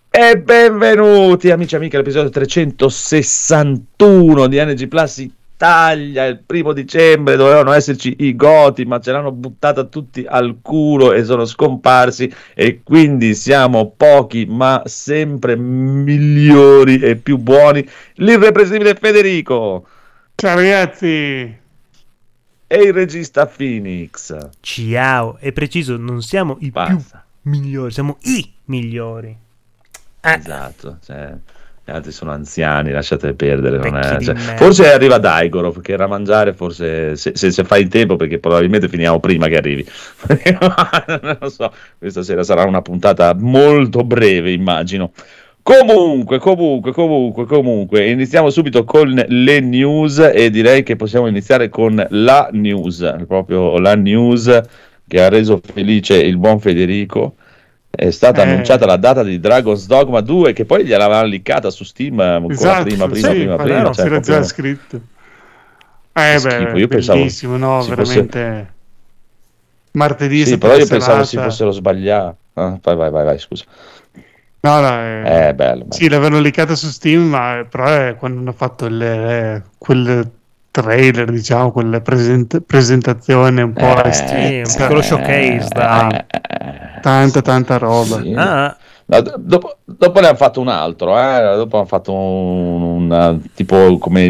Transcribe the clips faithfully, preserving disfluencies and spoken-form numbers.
E benvenuti amici e amiche all'episodio trecentosessantuno di N G Plus Italia. Il primo dicembre dovevano esserci i Goti, ma ce l'hanno buttata tutti al culo e sono scomparsi, e quindi siamo pochi ma sempre migliori e più buoni. L'irreprensibile Federico. Ciao ragazzi. E il regista Phoenix. Ciao. È preciso, non siamo i Basta. più migliori, siamo i migliori. Eh. Esatto, cioè, gli altri sono anziani, lasciate perdere. Non è, cioè, di merda. forse arriva Daigoro, perché era a mangiare, forse se, se, se fai in tempo, perché probabilmente finiamo prima che arrivi. Non lo so, questa sera sarà una puntata molto breve, immagino. Comunque, comunque, comunque, comunque, iniziamo subito con le news, e direi che possiamo iniziare con la news, proprio la news che ha reso felice il buon Federico. È stata Eh. annunciata la data di Dragon's Dogma due, che poi gliel'avevano liccata su Steam ancora Esatto, prima, prima, sì, prima, ma prima. non Cioè, c'era proprio... già scritto. Eh Schifo, beh, io pensavo bellissimo, no, si veramente. Martedì è Sì, stata però io una pensavo si serata. fossero sbagliati. Ah, vai, vai, vai, vai, scusa. No, no, eh, Eh, bello, bello. sì, l'avevano liccata su Steam, ma però è quando hanno fatto il, eh, quel trailer, diciamo, quella present- presentazione un po' Eh, estiva, Sì, un piccolo showcase da... tanta, tanta roba. Sì. Ah, No, do- dopo, dopo ne hanno fatto un altro, eh? Dopo hanno fatto un, una- tipo come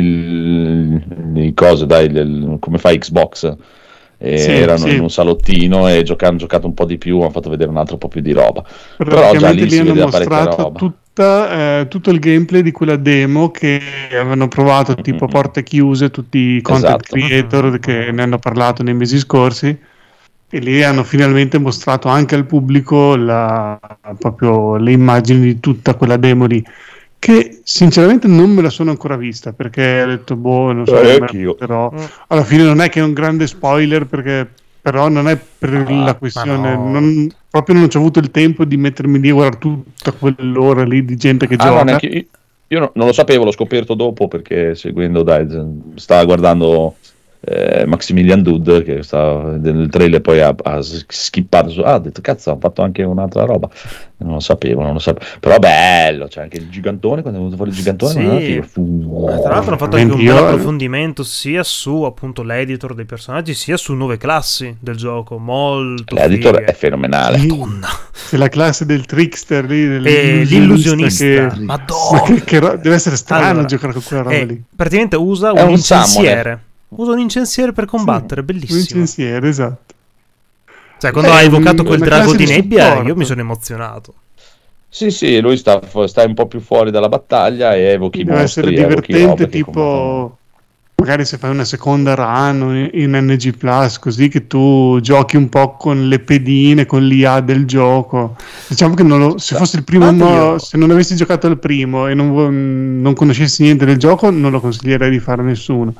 il, il coso, dai, il- il- come fa Xbox. E Sì, erano sì. in un salottino e gioca- hanno giocato un po' di più, hanno fatto vedere un altro po' più di roba. Però già Praticamente lì lì si hanno vedeva parecchia mostrato roba. tutta, eh, tutto il gameplay di quella demo che avevano provato tipo a Mm-mm. porte chiuse tutti i content Esatto. creator che ne hanno parlato nei mesi scorsi, e lì hanno finalmente mostrato anche al pubblico la, proprio le immagini di tutta quella demo lì, che sinceramente non me la sono ancora vista, perché ho detto boh, non so, Eh, me la anch'io. porterò. mm, Alla fine non è che è un grande spoiler, perché però non è per Ah, la ma questione, no. non- proprio non ho avuto il tempo di mettermi lì a guardare tutta quell'ora lì di gente che Ah, no, gioca. neanche io, io no- non lo sapevo, l'ho scoperto dopo, perché seguendo, dai, stava guardando eh, Maximilian Dood, che stava nel trailer, poi ha, ha skippato su, ah, ho detto cazzo, hanno fatto anche un'altra roba. Non lo sapevo, non lo sapevo. Però bello, c'è anche il gigantone, quando è venuto fuori il gigantone, Sì. non era figo. Fu- Ma tra l'altro hanno fatto anche un Io- bel approfondimento sia su appunto l'editor dei personaggi, sia su nuove classi del gioco. Molto L'editor fighe. è fenomenale. Madonna. C'è la classe del trickster lì, E dell'illusionista, l'illusionista. che, Madonna. ma che, che ro- deve essere strano Allora, giocare con quella roba eh, lì. praticamente usa È un un incensiere. Usa un incensiere per combattere, Un bellissimo. incensiere, esatto. Cioè, quando È ha un- evocato quel una drago classe di di nebbia, supporto. io mi sono emozionato. Sì, sì, lui sta, sta un po' più fuori dalla battaglia e evochi Deve essere mostri, evochi roba divertente, che tipo comunque- magari se fai una seconda run in N G Plus, così che tu giochi un po' con le pedine, con l'I A del gioco. Diciamo che non lo- se fosse il primo, Guarda, mo- io- se non avessi giocato il primo e non, vo- non conoscessi niente del gioco, non lo consiglierei di fare a nessuno.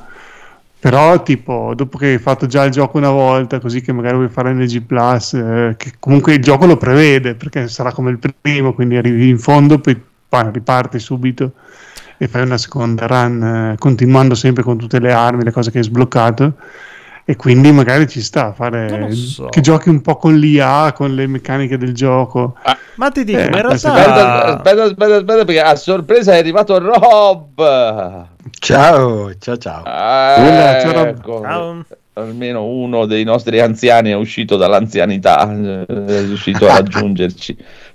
Però, tipo, dopo che hai fatto già il gioco una volta, così che magari vuoi fare N G Plus, eh, che comunque il gioco lo prevede, perché sarà come il primo, quindi arrivi in fondo, poi, poi riparti subito e fai una seconda run, eh, continuando sempre con tutte le armi, le cose che hai sbloccato, e quindi magari ci sta a fare Non lo so. che giochi un po' con l'I A, con le meccaniche del gioco. Ma ti dico, Eh, ma in questo- Aspetta, realtà... aspetta, aspetta, aspetta, perché a sorpresa è arrivato Rob. Ciao, ciao, ciao. Quella, ciao, Rob. Ecco, Ciao. almeno uno dei nostri anziani è uscito dall'anzianità, è riuscito a raggiungerci.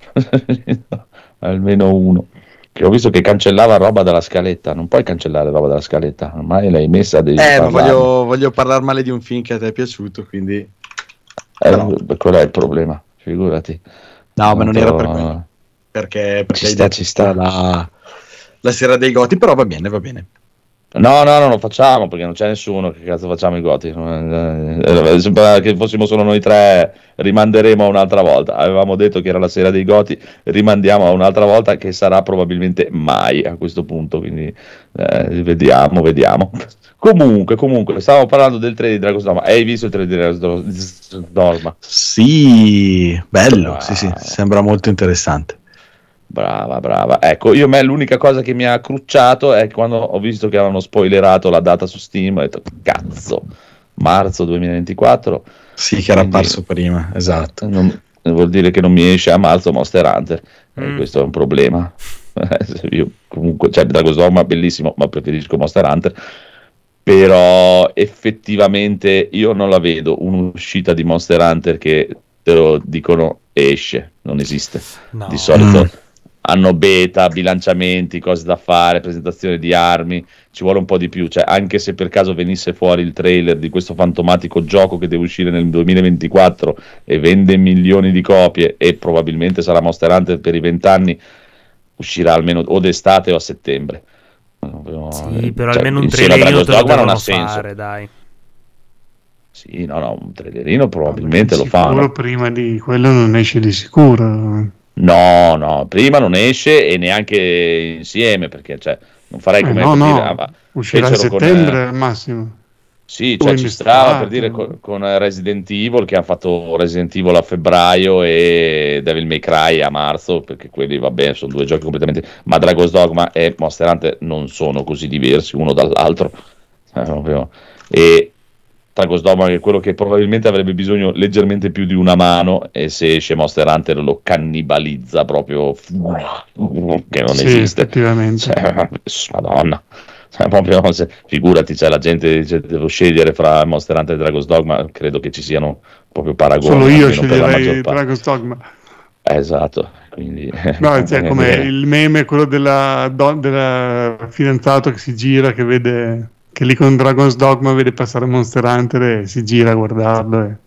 Almeno uno. Che ho visto che cancellava roba dalla scaletta. Non puoi cancellare roba dalla scaletta, ormai l'hai messa, devi Eh, ma parlarne. voglio, voglio parlare male di un film che a te è piaciuto, quindi... Eh, no. quello è il problema, figurati. No, ma non era per Molto- quello. Perché, perché Ci hai sta, detto ci sta. La, la sera dei Goti, però va bene, va bene. No, no, non lo facciamo perché non c'è nessuno. Che cazzo facciamo i Goti? Eh, sembrava che fossimo solo noi tre. Rimanderemo a un'altra volta. Avevamo detto che era la sera dei Goti, rimandiamo a un'altra volta, che sarà probabilmente mai a questo punto. Quindi eh, vediamo, vediamo. Comunque, comunque, stavamo parlando del trailer di Dragon's Dogma. Hai visto il trailer di Dragon's Dogma? Sì, bello, Wow. sì, sì, sembra molto interessante. Brava, brava. Ecco, io a me l'unica cosa che mi ha crucciato è quando ho visto che avevano spoilerato la data su Steam, ho detto cazzo, marzo duemilaventiquattro. Sì, che era Quindi- apparso prima, esatto. Non, vuol dire che non mi esce a marzo Monster Hunter, mm. e questo è un problema. Io comunque, cioè, Dragon's Dogma bellissimo, ma preferisco Monster Hunter. Però effettivamente io non la vedo un'uscita di Monster Hunter che te lo dicono esce, non esiste. No. Di solito mm. hanno beta, bilanciamenti, cose da fare, presentazione di armi, ci vuole un po' di più, cioè anche se per caso venisse fuori il trailer di questo fantomatico gioco che deve uscire nel duemilaventiquattro e vende milioni di copie e probabilmente sarà Monster Hunter per i vent'anni, uscirà almeno o d'estate o a settembre. Sì, però cioè, almeno un trailerino te lo devono fare, dai. Sì, no, no, un trailerino probabilmente lo fanno. Prima di quello non esce di sicuro. No, no, prima non esce e neanche insieme, perché cioè, non farei come... Eh, no, no, dire, ah, uscirà a settembre con, al massimo. Sì, cioè ci stava per dire con, con Resident Evil, che hanno fatto Resident Evil a febbraio e Devil May Cry a marzo, perché quelli vabbè sono due giochi completamente, ma Dragon's Dogma e Monster Hunter non sono così diversi uno dall'altro, e Dragon's Dogma è quello che probabilmente avrebbe bisogno leggermente più di una mano, e se esce Monster Hunter lo cannibalizza proprio, che non sì, esiste effettivamente. Cioè, Madonna. Proprio, figurati, cioè, la gente dice devo scegliere fra Monster Hunter e Dragon's Dogma, credo che ci siano proprio paragoni. Solo io sceglierei Dragon's Dogma. Eh, esatto, quindi no, cioè, come il meme quello della, do, della fidanzato che si gira, che vede che lì con Dragon's Dogma vede passare Monster Hunter e si gira a guardarlo e...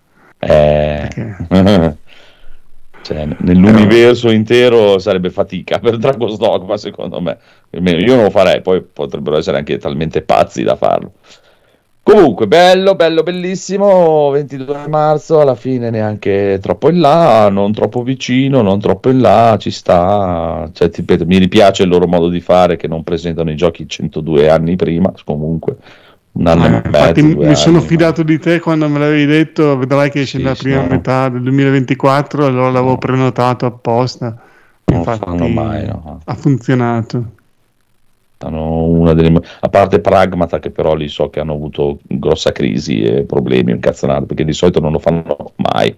eh perché... Cioè, nell'universo intero sarebbe fatica per Dragon's Dogma, secondo me. Almeno io non lo farei, poi potrebbero essere anche talmente pazzi da farlo. Comunque, bello, bello, bellissimo. ventidue marzo, alla fine neanche troppo in là, non troppo vicino, non troppo in là, ci sta. Cioè, ti ripeto, mi ripiace il loro modo di fare, che non presentano i giochi centodue anni prima, comunque. Un anno eh, e mezzo, infatti mi anni, sono ma... fidato di te quando me l'avevi detto, vedrai che esce sì, nella prima no. metà del duemilaventiquattro, allora l'avevo no. prenotato apposta. Non infatti fanno mai, no. Ha funzionato. Hanno una delle... a parte Pragmata, che però lì so che hanno avuto grossa crisi e problemi, incazzonato, perché di solito non lo fanno mai,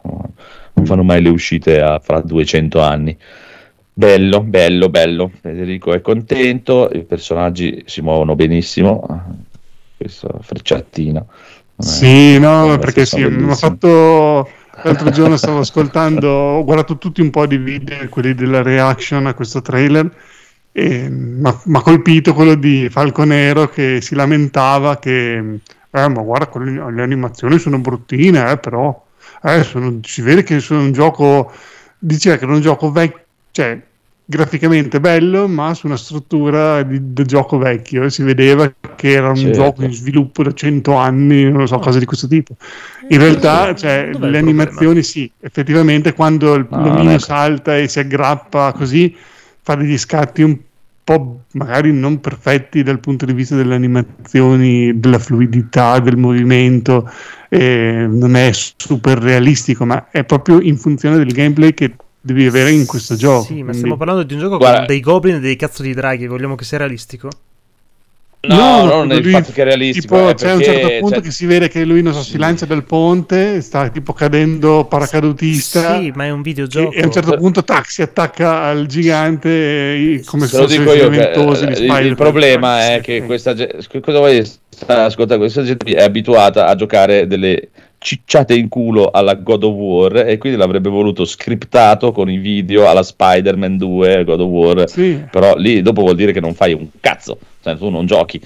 non fanno mai le uscite a fra duecento anni. Bello, bello, bello. Federico è contento, i personaggi si muovono benissimo, questa frecciatina. Sì, no, perché sì, mi ha fatto... L'altro giorno stavo ascoltando, ho guardato tutti un po' di video, quelli della reaction a questo trailer, e mi ha colpito quello di Falconero che si lamentava che, eh, ma guarda, quelle, le animazioni sono bruttine, eh, però eh, sono, si vede che sono un gioco, diceva che era un gioco vecchio, cioè graficamente bello, ma su una struttura di, del gioco vecchio, e si vedeva che era un certo. gioco in sviluppo da cento anni, non so, cose di questo tipo. In realtà, cioè, le animazioni sì, effettivamente quando il no, l'omino ecco. salta e si aggrappa così, fa degli scatti un po' magari non perfetti dal punto di vista delle animazioni, della fluidità, del movimento, eh, non è super realistico, ma è proprio in funzione del gameplay che devi avere in questo gioco. Sì, ma quindi... stiamo parlando di un gioco Guarda... con dei goblin e dei cazzo di draghi, vogliamo che sia realistico? No, no, non è il fatto che è realistico. Tipo, è c'è a un certo punto cioè... che si vede che lui non so, si lancia dal ponte, sta tipo cadendo paracadutista. Sì, ma è un videogioco. E a un certo punto tac, si attacca al gigante come se fosse dico io che, di il, il problema è che questa gente, cosa vuoi ascolta, questa gente è abituata a giocare delle cicciate in culo alla God of War, e quindi l'avrebbe voluto scriptato con i video alla Spider-Man due, God of War, sì. Però lì dopo vuol dire che non fai un cazzo, cioè tu non giochi,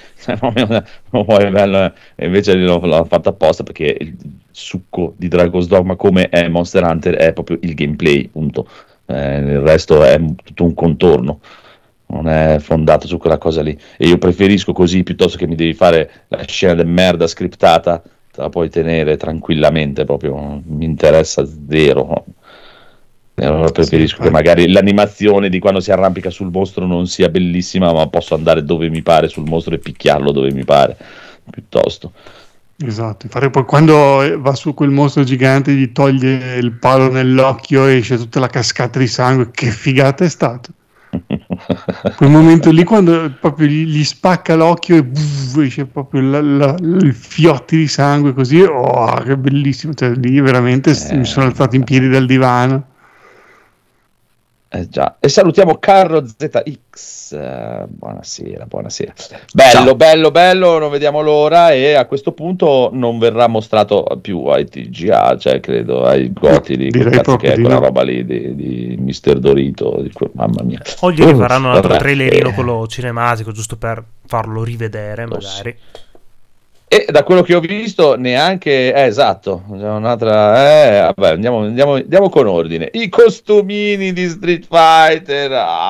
non vuoi bello, e invece l'ho fatto apposta perché il succo di Dragon's Dogma, come è Monster Hunter, è proprio il gameplay, punto. Eh, il resto è tutto un contorno, non è fondato su quella cosa lì, e io preferisco così piuttosto che mi devi fare la scena de merda scriptata, te la puoi tenere tranquillamente, proprio non mi interessa zero. E allora preferisco sì, che magari l'animazione di quando si arrampica sul mostro non sia bellissima, ma posso andare dove mi pare sul mostro e picchiarlo dove mi pare, piuttosto. Esatto, infatti poi quando va su quel mostro gigante gli toglie il palo nell'occhio e esce tutta la cascata di sangue, che figata è stato. Quel momento lì quando proprio gli, gli spacca l'occhio e buff, esce proprio la, la, il fiotti di sangue così, oh che bellissimo, cioè lì veramente Eh. mi sono alzato in piedi dal divano. Eh già. E salutiamo Carlo Z X. Eh, buonasera, buonasera. Bello, Ciao. bello, bello, non vediamo l'ora. E a questo punto non verrà mostrato più ai T G A, cioè credo ai Goti di Direi cazzo proprio che è di quella no. roba lì di, di mister Dorito. Di que- mamma mia. Oggi Uh, faranno un altro vabbè, trailerino, eh. quello cinematico, giusto per farlo rivedere, Lo magari. E da quello che ho visto, neanche. Eh, esatto. C'è un'altra. Eh, vabbè, andiamo, andiamo, andiamo con ordine. I costumini di Street Fighter.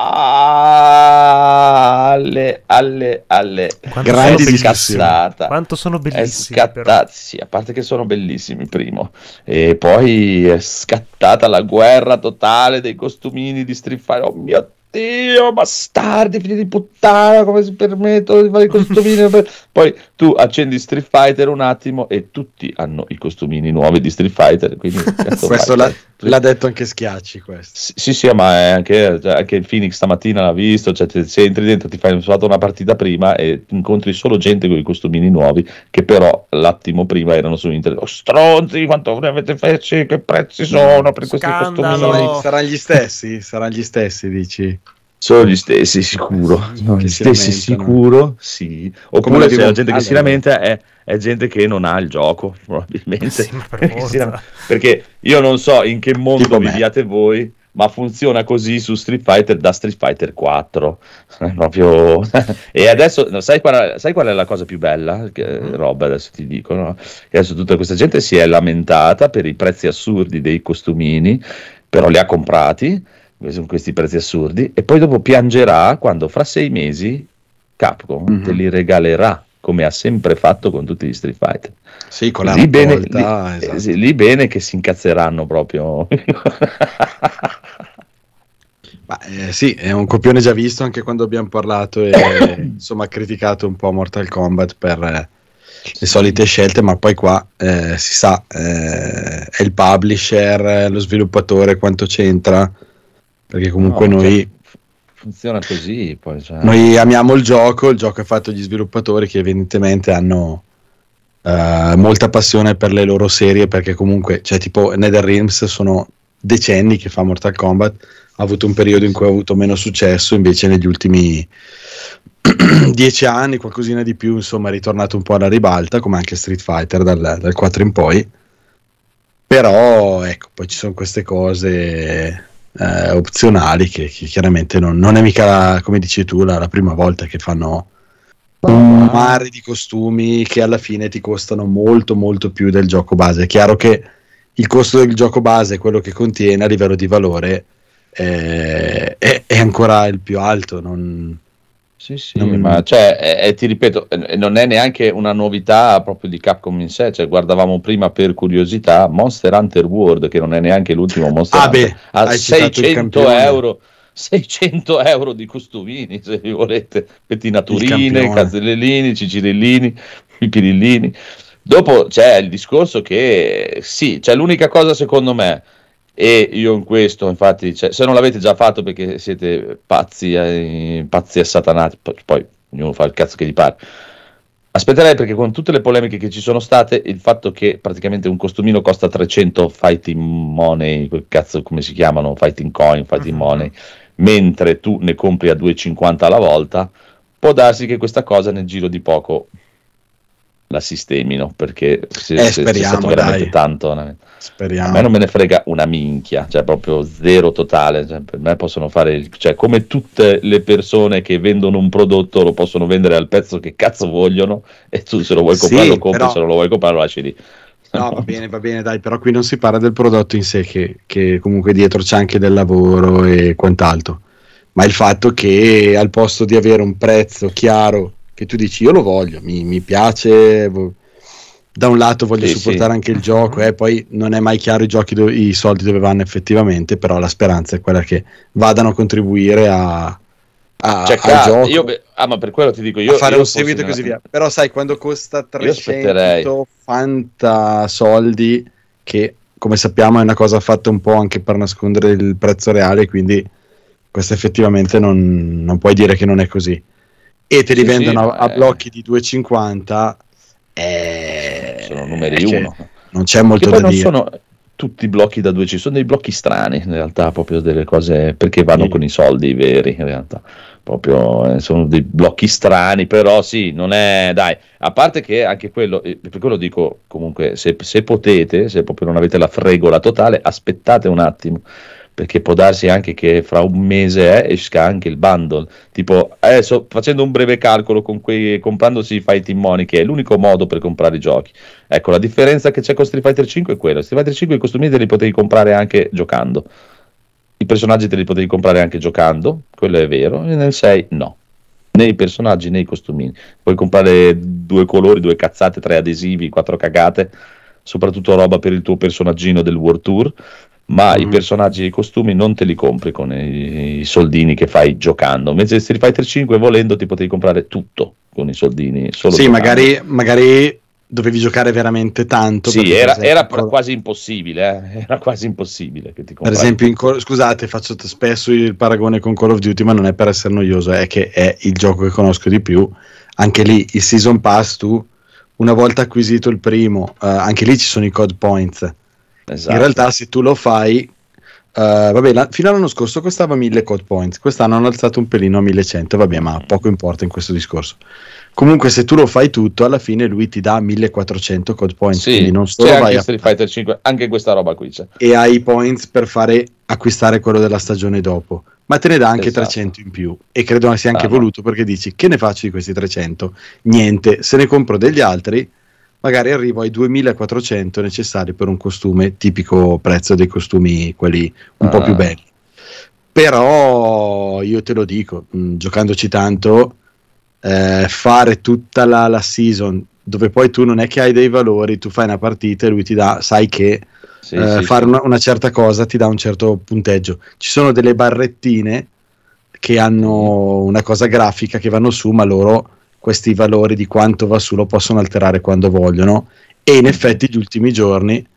Ah, alle, alle, alle. Quanto Grandi sono È bellissimi. scattata. Quanto sono È bellissimi, però. scattata. Sì, a parte che sono bellissimi, primo. E poi è scattata la guerra totale dei costumini di Street Fighter. Oh mio Dio, bastardi, figli di puttana, come si permettono di fare i costumini? Poi tu accendi Street Fighter un attimo e tutti hanno i costumini nuovi di Street Fighter. Quindi, cazzo Questo fai? l'ha, l'ha detto anche Schiacci, questo. Sì, sì, sì, ma è anche, cioè, anche il Phoenix stamattina l'ha visto, cioè te- se entri dentro ti fai fatto una partita prima e incontri solo gente con i costumini nuovi che però l'attimo prima erano su internet. Oh, stronzi, quanto ne avete feci, che prezzi sono per questi Scandalo. costumini? No. Saranno gli stessi? Saranno gli stessi, dici? Sono gli stessi, sicuro. Sono Che gli si stessi, lamentano. sicuro, sì. Oppure la se tivù. la gente che si Allora. lamenta è, è gente che non ha il gioco, probabilmente. Sì, ma per Perché, si forza. lam- perché io non so in che mondo Tipo me. viviate voi, ma funziona così su Street Fighter da Street Fighter quattro. È proprio. E adesso, no, sai, qual è, sai qual è la cosa più bella? Che, roba, adesso ti dico, no? Che adesso tutta questa gente si è lamentata per i prezzi assurdi dei costumini, però li ha comprati. Sono questi prezzi assurdi e poi dopo piangerà quando fra sei mesi Capcom Mhm. te li regalerà come ha sempre fatto con tutti gli Street Fighter. Sì, con la Lì bene, raccolta, lì, esatto. eh, sì, lì bene che si incazzeranno proprio. Ma, eh, sì, è un copione già visto anche quando abbiamo parlato e insomma criticato un po' Mortal Kombat per eh, le solite scelte, ma poi qua eh, si sa, eh, è il publisher, eh, lo sviluppatore, quanto c'entra, perché comunque No, noi, cioè, funziona così poi, cioè. noi amiamo il gioco, il gioco è fatto dagli sviluppatori che evidentemente hanno eh, molta passione per le loro serie, perché comunque, cioè tipo NetherRealms sono decenni che fa Mortal Kombat, ha avuto un periodo in cui ha avuto meno successo, invece negli ultimi dieci anni, qualcosina di più, insomma è ritornato un po' alla ribalta, come anche Street Fighter dal, dal quattro in poi. Però ecco, poi ci sono queste cose eh, opzionali che, che chiaramente non, non è mica la- come dici tu la, la prima volta che fanno un mare di costumi che alla fine ti costano molto molto più del gioco base. È chiaro che il costo del gioco base, quello che contiene a livello di valore, eh, è, è ancora il più alto. Non, Sì, sì, non- ma cioè, eh, eh, ti ripeto, eh, non è neanche una novità proprio di Capcom in sé, cioè, guardavamo prima per curiosità Monster Hunter World, che non è neanche l'ultimo Monster Ah, Hunter, beh, a hai citato il seicento campione. euro, seicento euro di costumini, se vi volete, Il pettinaturine, campione. cazzellellini, cicirellini, pirillini. Dopo c'è il discorso che sì, c'è l'unica cosa secondo me, e io in questo infatti, cioè, se non l'avete già fatto perché siete pazzi, eh, pazzi assatanati, poi, poi ognuno fa il cazzo che gli pare, aspetterei, perché con tutte le polemiche che ci sono state, il fatto che praticamente un costumino costa trecento fighting money, quel cazzo come si chiamano, fighting coin, fighting Mhm. money, mentre tu ne compri a due e cinquanta alla volta, può darsi che questa cosa nel giro di poco la sistemino, perché se, Eh, se- se è speriamo, stato veramente dai. tanto, ne- a Speriamo. me non me ne frega una minchia, cioè proprio zero totale, cioè, per me possono fare, il- cioè come tutte le persone che vendono un prodotto lo possono vendere al prezzo che cazzo vogliono, e tu se lo vuoi Sì, comprare lo compri, però- se non lo vuoi comprare lo lasci lì. No, va bene, va bene, dai, però qui non si parla del prodotto in sé, che, che comunque dietro c'è anche del lavoro e quant'altro, ma il fatto che al posto di avere un prezzo chiaro, che tu dici io lo voglio, mi, mi piace, vo- da un lato voglio Sì, supportare sì. anche il gioco, e poi non è mai chiaro i giochi do- i soldi dove vanno effettivamente, però la speranza è quella che vadano a contribuire a, a- Cioè, al ca- gioco, io, beh, ah, ma per quello ti dico, io, a fare io un fossi seguito e nella- così via. Però sai, quando costa Io aspetterei. trecento fanta soldi, che come sappiamo è una cosa fatta un po' anche per nascondere il prezzo reale, quindi questo effettivamente non, non puoi dire che non è così. E te li Sì, vendono sì, a, a eh. blocchi di due e cinquanta, eh, Sono numeri che uno. non c'è molto Che poi da non dire. sono tutti blocchi da due, ci sono dei blocchi strani in realtà, proprio delle cose perché vanno Sì. con i soldi veri in realtà, proprio eh, sono dei blocchi strani, però sì, non è, dai, a parte che anche quello, eh, per quello dico comunque, se, se potete, se proprio non avete la fregola totale, aspettate un attimo, perché può darsi anche che fra un mese eh, esca anche il bundle, tipo adesso facendo un breve calcolo con quei, comprandosi i Fighting Money, che è l'unico modo per comprare i giochi. Ecco, la differenza che c'è con Street Fighter cinque è quella. Street Fighter cinque i costumi te li potevi comprare anche giocando. I personaggi te li potevi comprare anche giocando, quello è vero, e nel sei no. Né i personaggi né i costumini. Puoi comprare due colori, due cazzate, tre adesivi, quattro cagate, soprattutto roba per il tuo personaggino del World Tour, ma Mhm. i personaggi e i costumi non te li compri con i, i soldini che fai giocando. Mentre Street Fighter cinque volendo ti potevi comprare tutto con i soldini solo Sì, giocando. magari, magari dovevi giocare veramente tanto. Sì, perché, era, per esempio, era in Call- quasi impossibile, eh? Era quasi impossibile che ti per compravi esempio, in tutto. Call- scusate, faccio t- spesso il paragone con Call of Duty, ma non è per essere noioso, è che è il gioco che conosco di più. Anche lì il Season Pass, tu una volta acquisito il primo, eh, anche lì ci sono i code points. Esatto. In realtà, se tu lo fai, eh, vabbè, la- fino all'anno scorso costava mille code points, quest'anno hanno alzato un pelino a millecento, vabbè, ma poco importa in questo discorso. Comunque, se tu lo fai tutto, alla fine lui ti dà millequattrocento code points, Sì, quindi non c'è solo vai anche a Street Fighter cinque, anche questa roba qui c'è. e hai i points per fare acquistare quello della stagione dopo, ma te ne dà anche Esatto. trecento in più, e credo sia anche Ah, no. voluto, perché dici che ne faccio di questi trecento? Niente, se ne compro degli altri magari arrivo ai duemilaquattrocento necessari per un costume, tipico prezzo dei costumi quelli un po' Ah. più belli. Però io te lo dico, mh, giocandoci tanto, eh, fare tutta la, la season dove poi tu non è che hai dei valori, tu fai una partita e lui ti dà, sai che Sì, eh, sì, fare sì. una, una certa cosa ti dà un certo punteggio. Ci sono delle barrettine che hanno una cosa grafica che vanno su, ma loro questi valori di quanto va su lo possono alterare quando vogliono, e in effetti gli ultimi giorni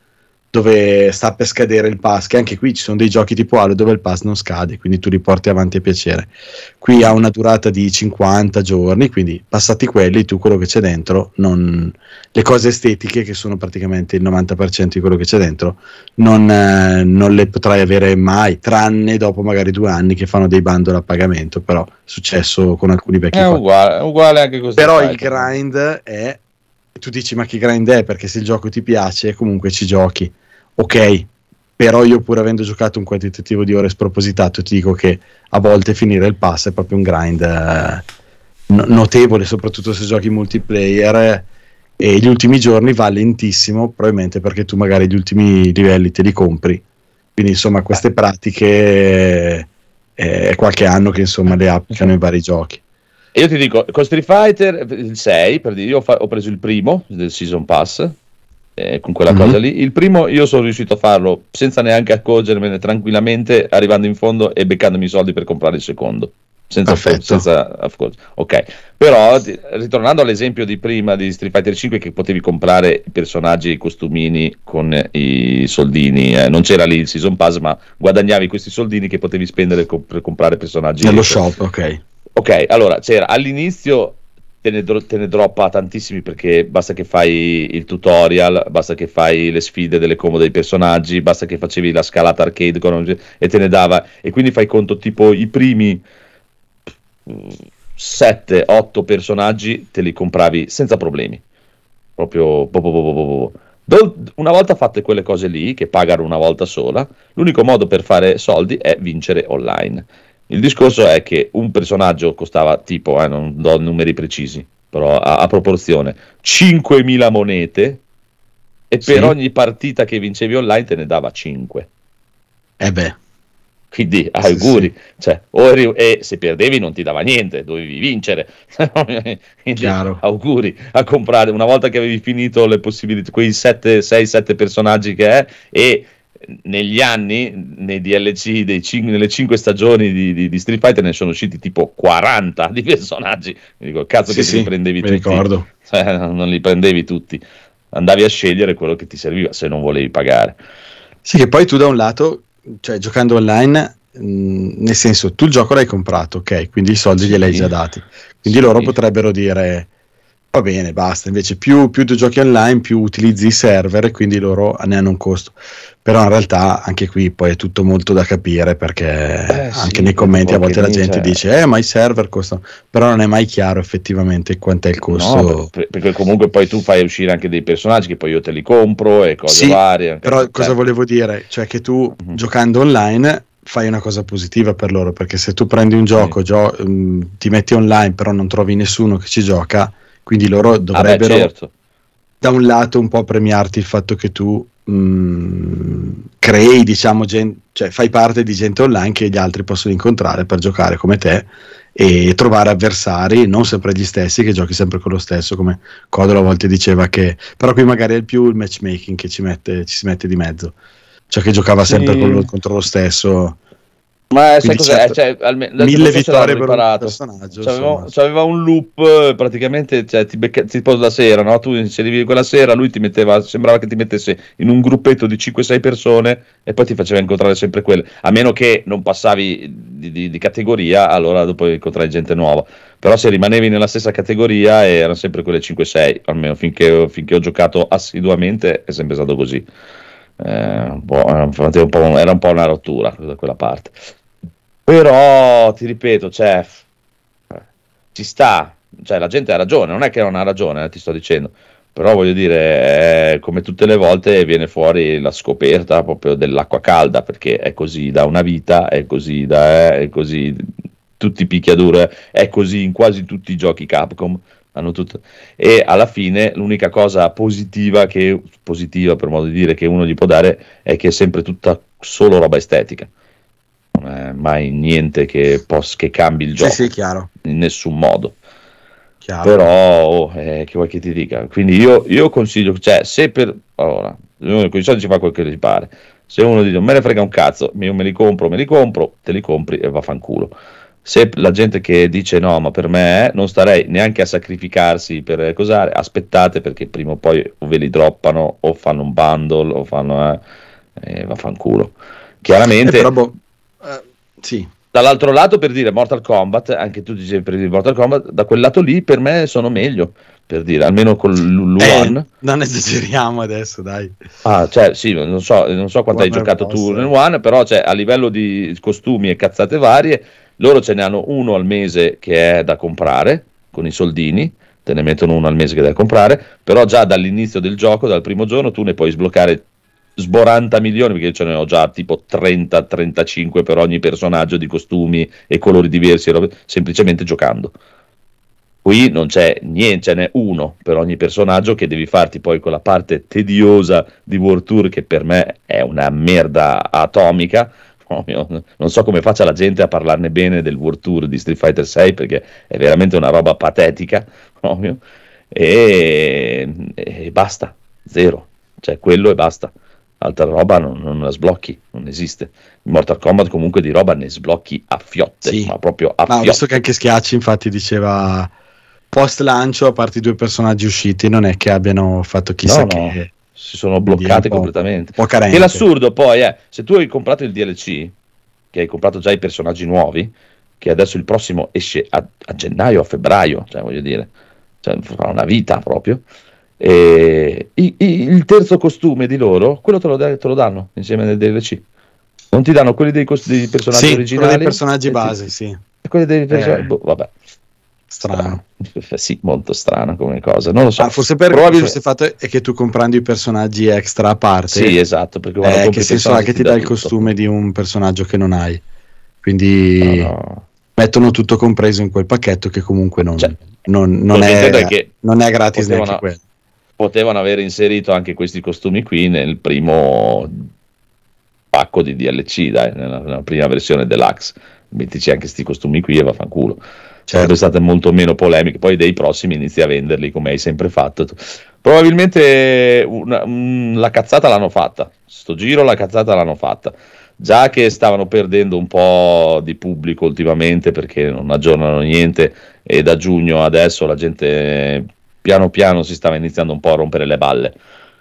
dove sta per scadere il pass, che anche qui ci sono dei giochi tipo Halo dove il pass non scade, quindi tu li porti avanti a piacere. Qui ha una durata di cinquanta giorni, quindi passati quelli tu quello che c'è dentro, non, le cose estetiche, che sono praticamente il novanta per cento di quello che c'è dentro, non, eh, non le potrai avere mai, tranne dopo magari due anni che fanno dei bundle a pagamento, però è successo con alcuni vecchi È qua. uguale, è uguale anche così. Però il grind è, tu dici ma che grind è, perché se il gioco ti piace comunque ci giochi, ok, però io pur avendo giocato un quantitativo di ore spropositato ti dico che a volte finire il pass è proprio un grind eh, no- notevole, soprattutto se giochi multiplayer, eh, e gli ultimi giorni va lentissimo, probabilmente perché tu magari gli ultimi livelli te li compri, quindi insomma queste pratiche eh, è qualche anno che insomma le applicano in vari giochi. E io ti dico, con Street Fighter il sei, per dire, io ho, fa- ho preso il primo del Season Pass, eh, con quella Mhm. cosa lì. Il primo io sono riuscito a farlo senza neanche accorgermene, tranquillamente, arrivando in fondo e beccandomi i soldi per comprare il secondo. Senza, Perfetto. senza accorg- ok, però ti- ritornando all'esempio di prima di Street Fighter cinque, che potevi comprare i personaggi e i costumini con i soldini, eh, non c'era lì il Season Pass, ma guadagnavi questi soldini che potevi spendere co- per comprare personaggi Nello extra. shop, ok. Ok, allora c'era all'inizio te ne, dro- te ne droppa tantissimi, perché basta che fai il tutorial, basta che fai le sfide delle combo dei personaggi, basta che facevi la scalata arcade con- e te ne dava, e quindi fai conto tipo i primi sette otto personaggi te li compravi senza problemi, proprio po- po- po- po- po- po. Do- una volta fatte quelle cose lì che pagano una volta sola, l'unico modo per fare soldi è vincere online. Il discorso è che un personaggio costava tipo, eh, non do numeri precisi, però a, a proporzione, cinquemila monete, e Sì. per ogni partita che vincevi online te ne dava cinque. Eh beh, Quindi Sì, auguri, cioè, o eri- e se perdevi non ti dava niente, dovevi vincere. Quindi Chiaro. auguri a comprare una volta che avevi finito le possibilità, quei sei sette personaggi che è, e negli anni, nei D L C dei cin- nelle cinque stagioni di, di, di Street Fighter ne sono usciti tipo quaranta di personaggi. Mi dico, cazzo, sì, che te sì, li prendevi mi tutti? ricordo. Cioè, non li prendevi tutti, andavi a scegliere quello che ti serviva se non volevi pagare. Sì, che poi tu da un lato, cioè giocando online, mh, nel senso, tu il gioco l'hai comprato, ok, quindi i soldi Sì. glieli hai già dati, quindi Sì. loro potrebbero dire va bene, basta, invece più, più tu giochi online più utilizzi i server e quindi loro ne hanno un costo, però in realtà anche qui poi è tutto molto da capire, perché Eh, anche sì, nei commenti a perché volte la lì, gente cioè- dice eh ma i server costano, però non è mai chiaro effettivamente quant'è il costo. No, per- perché comunque poi tu fai uscire anche dei personaggi che poi io te li compro e cose Sì, varie. anche- però cioè, cosa volevo dire? Cioè che tu Mhm. giocando online fai una cosa positiva per loro, perché se tu prendi un gioco, gio- mm, ti metti online però non trovi nessuno che ci gioca, quindi loro Ah, beh, dovrebbero certo. da un lato un po' premiarti il fatto che tu mm, crei, diciamo, gen- cioè fai parte di gente online che gli altri possono incontrare per giocare come te e trovare avversari, non sempre gli stessi, che giochi sempre con lo stesso, come Codolo a volte diceva che, però qui magari è più il matchmaking che ci, mette, ci si mette di mezzo, cioè che giocava sempre Sì. con lo- contro lo stesso. Ma sai Quindi cos'è? certo, Eh, cioè, alme- adesso mille non so se vittorie l'hanno per un riparato. personaggio, C'aveva, insomma. c'aveva un loop, eh, praticamente, cioè, ti becca- tipo la sera, no? Tu inserivi quella sera, lui ti metteva, sembrava che ti mettesse in un gruppetto di cinque sei persone e poi ti faceva incontrare sempre quelle. A meno che non passavi di, di- di categoria, allora dopo incontrai gente nuova. Però se rimanevi nella stessa categoria erano sempre quelle cinque sei, almeno finché, finché ho giocato assiduamente è sempre stato così. Eh, un po', era un po', era un po' una rottura da quella parte. Però ti ripeto, cioè, ci sta, cioè, la gente ha ragione, non è che non ha ragione, eh, ti sto dicendo, però voglio dire, eh, come tutte le volte viene fuori la scoperta proprio dell'acqua calda, perché è così da una vita, è così da è così tutti i picchiaduro, è così in quasi tutti i giochi Capcom. Hanno tutto. E alla fine l'unica cosa positiva che positiva per modo di dire che uno gli può dare è che è sempre tutta solo roba estetica, non è mai niente che, pos- che cambi il gioco Sì, sì, chiaro. in nessun modo. chiaro. Però oh, eh, che vuoi che ti dica, quindi io, io consiglio, cioè se per allora uno con i soldi ci fa quel che gli pare, se uno dice me ne frega un cazzo, io me li compro, me li compro, te li compri e vaffanculo. Se la gente che dice no, ma per me eh, non starei neanche a sacrificarsi per cosare, aspettate perché prima o poi o ve li droppano o fanno un bundle o fanno eh, eh, vaffanculo. Chiaramente, Eh, però, boh, eh, sì. dall'altro lato, per dire Mortal Kombat, anche tu dicevi per dire Mortal Kombat, da quel lato lì per me sono meglio, per dire, almeno con l'U uno. Eh, non esageriamo adesso, dai. Ah, cioè, sì, non so, non so quanto hai Warner giocato Bros. tu nel One, però cioè, a livello di costumi e cazzate varie, loro ce ne hanno uno al mese che è da comprare, con i soldini, te ne mettono uno al mese che è da comprare, però già dall'inizio del gioco, dal primo giorno, tu ne puoi sbloccare sboranta milioni, perché ce ne ho già tipo trenta trentacinque per ogni personaggio di costumi e colori diversi, e robe, semplicemente giocando. Qui non c'è niente, ce n'è uno per ogni personaggio che devi farti poi quella parte tediosa di World Tour che per me è una merda atomica. Oh, io non so come faccia la gente a parlarne bene del World Tour di Street Fighter sei perché è veramente una roba patetica. Oh, io. E, e basta, zero, cioè quello e basta. Altra roba non, non la sblocchi, non esiste. In Mortal Kombat comunque di roba ne sblocchi a fiotte, Sì. ma proprio a Ma ho fiotte. visto che anche Schiacci infatti diceva post lancio, a parte i due personaggi usciti, non è che abbiano fatto chissà No, che. no, si sono Quindi è bloccate un po'- completamente. un po' carente. E l'assurdo poi è, se tu hai comprato il D L C, che hai comprato già i personaggi nuovi, che adesso il prossimo esce a, a gennaio, a febbraio, cioè voglio dire, cioè, fra una vita proprio, e i- i- il terzo costume di loro, quello te lo, da- te lo danno insieme nel D L C. Non ti danno quelli dei, cos- dei personaggi Sì, originali. quello dei personaggi e ti- base, sì. e quelli dei personaggi, Eh. boh, vabbè. Strano. Sì, molto strana come cosa, non lo so. Ah, forse per Probabil- forse il fatto è che tu comprando i personaggi extra a parte, Sì, esatto, perché quando eh, compri che senso personaggi ha che ti dà dà il tutto. costume di un personaggio che non hai? Quindi No, no. mettono tutto compreso in quel pacchetto che comunque non, Cioè, non, non quello che intendo è, è che non è gratis potevano- neanche quello. Potevano aver inserito anche questi costumi qui nel primo pacco di D L C, dai, nella, nella prima versione deluxe. Mettici anche questi costumi qui e vaffanculo. Sarebbe Certo. state molto meno polemiche. Poi dei prossimi inizi a venderli come hai sempre fatto. Probabilmente una- un- la cazzata l'hanno fatta. Sto giro la cazzata l'hanno fatta. Già che stavano perdendo un po' di pubblico ultimamente perché non aggiornano niente e da giugno adesso la gente piano piano si stava iniziando un po' a rompere le balle.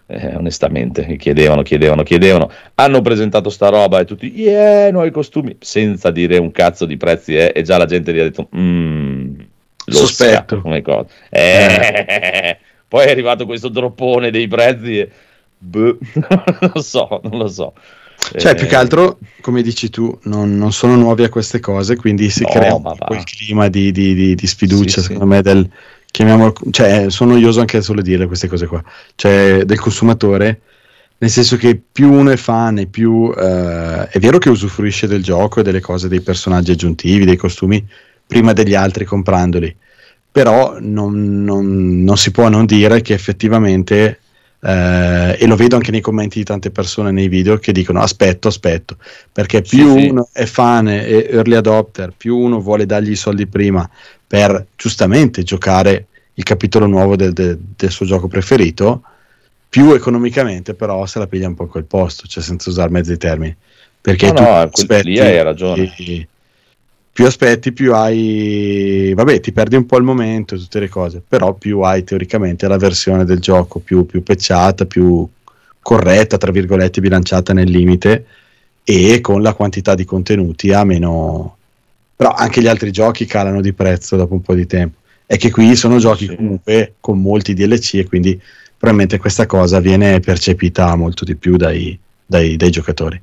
Eh, onestamente, chiedevano, chiedevano, chiedevano. Hanno presentato sta roba e tutti, yeah, nuovi costumi, senza dire un cazzo di prezzi, eh, e già la gente gli ha detto, mm, lo Sospetto. come cosa. Eh, eh. Poi è arrivato questo droppone dei prezzi e boh, non lo so, non lo so. Cioè, eh, più che altro, come dici tu, non, non sono nuovi a queste cose, quindi si no, crea ma va. quel clima di, di, di, di sfiducia, Sì, secondo sì. me, del, chiamiamolo, cioè, sono noioso anche solo dirle queste cose qua, cioè, del consumatore, nel senso che più uno è fan e più, eh, è vero che usufruisce del gioco e delle cose, dei personaggi aggiuntivi, dei costumi, prima degli altri comprandoli, però non, non, non si può non dire che effettivamente... Eh, e lo vedo anche nei commenti di tante persone nei video che dicono aspetto, aspetto, perché più Sì, sì. uno è fan e early adopter, più uno vuole dargli i soldi prima per giustamente giocare il capitolo nuovo del, del, del suo gioco preferito, più economicamente però se la piglia un po' a quel posto, cioè senza usare mezzi termini, perché No, tu no, quel- aspetti, lì hai ragione. e- più aspetti, più hai, vabbè, ti perdi un po' il momento e tutte le cose, però più hai teoricamente la versione del gioco più, più pecciata, più corretta, tra virgolette, bilanciata nel limite e con la quantità di contenuti a meno. Però anche gli altri giochi calano di prezzo dopo un po' di tempo. È che qui sono giochi Sì. comunque con molti D L C e quindi probabilmente questa cosa viene percepita molto di più dai, dai, dai giocatori.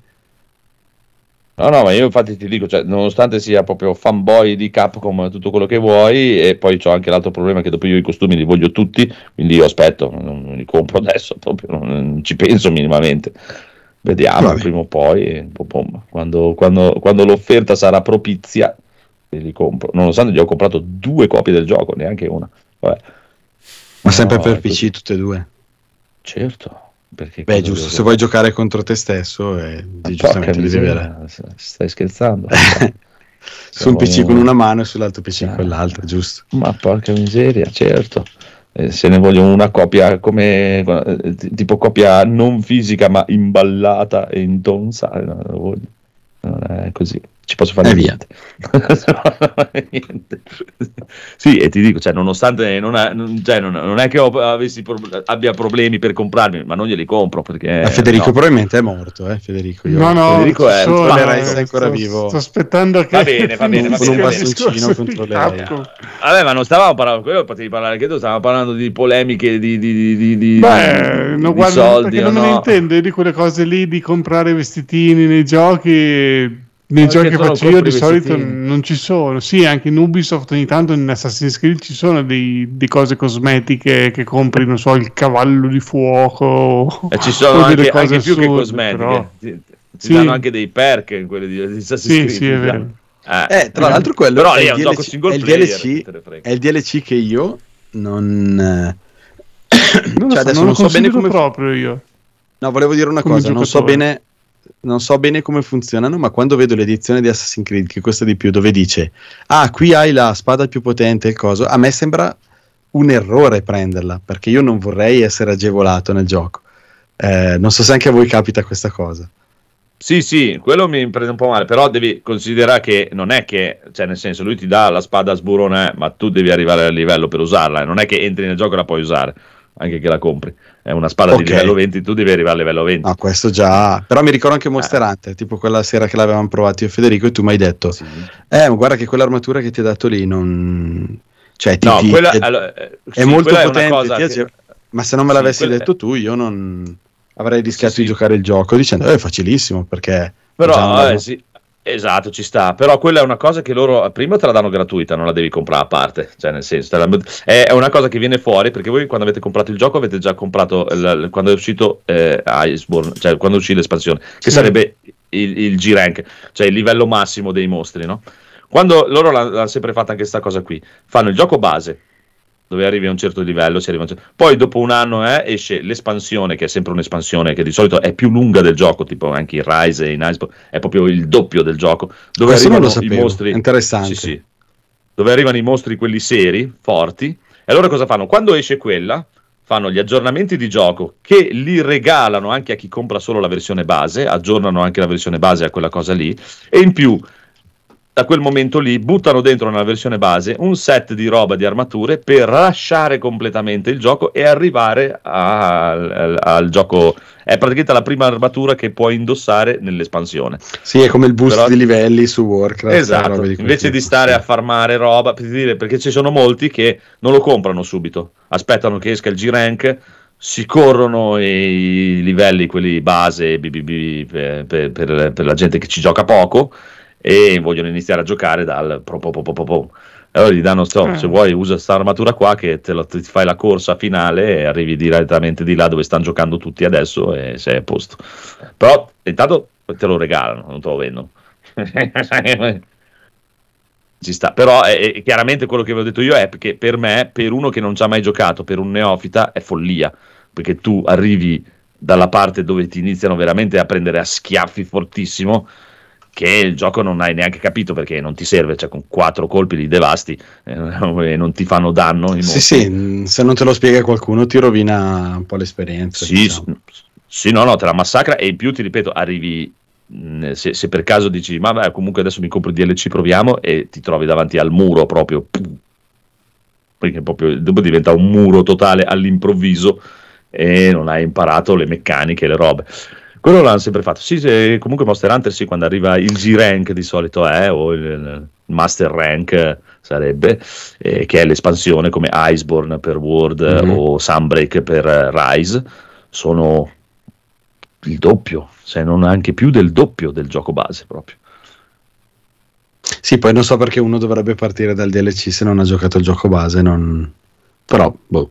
No, no, ma io infatti ti dico, cioè, nonostante sia proprio fanboy di Capcom, tutto quello che vuoi, e poi c'ho anche l'altro problema che dopo io i costumi li voglio tutti, quindi io aspetto, non, non li compro adesso, proprio non, non ci penso minimamente. Vediamo Vabbè. prima o poi, pom pom, quando, quando, quando l'offerta sarà propizia, li compro. Nonostante gli ho comprato due copie del gioco, neanche una. Vabbè. Ma sempre No, per è P C così. tutte e due? Certo. Perché Beh, cosa giusto, devo- se vuoi giocare contro te stesso, eh, Ma di- porca giustamente li devi miseria, avere. stai scherzando? Su un P C Siamo- con una mano e sull'altro P C Eh. con l'altra, giusto? Ma porca miseria, certo. Eh, se ne voglio una copia come eh, t- tipo copia non fisica ma imballata e intonsa, eh, non lo voglio. Non è così, ci posso fare E via. niente. Niente. Sì, e ti dico, cioè, nonostante non, è, non, cioè, non, non è che ho, avessi pro- abbia problemi per comprarmi, ma non glieli compro perché Ma Federico no. probabilmente è morto, eh, Federico. Io No, no, Federico ci è- sono, Tolerai eh, se è ancora sto, vivo. sto aspettando che Va bene, va bene, va finisca bene, va il bene. discorso Bastoncino di contro lei. Capcom. Vabbè, ma non stavamo parlando, quello potevi parlare che tu, stavamo parlando di polemiche di, di, di, di, di, Beh, di no, guarda, soldi perché o non me ne no. intendo io di quelle cose lì di comprare vestitini nei giochi. Nei Ma giochi che che tu non faccio io compri di solito vestitini? non ci sono. Sì, anche in Ubisoft ogni tanto in Assassin's Creed ci sono dei, di cose cosmetiche che compri, non so, il cavallo di fuoco E ci sono o delle anche, cose anche più che assurde, cosmetiche, però. ti, ti Sì. danno anche dei perk in quelli di, di Assassin's Sì, Creed, sì, è ti vero. danno. Eh, Eh, tra l'altro quello però è lì il è un gioco D L C, single è il player, D L C, chi te ne frega. è il D L C che io non... eh, Non lo cioè so, adesso non lo non so bene considero come... fu- proprio io. No, volevo dire una come cosa, non so giocatore. bene... Non so bene come funzionano, ma quando vedo l'edizione di Assassin's Creed che costa di più, dove dice ah, qui hai la spada più potente, il coso, a me sembra un errore prenderla, perché io non vorrei essere agevolato nel gioco. Eh, non so se anche a voi capita questa cosa. Sì, sì, quello mi prende un po' male, però devi considerare che non è che, cioè nel senso, lui ti dà la spada a sburone, ma tu devi arrivare al livello per usarla, eh. Non è che entri nel gioco e la puoi usare, anche che la compri. È una spada Ok. di livello venti, tu devi arrivare al livello venti. No, questo già... Però mi ricordo anche Monster Eh. Hunter, tipo quella sera che l'avevamo provato io e Federico e tu mi hai detto Sì. eh, ma guarda che quell'armatura che ti ha dato lì non... Cioè, ti, No, ti- quella è, allora, eh, è sì, molto quella è una potente, cosa ti che- age- ma se non me Sì, l'avessi quella- detto tu, io non avrei rischiato Sì, di sì. giocare il gioco dicendo eh, è facilissimo, perché ho già Però, una- eh, sì, esatto, ci sta. Però quella è una cosa che loro prima te la danno gratuita, non la devi comprare a parte. Cioè, nel senso, te la- è, è una cosa che viene fuori perché voi quando avete comprato il gioco avete già comprato il- il- quando è uscito eh, Iceborne, cioè quando uscì l'espansione, che Sì. sarebbe il, il G-Rank, cioè il livello massimo dei mostri, no? Quando loro l'hanno, l'hanno sempre fatta anche questa cosa qui, fanno il gioco base, dove arrivi a un certo livello, si arriva a un certo- poi dopo un anno eh, esce l'espansione, che è sempre un'espansione che di solito è più lunga del gioco, tipo anche in Rise e in Iceborne è proprio il doppio del gioco, dove Questo non arrivano lo i sapevo, mostri interessante. sì, sì. Dove arrivano i mostri quelli seri, forti, e allora cosa fanno? Quando esce quella fanno gli aggiornamenti di gioco che li regalano anche a chi compra solo la versione base, aggiornano anche la versione base a quella cosa lì, e in più da quel momento lì buttano dentro nella versione base un set di roba di armature per lasciare completamente il gioco e arrivare al, al, al gioco. È praticamente la prima armatura che puoi indossare nell'espansione. Sì, è come il boost Però, di livelli su Warcraft. esatto, di invece di stare sì. a farmare roba, per dire, perché ci sono molti che non lo comprano subito, aspettano che esca il G-Rank, si corrono i livelli, quelli base B B B per, per, per, per la gente che ci gioca poco e vogliono iniziare a giocare dal pro po po po po po. Allora gli danno, so, eh. se vuoi usa sta armatura qua che te lo, ti fai la corsa finale e arrivi direttamente di là dove stanno giocando tutti adesso e sei a posto. Però intanto te lo regalano, non te lo vendono. Ci sta. Però è, è, chiaramente quello che avevo detto io è che per me, per uno che non ci ha mai giocato, per un neofita è follia, perché tu arrivi dalla parte dove ti iniziano veramente a prendere a schiaffi fortissimo, che il gioco non hai neanche capito perché non ti serve, cioè con quattro colpi li devasti eh, e non ti fanno danno. Sì, sì, se non te lo spiega qualcuno ti rovina un po' l'esperienza. Sì, diciamo. sì, no, no, te la massacra e in più ti ripeto, arrivi, se, se per caso dici, ma beh, comunque adesso mi compro il D L C, proviamo, e ti trovi davanti al muro proprio, perché proprio dopo diventa un muro totale all'improvviso e non hai imparato le meccaniche e le robe. Quello l'hanno sempre fatto. Sì, se, comunque Monster Hunter sì, quando arriva il G-Rank di solito è, o il, il Master Rank sarebbe, eh, che è l'espansione come Iceborne per World mm-hmm. o Sunbreak per Rise, sono il doppio, se non anche più del doppio del gioco base proprio. Sì, poi non so perché uno dovrebbe partire dal D L C se non ha giocato il gioco base, non... però boh.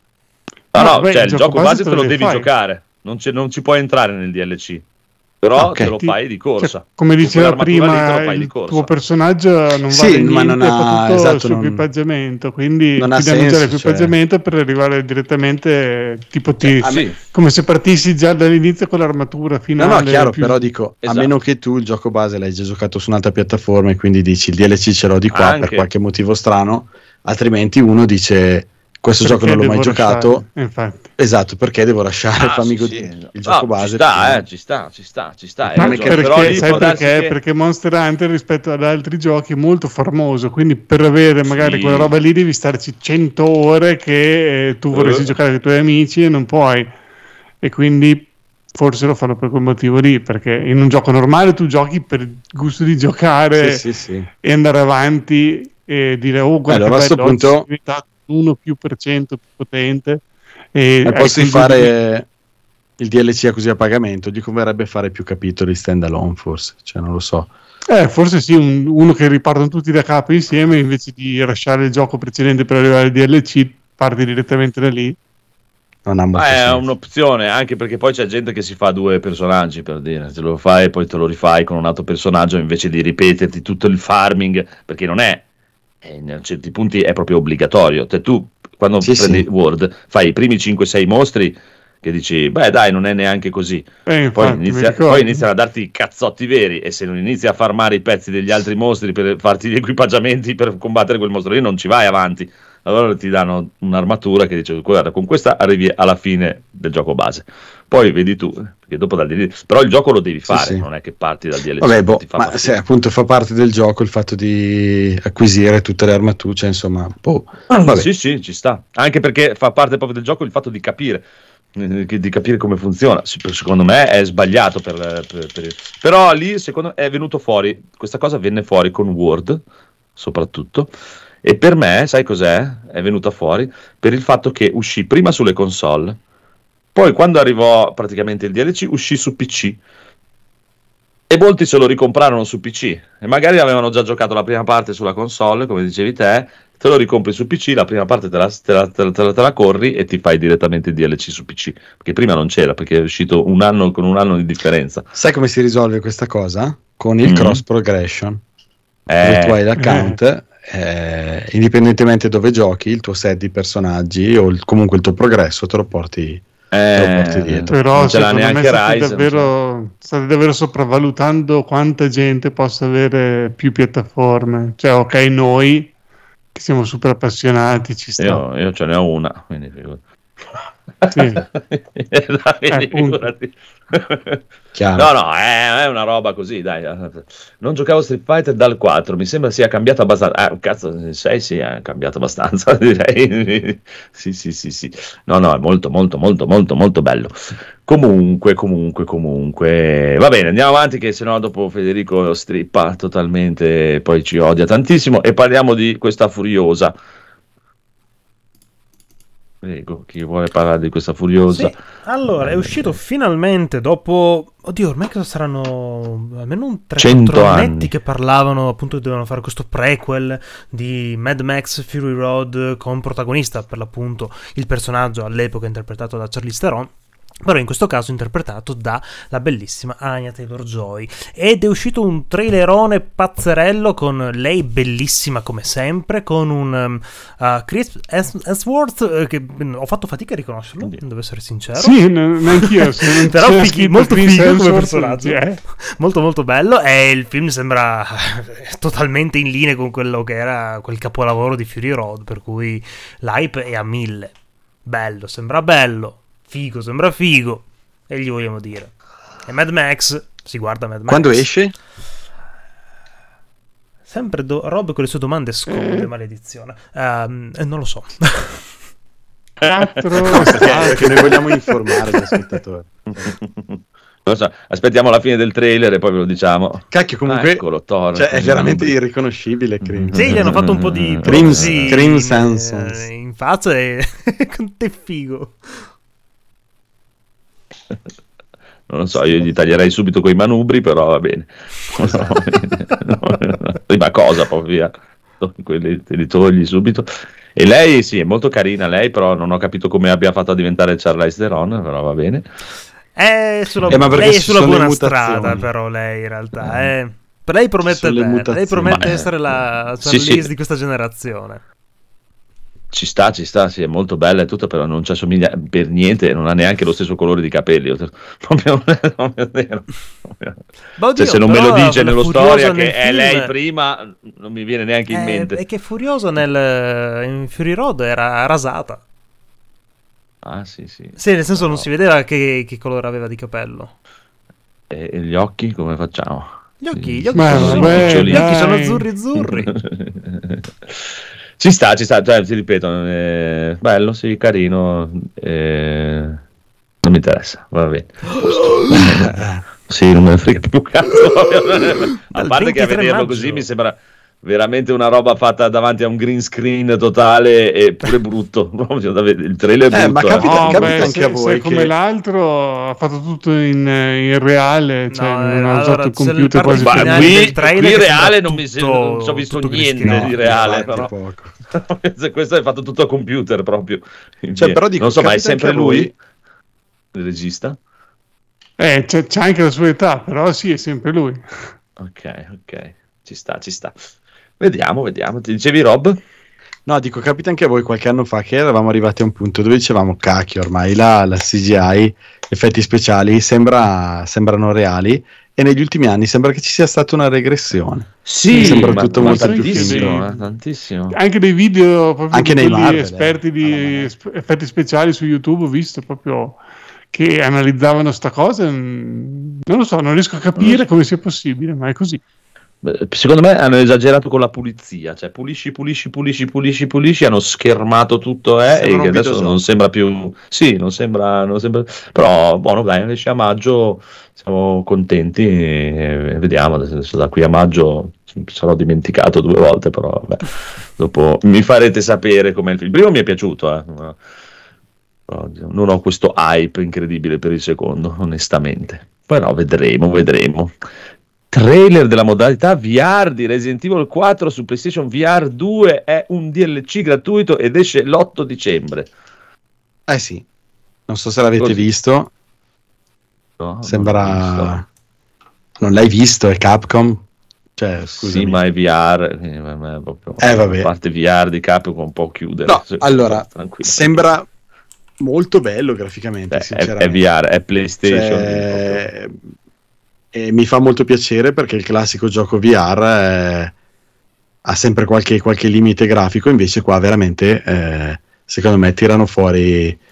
No, no, beh, cioè il gioco, gioco base te lo devi fai. giocare. Non, non ci puoi entrare nel D L C, però okay. te lo fai di corsa. Cioè, come diceva prima, il tuo personaggio non sì, vale ma niente, non ha tutto esatto, sul non, equipaggiamento, quindi non ti ha danno senso, già l'equipaggiamento cioè... per arrivare direttamente, tipo ti, cioè, sì. come se partissi già dall'inizio con l'armatura finale. No, no, chiaro, più... però dico, esatto. a meno che tu il gioco base l'hai già giocato su un'altra piattaforma e quindi dici il D L C ce l'ho di qua Anche. per qualche motivo strano, altrimenti uno dice... questo perché gioco non l'ho mai giocato, infatti. Esatto, perché devo lasciare, ah, fammi sì, godere sì. il gioco no, base. Ci sta, eh, ci sta, ci sta, ci sta. Ma perché, però sai perché? Che... Perché Monster Hunter rispetto ad altri giochi è molto famoso, quindi per avere magari sì. quella roba lì devi starci cento ore che eh, tu vorresti uh. giocare con i tuoi amici e non puoi. E quindi forse lo fanno per quel motivo lì, perché in un gioco normale tu giochi per il gusto di giocare sì, sì, sì. e andare avanti e dire oh guarda allora, che bello, punto... è diventato uno più per cento più potente e posso fare di... il D L C così a pagamento, gli converrebbe fare più capitoli stand alone forse, cioè non lo so, eh, forse sì, un, uno che ripartono tutti da capo insieme invece di lasciare il gioco precedente per arrivare al D L C parti direttamente da lì. Non ha molto è senso. Un'opzione, anche perché poi c'è gente che si fa due personaggi, per dire, te lo fai e poi te lo rifai con un altro personaggio invece di ripeterti tutto il farming, perché non è e in certi punti è proprio obbligatorio. Te, tu quando sì, prendi sì. Word fai i primi cinque sei mostri che dici beh dai non è neanche così, eh, poi, inizia, poi iniziano a darti i cazzotti veri e se non inizi a farmare i pezzi degli altri mostri per farti gli equipaggiamenti per combattere quel mostro lì non ci vai avanti. Allora ti danno un'armatura che dice guarda con questa arrivi alla fine del gioco base, poi vedi tu, perché dopo dal D L C però il gioco lo devi fare, sì, sì. non è che parti dal D L C. Vabbè, boh, ma partire. Se appunto fa parte del gioco il fatto di acquisire tutte le armature, cioè, insomma boh. Vabbè. Sì sì ci sta, anche perché fa parte proprio del gioco il fatto di capire di capire come funziona. Secondo me è sbagliato per, per, per... però lì secondo me è venuto fuori, questa cosa venne fuori con Word soprattutto. E per me, sai cos'è? È venuta fuori per il fatto che uscì prima sulle console, poi quando arrivò praticamente il D L C uscì su P C e molti se lo ricomprarono su P C e magari avevano già giocato la prima parte sulla console, come dicevi te, te lo ricompri su P C, la prima parte te la, te la, te la, te la, te la corri e ti fai direttamente il D L C su P C, perché prima non c'era, perché è uscito un anno con un anno di differenza. Sai come si risolve questa cosa? Con il mm-hmm. cross progression. Eh, tu hai l'account eh. Eh, indipendentemente dove giochi il tuo set di personaggi o il, comunque il tuo progresso te lo porti, eh, te lo porti dietro. Però non ce l'ha secondo me neanche state Rise, davvero, state davvero sopravvalutando quanta gente possa avere più piattaforme, cioè ok noi che siamo super appassionati ci sta. io, io ce ne ho una quindi Sì. Dai, Eh, figurati. Chiaro. No, no, è, è una roba così, dai. Non giocavo Street Fighter dal quattro, mi sembra sia cambiato abbastanza. Ah, cazzo, il sei sì, è cambiato abbastanza, direi. Sì, sì, sì, sì. No, no, è molto, molto, molto, molto, molto bello. Comunque, comunque, comunque. Va bene, andiamo avanti che sennò dopo Federico strippa totalmente, poi ci odia tantissimo e parliamo di questa Furiosa. Prego, chi vuole parlare di questa Furiosa? Sì. Allora, è uscito finalmente dopo... Oddio, ormai cosa saranno almeno un tre quattro annetti che parlavano, appunto, che dovevano fare questo prequel di Mad Max Fury Road con protagonista, per l'appunto, il personaggio all'epoca interpretato da Charlize Theron, però in questo caso interpretato dalla bellissima Anya Taylor-Joy, ed è uscito un trailerone pazzerello con lei bellissima come sempre, con un um, uh, Chris Hemsworth uh, che ho fatto fatica a riconoscerlo, devo essere sincero. Sì, neanch'io, però fichi, molto figo come personaggio, eh. molto molto bello, e il film sembra totalmente in linea con quello che era quel capolavoro di Fury Road, per cui l'hype è a mille. Bello, sembra bello. Figo, sembra figo. E gli vogliamo dire. E Mad Max, si guarda Mad Max. Quando esce? Sempre do- Rob con le sue domande scomode, eh. maledizione. Um, eh, non lo so. Quattro, perché, perché noi vogliamo informare gli ascoltatori. Non so, aspettiamo la fine del trailer e poi ve lo diciamo. Cacchio, comunque, ah, eccolo, Thor, cioè, è veramente irriconoscibile Crimson. Sì, gli hanno fatto un po' di Crimson, Crimson in, in faccia e con te figo. Non lo so, io gli taglierei subito quei manubri, però va bene. No, va bene. No, no, prima cosa, poi via. Quelli te li togli subito. E lei sì, è molto carina lei, però non ho capito come abbia fatto a diventare Charlize Theron, però va bene. È sulla, eh, ma lei è sulla buona strada, però lei in realtà eh. è, per lei promette bene, lei promette ma, essere la Charlize sì, sì. di questa generazione. Ci sta, ci sta, sì, è molto bella e tutto, però non ci assomiglia per niente, non ha neanche lo stesso colore di capelli. Proprio, proprio vero. Oddio, cioè, se non me lo dice nello storia che è film, lei prima, non mi viene neanche in è, mente. È che Furioso nel in Fury Road era rasata. Ah, sì, sì. Sì, nel senso no. non si vedeva che, che colore aveva di capello. E, e gli occhi come facciamo? Gli occhi, sì. gli occhi, Ma, sono, vabbè, gli occhi sono dai. azzurri azzurri. Ci sta, ci sta, cioè, ti ripeto, è bello, sì, carino, eh, non mi interessa, va bene. Sì, non me ne frega più cazzo. A parte che a vederlo maggio. Così mi sembra veramente una roba fatta davanti a un green screen totale e pure brutto. Il trailer è eh, brutto. Ma capita, no, capita beh, anche se, a voi se come che... l'altro ha fatto tutto in, in reale, cioè No, non eh, ha allora, usato il se computer parli quasi di Ma per finali qui, del trailer qui che reale sembra non mi tutto- sembra, non ci ho visto tutto niente green screen. di reale, avanti però. poco. Questo è fatto tutto a computer proprio. Cioè, però dico, non so, ma è capita sempre anche a lui voi? il regista? Eh, c'è, c'è anche la sua età, però sì, è sempre lui. Ok, ok, ci sta, ci sta. Vediamo, vediamo. Ti dicevi Rob? No, dico, capita anche a voi qualche anno fa che eravamo arrivati a un punto dove dicevamo, cacchio, ormai la, la C G I, effetti speciali, sembra, sembrano reali, e negli ultimi anni sembra che ci sia stata una regressione. Sì, sembra ma, tutto ma molto più tantissimo, finto. eh, tantissimo. Anche dei video proprio Anche di nei quelli Marvel, esperti eh. di Allora, sp- effetti speciali su YouTube, ho visto proprio che analizzavano sta cosa. mm, Non lo so, non riesco a capire Non lo so. come sia possibile, ma è così. Beh, secondo me hanno esagerato con la pulizia, cioè pulisci, pulisci, pulisci, pulisci, pulisci, hanno schermato tutto, eh, Sembra e un che adesso videogioco. non sembra più, sì, non sembra, non sembra, però buono, dai, esce a maggio, siamo contenti e vediamo, adesso da qui a maggio sarò dimenticato due volte, però vabbè, dopo mi farete sapere com'è il film. Il primo mi è piaciuto, eh. Però non ho questo hype incredibile per il secondo, onestamente, però vedremo, vedremo. Trailer della modalità V R di Resident Evil quattro su PlayStation V R due, è un D L C gratuito ed esce l'otto dicembre. Eh sì, non so se l'avete Così. visto, No, non l'ho sembra... Non l'hai visto, è Capcom? Cioè, visto. scusami. Sì, ma è V R, eh, ma- ma è proprio, Eh, vabbè. a parte V R di Capcom un po' chiudere. No, Se- allora, tranquillo. sembra molto bello graficamente, Eh, è, è sinceramente. V R, è PlayStation. Cioè, e mi fa molto piacere perché il classico gioco V R eh, ha sempre qualche, qualche limite grafico, invece qua veramente eh, secondo me tirano fuori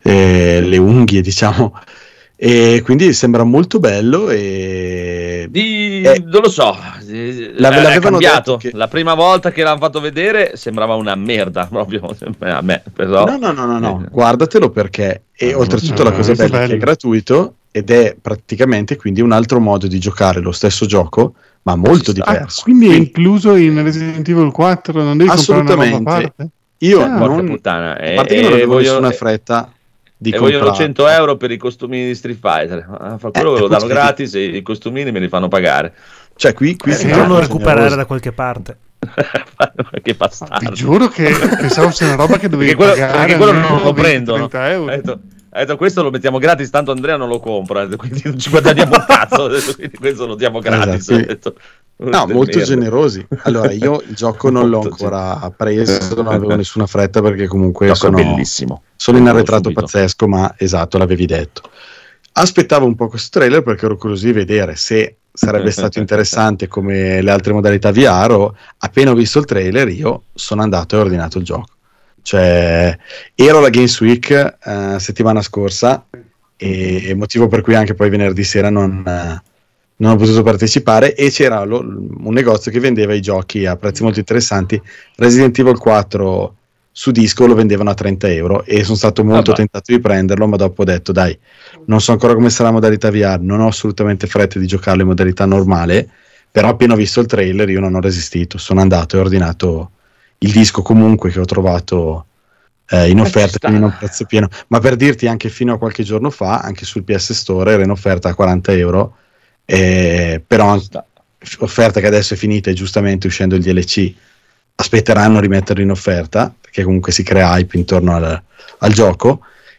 eh, le unghie, diciamo. E quindi sembra molto bello e Di... eh, non lo so, l'ave- è cambiato. che... La prima volta che l'hanno fatto vedere sembrava una merda proprio a me, però... no no no no, no. guardatelo perché e Ah, oltretutto no, la cosa no, bella è che è bello. gratuito ed è praticamente quindi un altro modo di giocare lo stesso gioco ma molto Ci sta. diverso. Quindi è Quindi, incluso in Resident Evil quattro, non devi comprare una roba a assolutamente. parte? Io Ah, Porca non, puttana, a parte che non e, avevo voglio, nessuna fretta di e vogliono comprare. cento euro per i costumini di Street Fighter. Ah, fa quello Eh, ve lo danno appunto, gratis e i costumini me li fanno pagare. Cioè qui, qui Eh, si sì, Devono no, recuperare da qualche parte. Che Vi bastardo. giuro che pensavo fosse una roba che dovevi Perché quello, pagare perché quello almeno non lo venti prendono. trenta euro. Ha detto, ha detto, questo lo mettiamo gratis, tanto Andrea non lo compra, quindi non ci guadagniamo un cazzo, ha detto, quindi questo lo diamo gratis. Esatto. Ha detto, No, molto merda. generosi. Allora, io il gioco non l'ho Molto ancora preso, non avevo nessuna fretta perché comunque Il gioco è sono, bellissimo. sono in Lo arretrato subito. pazzesco, ma esatto, l'avevi detto. Aspettavo un po' questo trailer perché ero curioso di vedere se sarebbe stato interessante come le altre modalità V R. O, appena ho visto il trailer io sono andato e ho ordinato il gioco. Cioè, ero alla Games Week eh, settimana scorsa e, e motivo per cui anche poi venerdì sera non, eh, non ho potuto partecipare e c'era lo- un negozio che vendeva i giochi a prezzi molto interessanti. Resident Evil quattro su disco lo vendevano a trenta euro e sono stato molto Vabbè. tentato di prenderlo, ma dopo ho detto dai, non so ancora come sarà la modalità V R, non ho assolutamente fretta di giocarlo in modalità normale, però appena ho visto il trailer io non ho resistito, sono andato e ho ordinato il disco comunque che ho trovato eh, in ci offerta, sta. quindi non prezzo pieno, ma per dirti anche fino a qualche giorno fa anche sul P S Store era in offerta a quaranta euro, eh, però Ci sta. offerta che adesso è finita e giustamente uscendo il D L C aspetteranno a rimetterlo in offerta perché comunque si crea hype intorno al, al gioco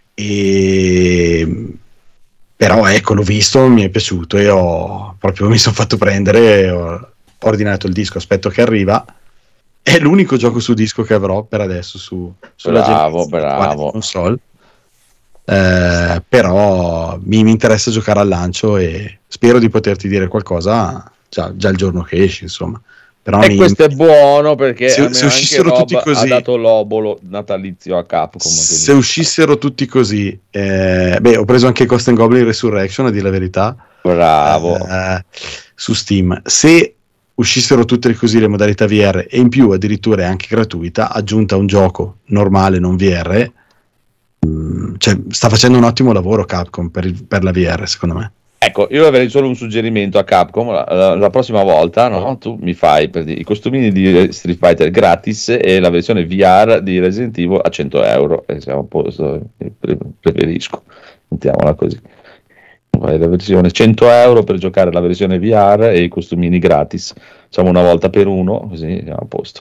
e però ecco l'ho visto, mi è piaciuto e ho proprio mi sono fatto prendere e ho, ho ordinato il disco, aspetto che arriva. È l'unico gioco su disco che avrò per adesso su, sulla Bravo, generazione attuale di bravo. console. Eh, però mi, mi interessa giocare al lancio e spero di poterti dire qualcosa già, già il giorno che esce, insomma. Però E mi- questo è buono perché Se- almeno se anche uscissero Rob tutti così- ha dato l'obolo natalizio a Capcom. se uscissero tutti così, eh, beh, ho preso anche Ghost and Goblin Resurrection a dire la verità. Bravo. eh, su Steam. Se uscissero tutte così le modalità V R e in più addirittura è anche gratuita, aggiunta a un gioco normale non V R, mh, cioè, sta facendo un ottimo lavoro Capcom per, il- per la V R, secondo me. Ecco, io avrei solo un suggerimento a Capcom. La, la- la prossima volta, no? Tu mi fai per dire, i costumini di Street Fighter gratis e la versione V R di Resident Evil a cento euro. E siamo a posto, pre- preferisco. Mettiamola così. Fai la versione cento euro per giocare la versione V R e i costumini gratis. Facciamo una volta per uno, così siamo a posto.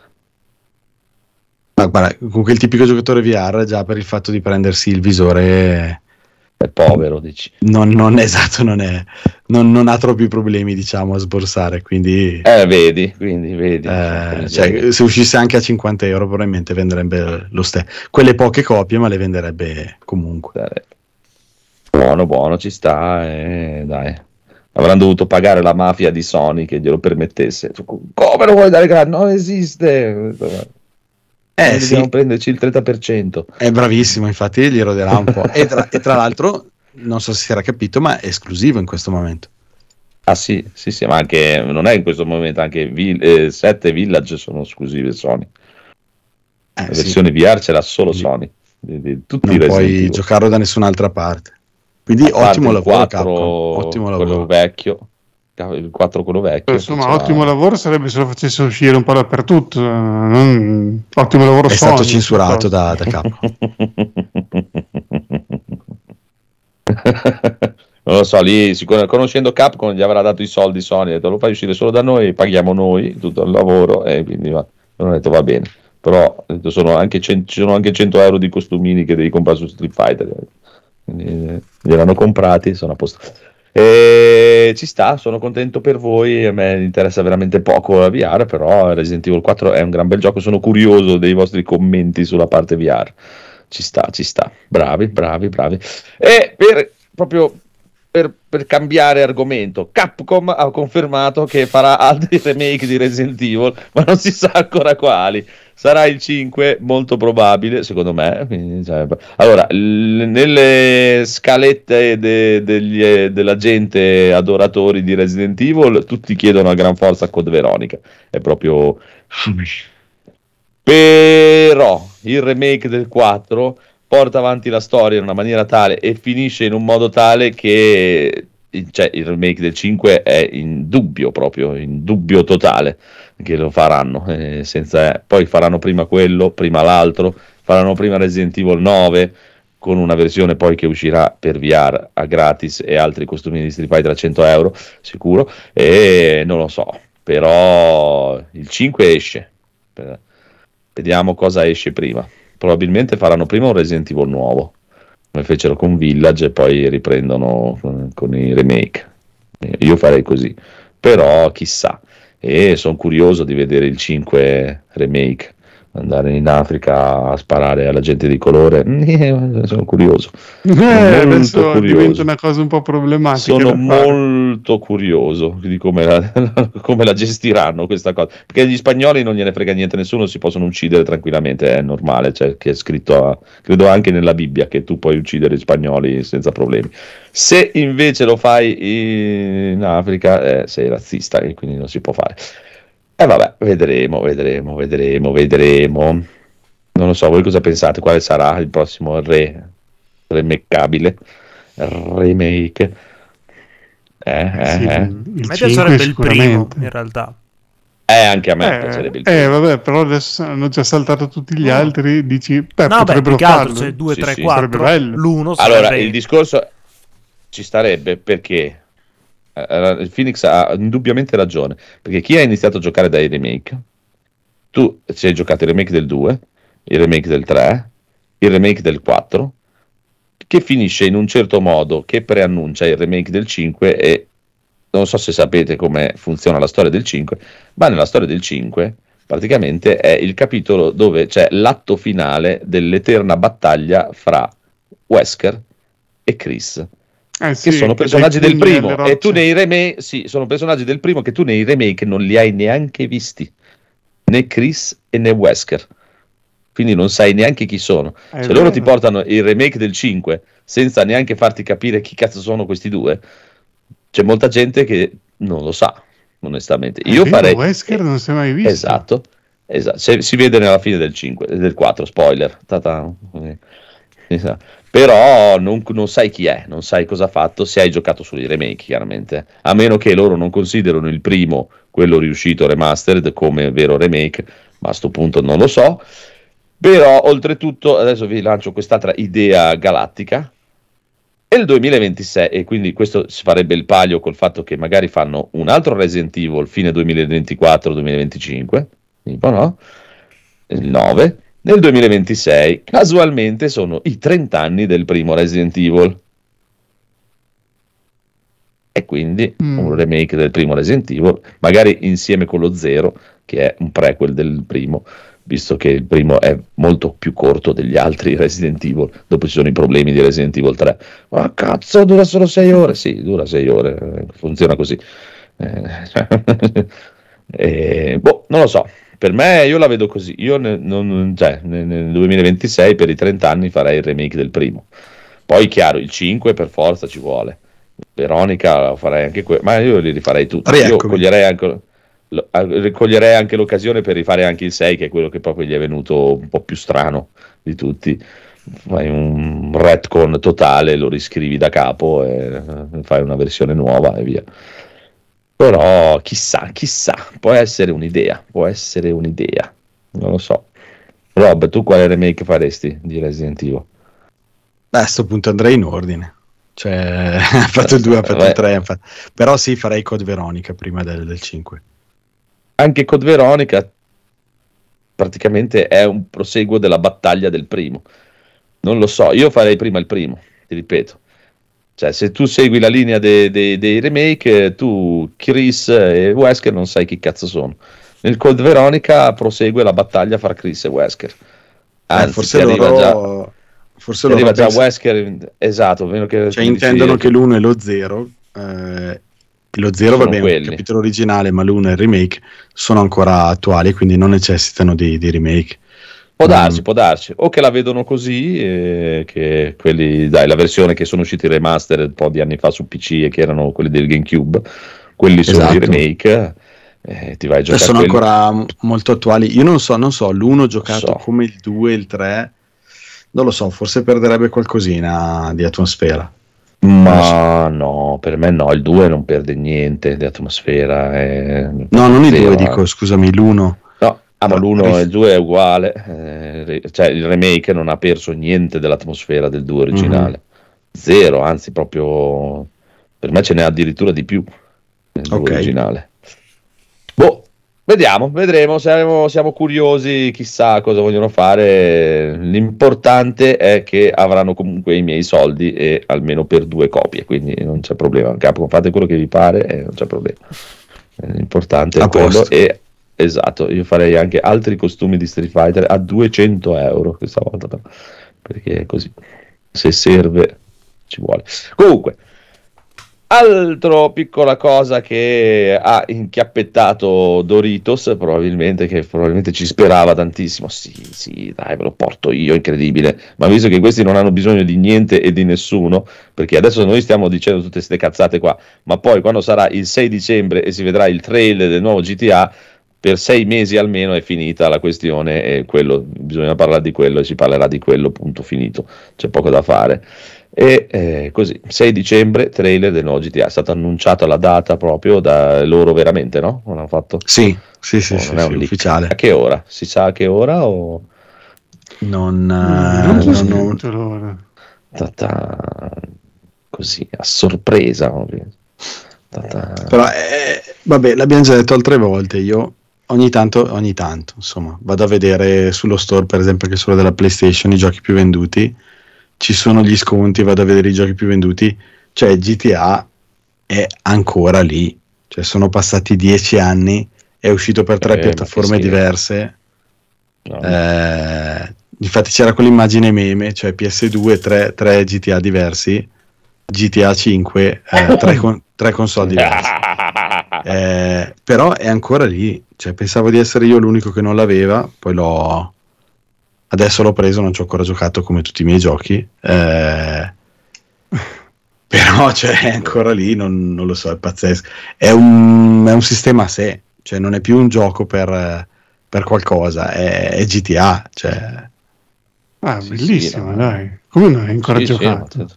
Ma guarda, comunque il tipico giocatore V R già per il fatto di prendersi il visore È povero, dici. non, non esatto, non, è, non, non ha troppi problemi, diciamo, a sborsare, quindi Eh, vedi, quindi vedi. eh, cioè, se uscisse anche a cinquanta euro probabilmente venderebbe lo stesso, quelle poche copie, ma le venderebbe comunque. Buono, buono, ci sta. Eh, dai. Avranno dovuto pagare la mafia di Sony che glielo permettesse. Come lo vuoi dare gratis? Non esiste. Eh Noi sì, dobbiamo prenderci il trenta per cento. è bravissimo, infatti gli roderà un po'. E tra, e tra l'altro, non so se si era capito, ma è esclusivo in questo momento. Ah sì, sì, sì, ma anche non è in questo momento, anche Vi- eh, sette Village sono esclusive Sony. Eh, La sì, versione V R ce l'ha solo Sì. Sony. Di, di tutti non i Resident puoi Evil. giocarlo da nessun'altra parte. Quindi A parte ottimo il lavoro, quattro, Capcom. Ottimo quello lavoro. vecchio. Il quattro quello vecchio. Insomma, che ce l'ha- ottimo lavoro sarebbe se lo facesse uscire un po' dappertutto. eh, non- Ottimo lavoro È stato Sony, censurato piuttosto. da, da Capcom. Non lo so, lì sicur- conoscendo Capcom gli avrà dato i soldi Sony, ha detto lo fai uscire solo da noi, paghiamo noi tutto il lavoro e quindi va. Non ho detto va bene, però ho detto, sono anche cento, ci sono anche cento euro di costumini che devi comprare su Street Fighter, quindi eh, gliel'hanno comprati, sono a posto. E ci sta, sono contento per voi, a me interessa veramente poco la V R, però Resident Evil quattro è un gran bel gioco, sono curioso dei vostri commenti sulla parte V R. Ci sta, ci sta, bravi, bravi, bravi. E per proprio per, per cambiare argomento, Capcom ha confermato che farà altri remake di Resident Evil, ma non si sa ancora quali. Sarà il cinque, molto probabile, secondo me. Quindi, cioè, allora, l- nelle scalette de- degli, eh, della gente adoratori di Resident Evil, tutti chiedono a gran forza Code Veronica. È proprio... Però il remake del quattro porta avanti la storia in una maniera tale e finisce in un modo tale che, cioè, il remake del cinque è in dubbio, proprio in dubbio totale che lo faranno, eh, senza, poi faranno prima quello, prima l'altro, faranno prima Resident Evil nove con una versione poi che uscirà per V R a gratis e altri costumi di Street Fighter a cento euro sicuro, e non lo so, però il cinque esce, vediamo cosa esce prima. Probabilmente faranno prima un Resident Evil nuovo, come fecero con Village, e poi riprendono con, con i remake. Io farei così, però chissà. E sono curioso di vedere il cinque remake, andare in Africa a sparare alla gente di colore. Sono curioso. Sono eh, adesso curioso. Diventa una cosa un po' problematica. Sono molto curioso di come la, come la gestiranno questa cosa, perché gli spagnoli non gliene frega niente, nessuno, si possono uccidere tranquillamente, è normale, cioè, che è scritto a, credo anche nella Bibbia che tu puoi uccidere gli spagnoli senza problemi. Se invece lo fai in Africa, eh, sei razzista e quindi non si può fare. E eh vabbè, vedremo, vedremo, vedremo, vedremo. Non lo so, voi cosa pensate? Quale sarà il prossimo re remakeabile? Remake? Eh, eh, sì, eh. Il meglio sarebbe il primo, in realtà. Eh, anche a me eh, piacerebbe il primo. Eh, vabbè, però adesso hanno già saltato tutti gli no. altri, dici, beh, no, potrebbero beh, farlo. C'è due, sì, tre, sì. quattro, l'uno sarebbe... Allora, il discorso ci starebbe perché il Phoenix ha indubbiamente ragione, perché chi ha iniziato a giocare dai remake, tu ci hai giocato il remake del due, il remake del tre, il remake del quattro, che finisce in un certo modo che preannuncia il remake del cinque, e non so se sapete come funziona la storia del cinque, ma nella storia del cinque praticamente è il capitolo dove c'è l'atto finale dell'eterna battaglia fra Wesker e Chris. Eh sì, che sono personaggi del primo, e tu nei remake, sì, sono personaggi del primo che tu nei remake non li hai neanche visti, né Chris e né Wesker, quindi non sai neanche chi sono. È Se vero. Loro ti portano il remake del cinque senza neanche farti capire chi cazzo sono questi due, c'è molta gente che non lo sa, onestamente. Io vero, farei Wesker eh, non si è mai visto. Esatto, esatto. Se, si vede nella fine del cinque, del quattro, spoiler. Ta-ta. Esatto. Però non, non sai chi è, non sai cosa ha fatto se hai giocato sui remake, chiaramente, a meno che loro non considerano il primo, quello riuscito remastered, come vero remake, ma a sto punto non lo so. Però oltretutto adesso vi lancio quest'altra idea galattica, e il duemilaventisei, e quindi questo si farebbe il palio col fatto che magari fanno un altro Resident Evil fine duemilaventiquattro duemilaventicinque, tipo no? Il nove. Nel duemilaventisei, casualmente, sono i trenta anni del primo Resident Evil. E quindi mm. un remake del primo Resident Evil, magari insieme con lo Zero, che è un prequel del primo, visto che il primo è molto più corto degli altri Resident Evil. Dopo ci sono i problemi di Resident Evil tre. Ma cazzo, dura solo sei ore? Sì, dura sei ore, funziona così. Eh, e, boh, non lo so. Per me, io la vedo così. Io ne, non, cioè, nel duemilaventisei per i trenta anni farei il remake del primo. Poi chiaro, il cinque per forza ci vuole. Veronica lo farei anche quello, ma io li rifarei tutti. Io coglierei anche, lo, coglierei anche l'occasione per rifare anche il sei, che è quello che proprio gli è venuto un po' più strano di tutti. Fai un retcon totale, lo riscrivi da capo e fai una versione nuova e via. Però chissà, chissà, può essere un'idea, può essere un'idea, non lo so. Rob, tu quale remake faresti di Resident Evil? Beh, a sto punto andrei in ordine, cioè ha fatto il due, ha fatto il tre, però sì, farei Code Veronica prima del, del cinque. Anche Code Veronica praticamente è un proseguo della battaglia del primo, non lo so, io farei prima il primo, ti ripeto. Cioè, se tu segui la linea dei, dei, dei remake, tu, Chris e Wesker non sai chi cazzo sono. Nel Code Veronica prosegue la battaglia fra Chris e Wesker. Anzi, eh, forse loro, già... forse arriva già pensa... Wesker, esatto, meno che cioè intendono che, che l'uno e lo zero eh, lo zero va bene, il capitolo originale, ma l'uno e il remake sono ancora attuali, quindi non necessitano di, di remake. Può darsi, um, può darsi, o che la vedono così, eh, che quelli, dai, la versione che sono usciti remaster un po' di anni fa su P C e che erano quelli del GameCube, quelli sono esatto. i remake, eh, ti vai a giocare. Sono quelli. ancora molto attuali. Io non so, non so, l'uno giocato so. come il due e il tre, non lo so, forse perderebbe qualcosina di atmosfera. Ma so. no, per me no, il due non perde niente di atmosfera. È... No, non il due, dico, scusami, l'uno. Ah, ma l'uno e il due è uguale, eh, cioè il remake non ha perso niente dell'atmosfera del due originale, mm-hmm. zero, anzi proprio per me ce n'è addirittura di più nel okay. due originale. Boh, vediamo, vedremo, siamo, siamo curiosi, chissà cosa vogliono fare, l'importante è che avranno comunque i miei soldi e almeno per due copie, quindi non c'è problema, Capcom, fate quello che vi pare e non c'è problema, l'importante è quello. E esatto, io farei anche altri costumi di Street Fighter a duecento euro questa volta, però, perché così, se serve, ci vuole. Comunque, altro piccola cosa che ha inchiappettato Doritos, probabilmente, che probabilmente ci sperava tantissimo, sì, sì, dai, ve lo porto io, incredibile, ma visto che questi non hanno bisogno di niente e di nessuno, perché adesso noi stiamo dicendo tutte queste cazzate qua, ma poi quando sarà il sei dicembre e si vedrà il trailer del nuovo G T A, per sei mesi almeno è finita la questione e quello, bisogna parlare di quello e si parlerà di quello, punto, finito, c'è poco da fare. E eh, così, sei dicembre, trailer del nuovo G T A, è stata annunciata la data proprio da loro veramente, no? Non hanno fatto? Sì, sì, sì, oh, sì, non è sì un ufficiale. A che ora? Si sa a che ora o... Non... Non, uh, non, non... l'ora. Tata... Così, a sorpresa. Tata... Però, eh, vabbè, l'abbiamo già detto altre volte, io... Ogni tanto, ogni tanto, insomma, vado a vedere sullo store, per esempio, che solo della PlayStation, i giochi più venduti, ci sono gli sconti, vado a vedere i giochi più venduti, cioè G T A è ancora lì, cioè sono passati dieci anni, è uscito per tre eh, piattaforme diverse, no. eh, infatti c'era quell'immagine meme, cioè P S due, tre, tre G T A diversi, G T A cinque, eh, tre, con, tre console diverse. Eh, però è ancora lì, cioè pensavo di essere io l'unico che non l'aveva, poi l'ho adesso l'ho preso, non ci ho ancora giocato come tutti i miei giochi, eh, però cioè è ancora lì, non, non lo so, è pazzesco, è un, è un sistema a sé, cioè non è più un gioco per, per qualcosa, è, è G T A, cioè ah, sì, bellissimo, sì, dai, come non hai ancora sì, giocato? Sì,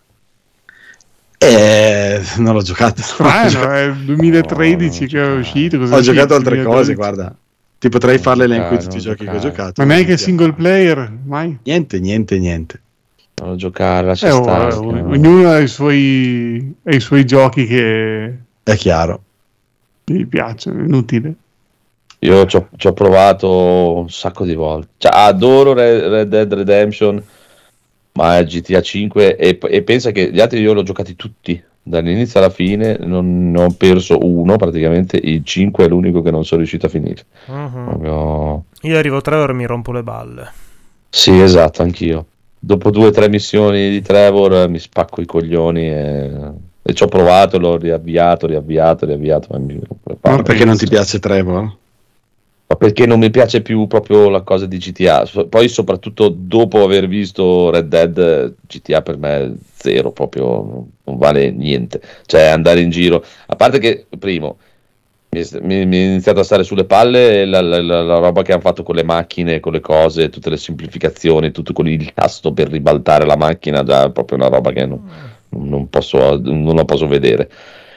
Eh, non l'ho giocato. Strano, è il duemilatredici no, che è uscito. Ho giocato altre duemilatredici cose, guarda. Ti potrei fare l'elenco di tutti i giochi che ho giocato. Ma neanche single player, mai? Niente, niente, niente. Non giocare, lascia eh, stare. Oh, ognuno ha i suoi, ha i suoi giochi che... È chiaro. Gli piacciono, è inutile. Io ci ho, ci ho provato un sacco di volte. Cioè, adoro Red, Red Dead Redemption, ma è G T A cinque e, e pensa che gli altri io li ho giocati tutti dall'inizio alla fine, non ne ho perso uno praticamente, il cinque è l'unico che non sono riuscito a finire. Uh-huh. Proprio... io arrivo a tre ore e mi rompo le balle. Sì, esatto, anch'io dopo due o tre missioni di Trevor mi spacco i coglioni e, e ci ho provato, l'ho riavviato, riavviato, riavviato ma mi... Ma perché non ti piace Trevor? Ma perché non mi piace più proprio la cosa di G T A, poi soprattutto dopo aver visto Red Dead, G T A per me è zero, proprio non vale niente, cioè andare in giro, a parte che primo mi, mi, mi è iniziato a stare sulle palle la, la, la, la roba che hanno fatto con le macchine, con le cose, tutte le semplificazioni, tutto con il tasto per ribaltare la macchina, già è proprio una roba che non, non, posso, non la posso vedere.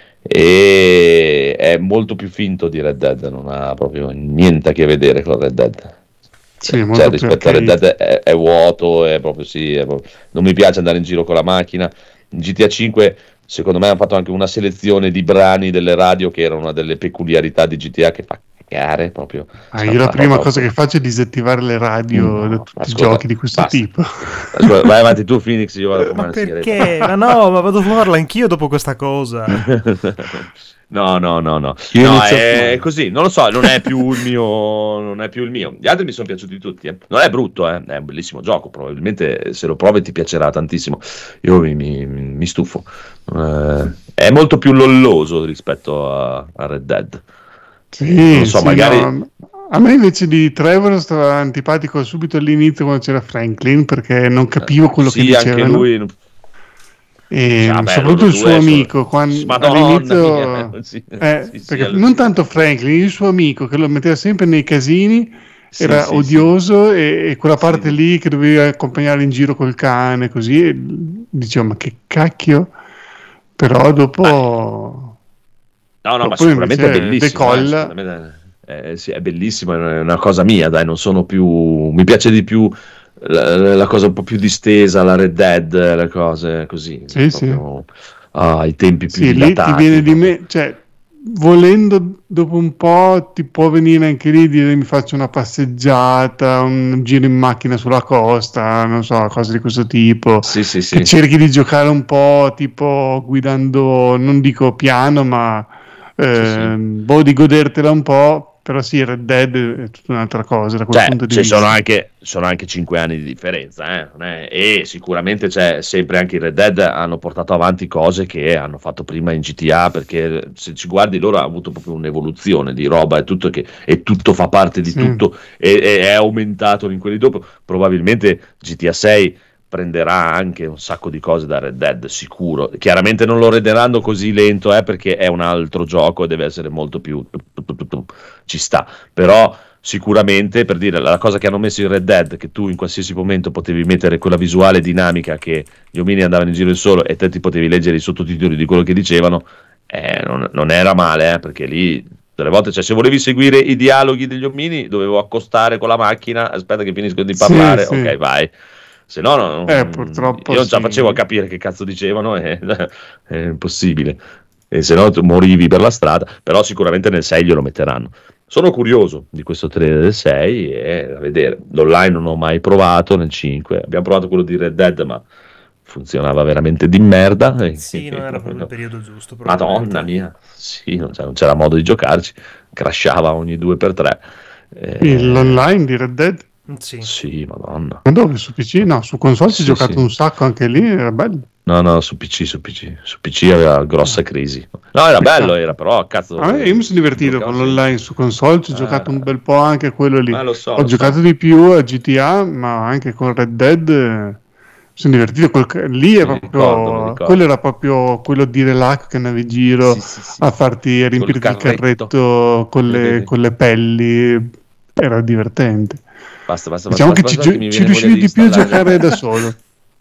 E è molto più finto di Red Dead, non ha proprio niente a che vedere con Red Dead. Sì, cioè, rispetto a Red Dead è, è vuoto, è proprio sì, è proprio... non mi piace andare in giro con la macchina. In G T A cinque secondo me hanno fatto anche una selezione di brani delle radio che erano una delle peculiarità di G T A che fa cagare proprio. Ah, io la prima proprio... cosa che faccio è disattivare le radio no, da tutti ascolta, i giochi di questo basta. tipo. Ascolta, vai avanti tu Phoenix, io vado a fumare ma perché? Ma no, ma vado a fumarla anch'io dopo questa cosa. No, no, no, no. Io no inizio- è così, non lo so, non è più il mio, non è più il mio. Gli altri mi sono piaciuti tutti, eh. Non è brutto, eh. È un bellissimo gioco, probabilmente se lo provi ti piacerà tantissimo. Io mi, mi- mi stufo. Eh, è molto più lolloso rispetto a, a Red Dead. Sì, Non so, sì, magari- no, a me invece di Trevor stava antipatico subito all'inizio quando c'era Franklin, perché non capivo quello sì, che anche dicevano. lui. E Ah, beh, soprattutto loro il due suo sono- amico quando, Madonna all'inizio mia, sì, eh, sì, sì, perché all- non tanto Franklin, il suo amico che lo metteva sempre nei casini Sì, era sì, odioso e, e quella Sì. parte lì che doveva accompagnare in giro col cane così e dicevo ma che cacchio, però dopo No, no, ma dopo sicuramente è invece bellissimo. eh, decolla. sicuramente è, eh, sì, è bellissimo, è una cosa mia, dai, non sono più. Mi piace di più la, la cosa un po' più distesa, la Red Dead, le cose così. Sì, proprio, ah, i tempi più Sì, lì dilatati. ti viene di proprio. me, cioè, volendo dopo un po' ti può venire anche lì dire mi faccio una passeggiata, un giro in macchina sulla costa, non so, cose di questo tipo. Sì, sì, Che sì. cerchi di giocare un po' tipo guidando, non dico piano, ma eh, sì. boh, di godertela un po', però sì, Red Dead è tutta un'altra cosa da quel Cioè, punto di ci vista. sono anche, sono anche cinque anni di differenza, eh, non è- e sicuramente c'è sempre anche i Red Dead hanno portato avanti cose che hanno fatto prima in G T A, perché se ci guardi loro hanno avuto proprio un'evoluzione di roba e tutto, che, e tutto fa parte di Sì. tutto e, e è aumentato in quelli dopo. Probabilmente G T A sei prenderà anche un sacco di cose da Red Dead, sicuro. Chiaramente non lo renderanno così lento, eh, perché è un altro gioco e deve essere molto più... ci sta, però sicuramente, per dire, la cosa che hanno messo in Red Dead, che tu in qualsiasi momento potevi mettere quella visuale dinamica che gli omini andavano in giro in solo e te ti potevi leggere i sottotitoli di quello che dicevano, eh, non, non era male, eh, perché lì delle volte, cioè, se volevi seguire i dialoghi degli omini dovevo accostare con la macchina, aspetta che finiscono di Sì, parlare, sì. ok, vai. Se no, no, Eh, purtroppo io non ce la sì. facevo a capire che cazzo dicevano, è, è impossibile. E se no tu morivi per la strada, però sicuramente nel sei glielo metteranno. Sono curioso di questo trailer del sei e a vedere. L'online non ho mai provato nel cinque. Abbiamo provato quello di Red Dead, ma funzionava veramente di merda. Sì, non era proprio il periodo giusto. Madonna mia, sì, non c'era, non c'era modo di giocarci. Crashava ogni due per tre. Eh, L'online di Red Dead? Sì. Sì, madonna. Ma dove? Su P C? No, su console ci Sì, ho giocato sì. un sacco anche lì, era bello. No, no, su P C, su P C. Su P C aveva grossa crisi. No, era Peccato. bello, era, però cazzo. A me, io mi sono divertito con l'online su console, ci ho Eh. giocato un bel po' anche quello lì. Eh, lo so, Ho lo giocato so. di più a G T A, ma anche con Red Dead eh, mi sono divertito. Quel- lì è Mi proprio, ricordo, mi ricordo. quello era proprio quello di relax che andavi in giro Sì, sì, sì. a farti a riempirti il carretto. carretto con le, Eh. con le pelli. Era divertente. Basta, basta, Diciamo basta, che ci, basta, gio- mi ci viene voglia riuscivi di più a installare. giocare da solo.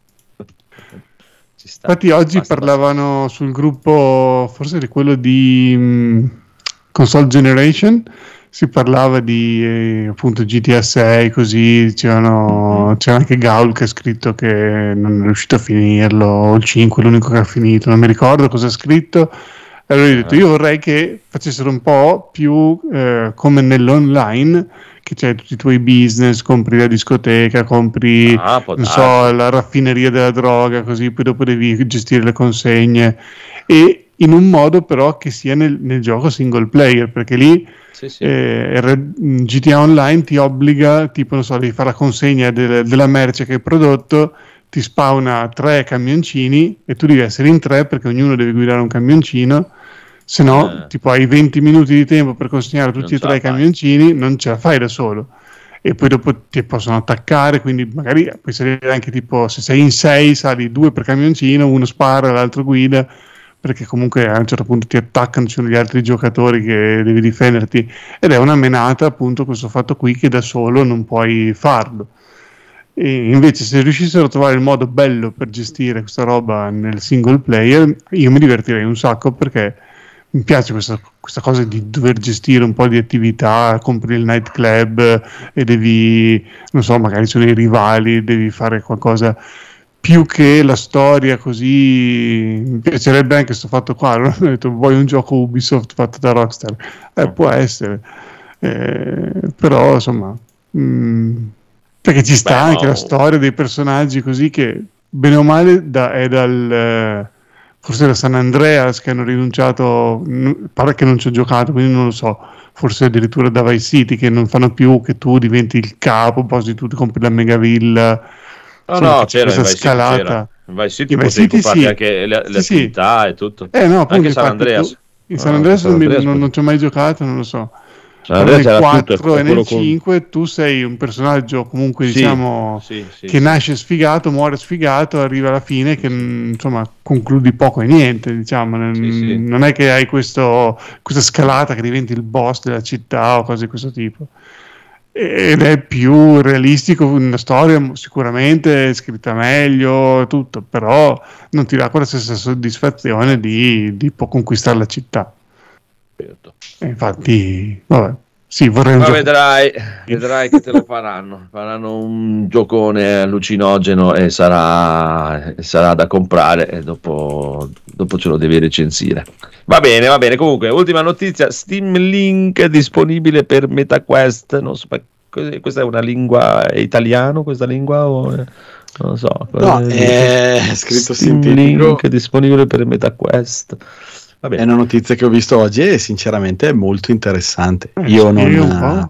Ci sta. Infatti oggi Basta, parlavano sul gruppo, forse di quello di mh, Console Generation, si parlava di eh, appunto G T A sei, così dicevano, Mhm. c'era anche Gaul che ha scritto che non è riuscito a finirlo, o il cinque è l'unico che ha finito, non mi ricordo cosa ha scritto. E allora ho detto, Ah. io vorrei che facessero un po' più eh, come nell'online, che c'è tutti i tuoi business, compri la discoteca, compri Ah, può non darsi. so, la raffineria della droga, così poi dopo devi gestire le consegne e in un modo però che sia nel, nel gioco single player, perché lì Sì, sì. eh, R- G T A Online ti obbliga, tipo non so, devi fare la consegna del- della merce che hai prodotto, ti spawna tre camioncini e tu devi essere in tre perché ognuno deve guidare un camioncino, se no Eh. tipo hai venti minuti di tempo per consegnare Non tutti e ce tre la i fai. camioncini, non ce la fai da solo. E poi dopo ti possono attaccare, quindi magari puoi salire anche tipo, se sei in sei sali due per camioncino, uno spara, l'altro guida, perché comunque a un certo punto ti attaccano, ci sono gli altri giocatori che devi difenderti, ed è una menata appunto questo fatto qui che da solo non puoi farlo. E invece se riuscissero a trovare il modo bello per gestire questa roba nel single player, io mi divertirei un sacco, perché mi piace questa, questa cosa di dover gestire un po' di attività, compri il nightclub e devi, non so, magari sono i rivali, devi fare qualcosa più che la storia, così mi piacerebbe anche questo fatto qua. Allora ho detto, vuoi un gioco Ubisoft fatto da Rockstar? Eh, può essere, eh, però insomma, mh, perché ci sta Beh, anche oh. la storia dei personaggi così che bene o male da, è dal... eh, forse era San Andreas che hanno rinunciato, pare che non ci ho giocato, quindi non lo so, forse addirittura da Vice City, che non fanno più che tu diventi il capo, posi tu ti compri la megavilla. No, insomma, no, c'era questa scalata. In Vice City potevi comprare sì. anche le, le sì, attività sì. e tutto. Eh no, anche San Andreas. Tu, in San Andreas, no, non, Andreas non, non ci ho mai giocato, non lo so. Nel quattro tutto, e nel cinque con... tu sei un personaggio comunque sì, diciamo sì, sì, che sì. nasce sfigato, muore sfigato, arriva alla fine che insomma concludi poco e niente, diciamo. Sì, sì. Non è che hai questo, questa scalata che diventi il boss della città o cose di questo tipo, ed è più realistico, una storia sicuramente scritta meglio tutto, però non ti dà quella stessa soddisfazione di, di può conquistare la città. Certo. E infatti, vabbè, sì, vorrei un Ma gioco. vedrai, vedrai che te lo faranno. Faranno un giocone allucinogeno e sarà, sarà da comprare e dopo, dopo ce lo devi recensire. Va bene, va bene. Comunque, ultima notizia: Steam Link disponibile per MetaQuest. Non so, questa è una lingua, è italiano questa lingua o non lo so. No, è scritto Steam sintetico. Link disponibile per MetaQuest. È una notizia che ho visto oggi e sinceramente è molto interessante. Eh, Io non,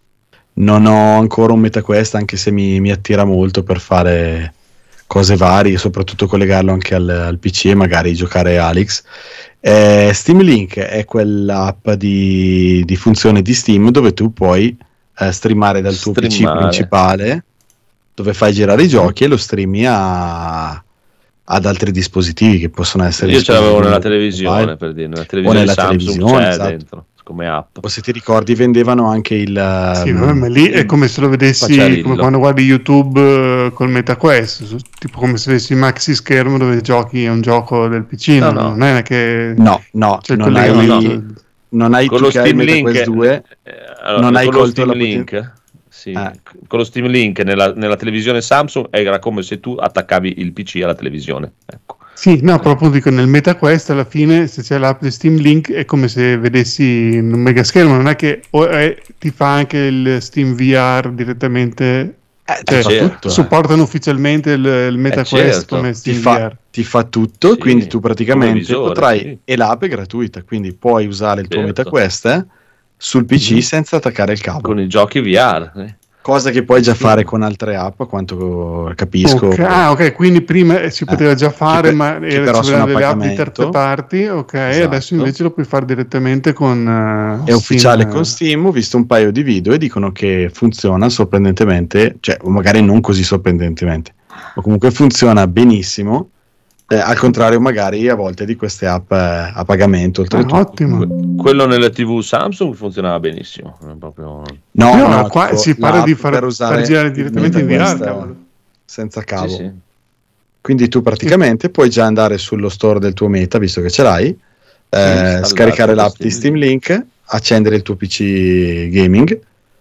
non ho ancora un MetaQuest, anche se mi, mi attira molto per fare cose varie, soprattutto collegarlo anche al, al P C e magari giocare Alex. Eh, Steam Link è quell'app di, di funzione di Steam dove tu puoi eh, streamare dal tuo Streamare. P C principale, dove fai girare i giochi e lo streami a... ad altri dispositivi che possono essere io ce l'avevo nella televisione mobile, per dire nella televisione, o nella Samsung televisione c'è esatto. dentro come app, o se ti ricordi vendevano anche il sì, um, ma lì è come se lo vedessi Paciarillo. Come quando guardi YouTube uh, col MetaQuest, tipo come se vedessi maxi schermo dove giochi a un gioco del P C. No, no. Non è che no no cioè non, hai, no, no. non hai con tu lo Steam Link due eh, allora, non hai con lo Steam la Link poten- Sì, eh. con lo Steam Link nella, nella televisione Samsung era come se tu attaccavi il P C alla televisione, ecco. Sì, no, proprio dico, nel MetaQuest alla fine se c'è l'app di Steam Link è come se vedessi un mega schermo, non è che o è, ti fa anche il Steam V R direttamente, eh, cioè, fa tutto, supportano eh. ufficialmente il, il MetaQuest eh certo. come Steam ti fa, V R. Ti fa tutto, sì, quindi tu praticamente visore, potrai, sì. e l'app è gratuita, quindi puoi usare il certo. tuo MetaQuest eh, sul P C mm. senza attaccare il cavo. Con i giochi V R, eh. Cosa che puoi già fare con altre app, a quanto capisco. Okay. Ah, ok, quindi prima si poteva già fare, eh, ma era, ci c'erano delle app di terze parti, ok, esatto. Adesso invece lo puoi fare direttamente con uh, è Steam. Ufficiale con Steam, ho visto un paio di video e dicono che funziona sorprendentemente, cioè magari non così sorprendentemente, ma comunque funziona benissimo. Eh, al contrario magari a volte di queste app eh, a pagamento oltretutto. Ah, ottimo. Quello nelle tivù Samsung funzionava benissimo, proprio... no, no, no qua tipo, si parla di far, usare far girare direttamente in V R senza cavo, sì, sì. Quindi tu praticamente sì. puoi già andare sullo store del tuo Meta, visto che ce l'hai, eh, sì, scaricare l'app di Steam Link, accendere il tuo P C gaming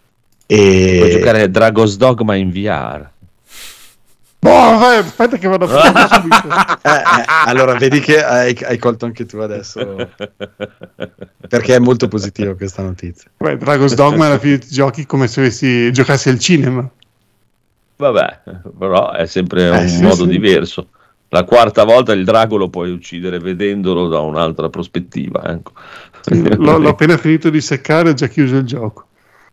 e puoi giocare Dragon's Dogma in V R. Boh, vai, aspetta che vado a fare subito. eh, eh, allora vedi che hai, hai colto anche tu adesso, perché è molto positivo questa notizia. Beh, Dragon's Dogma alla fine ti giochi come se avessi giocassi al cinema. Vabbè, però è sempre eh, un sì, modo sì. diverso. La quarta volta il drago lo puoi uccidere vedendolo da un'altra prospettiva, ecco. Sì, l'ho, l'ho appena finito di seccare, ho già chiuso il gioco.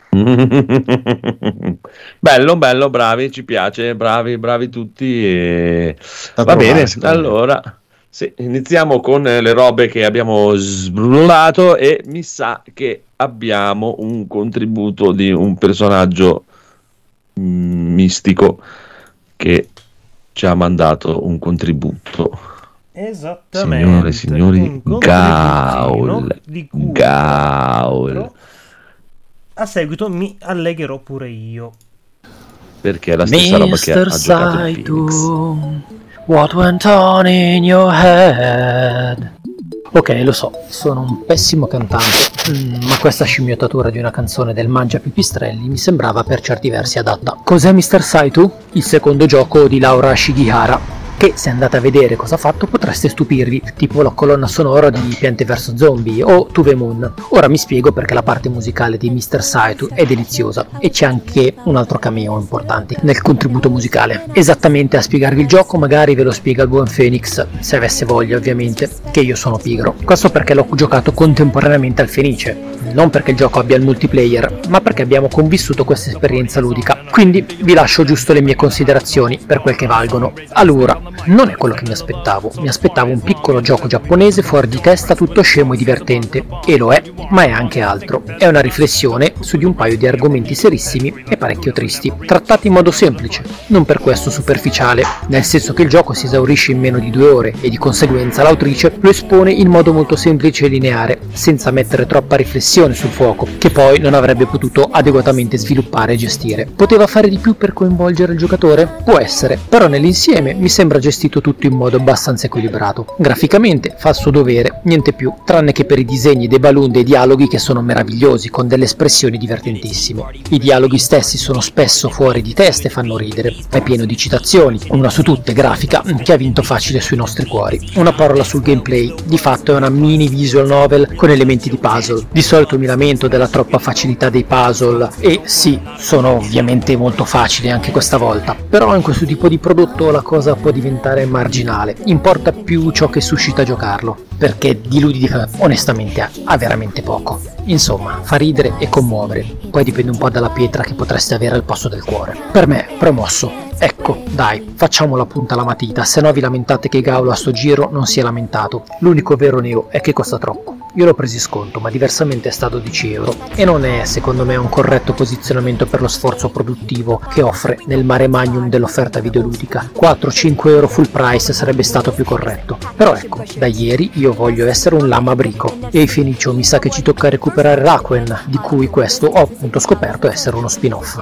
Bello, bello, bravi, ci piace, bravi, bravi tutti. E... Va provare, bene, allora sì, iniziamo con le robe che abbiamo sbrullato e mi sa che abbiamo un contributo di un personaggio mm, mistico che ci ha mandato un contributo. Esattamente. Signore e signori, Gaul, Gaul. A seguito mi allegherò pure io. Perché è la stessa roba che ha, ha giocato in Phoenix. What went on in your head? Ok, lo so, sono un pessimo cantante, mm, ma questa scimmiottatura di una canzone del Mangia Pipistrelli mi sembrava per certi versi adatta. Cos'è mister Saito? Il secondo gioco di Laura Shigihara. che se andate a vedere cosa ha fatto potreste stupirvi, tipo la colonna sonora di Piante versus Zombie o To The Moon. Ora mi spiego perché la parte musicale di mister Saito è deliziosa e c'è anche un altro cameo importante nel contributo musicale. Esattamente a spiegarvi il gioco magari ve lo spiega il buon Phoenix, se avesse voglia ovviamente, che io sono pigro. Questo perché l'ho giocato contemporaneamente al Fenice, non perché il gioco abbia il multiplayer, ma perché abbiamo convissuto questa esperienza ludica. Quindi vi lascio giusto le mie considerazioni per quel che valgono. Allora, non è quello che mi aspettavo, mi aspettavo un piccolo gioco giapponese fuori di testa tutto scemo e divertente, e lo è, ma è anche altro. È una riflessione su di un paio di argomenti serissimi e parecchio tristi, trattati in modo semplice, non per questo superficiale, nel senso che il gioco si esaurisce in meno di due ore e di conseguenza l'autrice lo espone in modo molto semplice e lineare, senza mettere troppa riflessione sul fuoco, che poi non avrebbe potuto adeguatamente sviluppare e gestire. Poteva fare di più per coinvolgere il giocatore? Può essere, però nell'insieme mi sembra gestito tutto in modo abbastanza equilibrato. Graficamente fa il suo dovere, niente più, tranne che per i disegni dei balloon dei dialoghi che sono meravigliosi, con delle espressioni divertentissime. I dialoghi stessi sono spesso fuori di testa e fanno ridere, è pieno di citazioni, una su tutte grafica che ha vinto facile sui nostri cuori. Una parola sul gameplay, di fatto è una mini visual novel con elementi di puzzle. Di solito mi lamento della troppa facilità dei puzzle e sì, sono ovviamente molto facili anche questa volta, però in questo tipo di prodotto la cosa può diventare marginale, importa più ciò che suscita giocarlo, perché di ludica onestamente ha, ha veramente poco. Insomma, fa ridere e commuovere, poi dipende un po' dalla pietra che potreste avere al posto del cuore. Per me, promosso. Ecco, dai, facciamo la punta alla matita, se no vi lamentate che Gaulo a sto giro non si è lamentato. L'unico vero neo è che costa troppo. Io l'ho preso in sconto, ma diversamente è stato dieci euro. E non è, secondo me, un corretto posizionamento per lo sforzo produttivo che offre nel mare magnum dell'offerta videoludica. quattro cinque euro full price sarebbe stato più corretto. Però ecco, da ieri io voglio essere un lama brico. E Fenicio mi sa che ci tocca recuperare Rakuen, di cui questo ho appunto scoperto essere uno spin-off.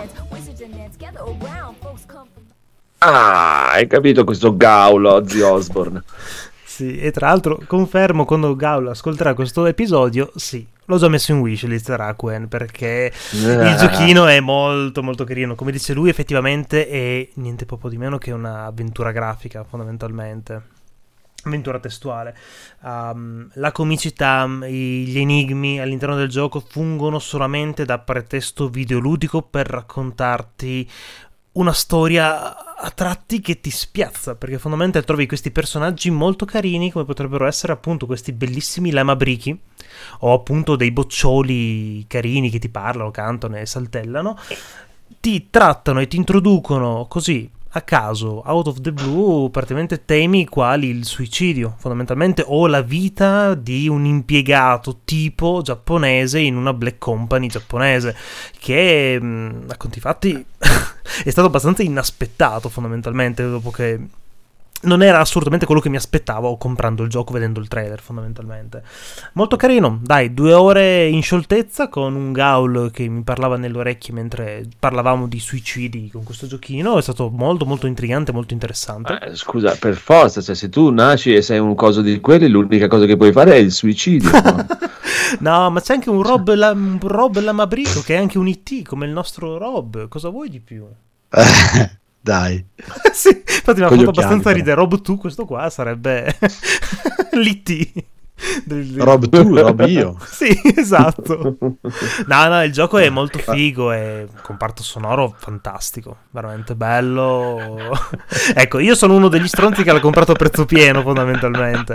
Ah, hai capito questo Gaulo, Ozzy Osbourne. Sì, e tra l'altro confermo, quando Gaulo ascolterà questo episodio, sì, l'ho già messo in wishlist Rakuen, perché il giochino è molto molto carino, come dice lui effettivamente è niente poco di meno che un'avventura grafica fondamentalmente, avventura testuale. Um, la comicità, gli enigmi all'interno del gioco fungono solamente da pretesto videoludico per raccontarti una storia a tratti che ti spiazza, perché fondamentalmente trovi questi personaggi molto carini, come potrebbero essere appunto questi bellissimi lamabrichi, o appunto dei boccioli carini che ti parlano, cantano e saltellano, ti trattano e ti introducono così a caso, out of the blue, praticamente temi quali il suicidio fondamentalmente, o la vita di un impiegato tipo giapponese in una black company giapponese, che a conti fatti è stato abbastanza inaspettato fondamentalmente, dopo che non era assolutamente quello che mi aspettavo comprando il gioco, vedendo il trailer fondamentalmente. Molto carino, dai, due ore in scioltezza con un Gaul che mi parlava nelle orecchie mentre parlavamo di suicidi con questo giochino. È stato molto molto intrigante, molto interessante. Eh, scusa, per forza, cioè, se tu nasci e sei un coso di quelli, l'unica cosa che puoi fare è il suicidio. No, no, ma c'è anche un Rob, la, un Rob Lamabrico che è anche un I T come il nostro Rob. Cosa vuoi di più? Dai. Sì, infatti mi ha fatto abbastanza ridere. Rob tu, questo qua sarebbe l'I T. Del... Rob tu, Rob io. Sì, esatto. No, no, il gioco è molto figo, è un comparto sonoro fantastico, veramente bello. Ecco, io sono uno degli stronzi che l'ha comprato a prezzo pieno fondamentalmente.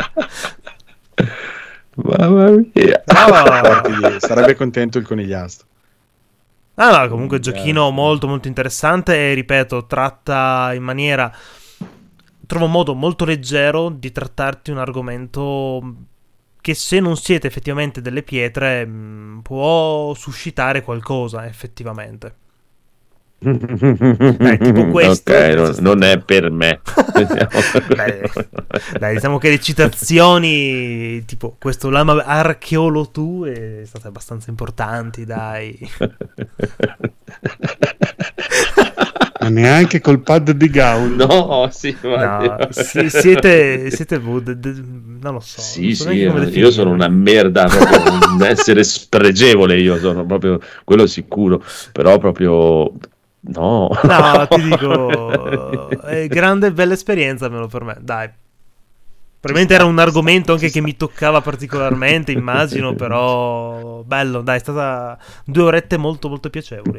Mamma mia. No, sarebbe contento il conigliastro. Ah, no, comunque giochino molto molto interessante e ripeto, tratta in maniera, trovo un modo molto leggero di trattarti un argomento che, se non siete effettivamente delle pietre, mh, può suscitare qualcosa effettivamente. Dai, tipo questo, ok, non, non è per me. dai, dai, diciamo che le citazioni tipo questo lama archeolo tu è state abbastanza importanti, dai. Ma neanche col pad di Gaul. No, sì, no, sì, siete siete non lo so. Sì, non so sì, io, io sono una merda, proprio un essere spregevole, io sono proprio quello sicuro, però proprio No, no, ti dico, è grande e bella esperienza almeno per me, dai. Probabilmente era un argomento anche che mi toccava particolarmente, immagino, però bello, dai, è stata due orette molto molto piacevoli.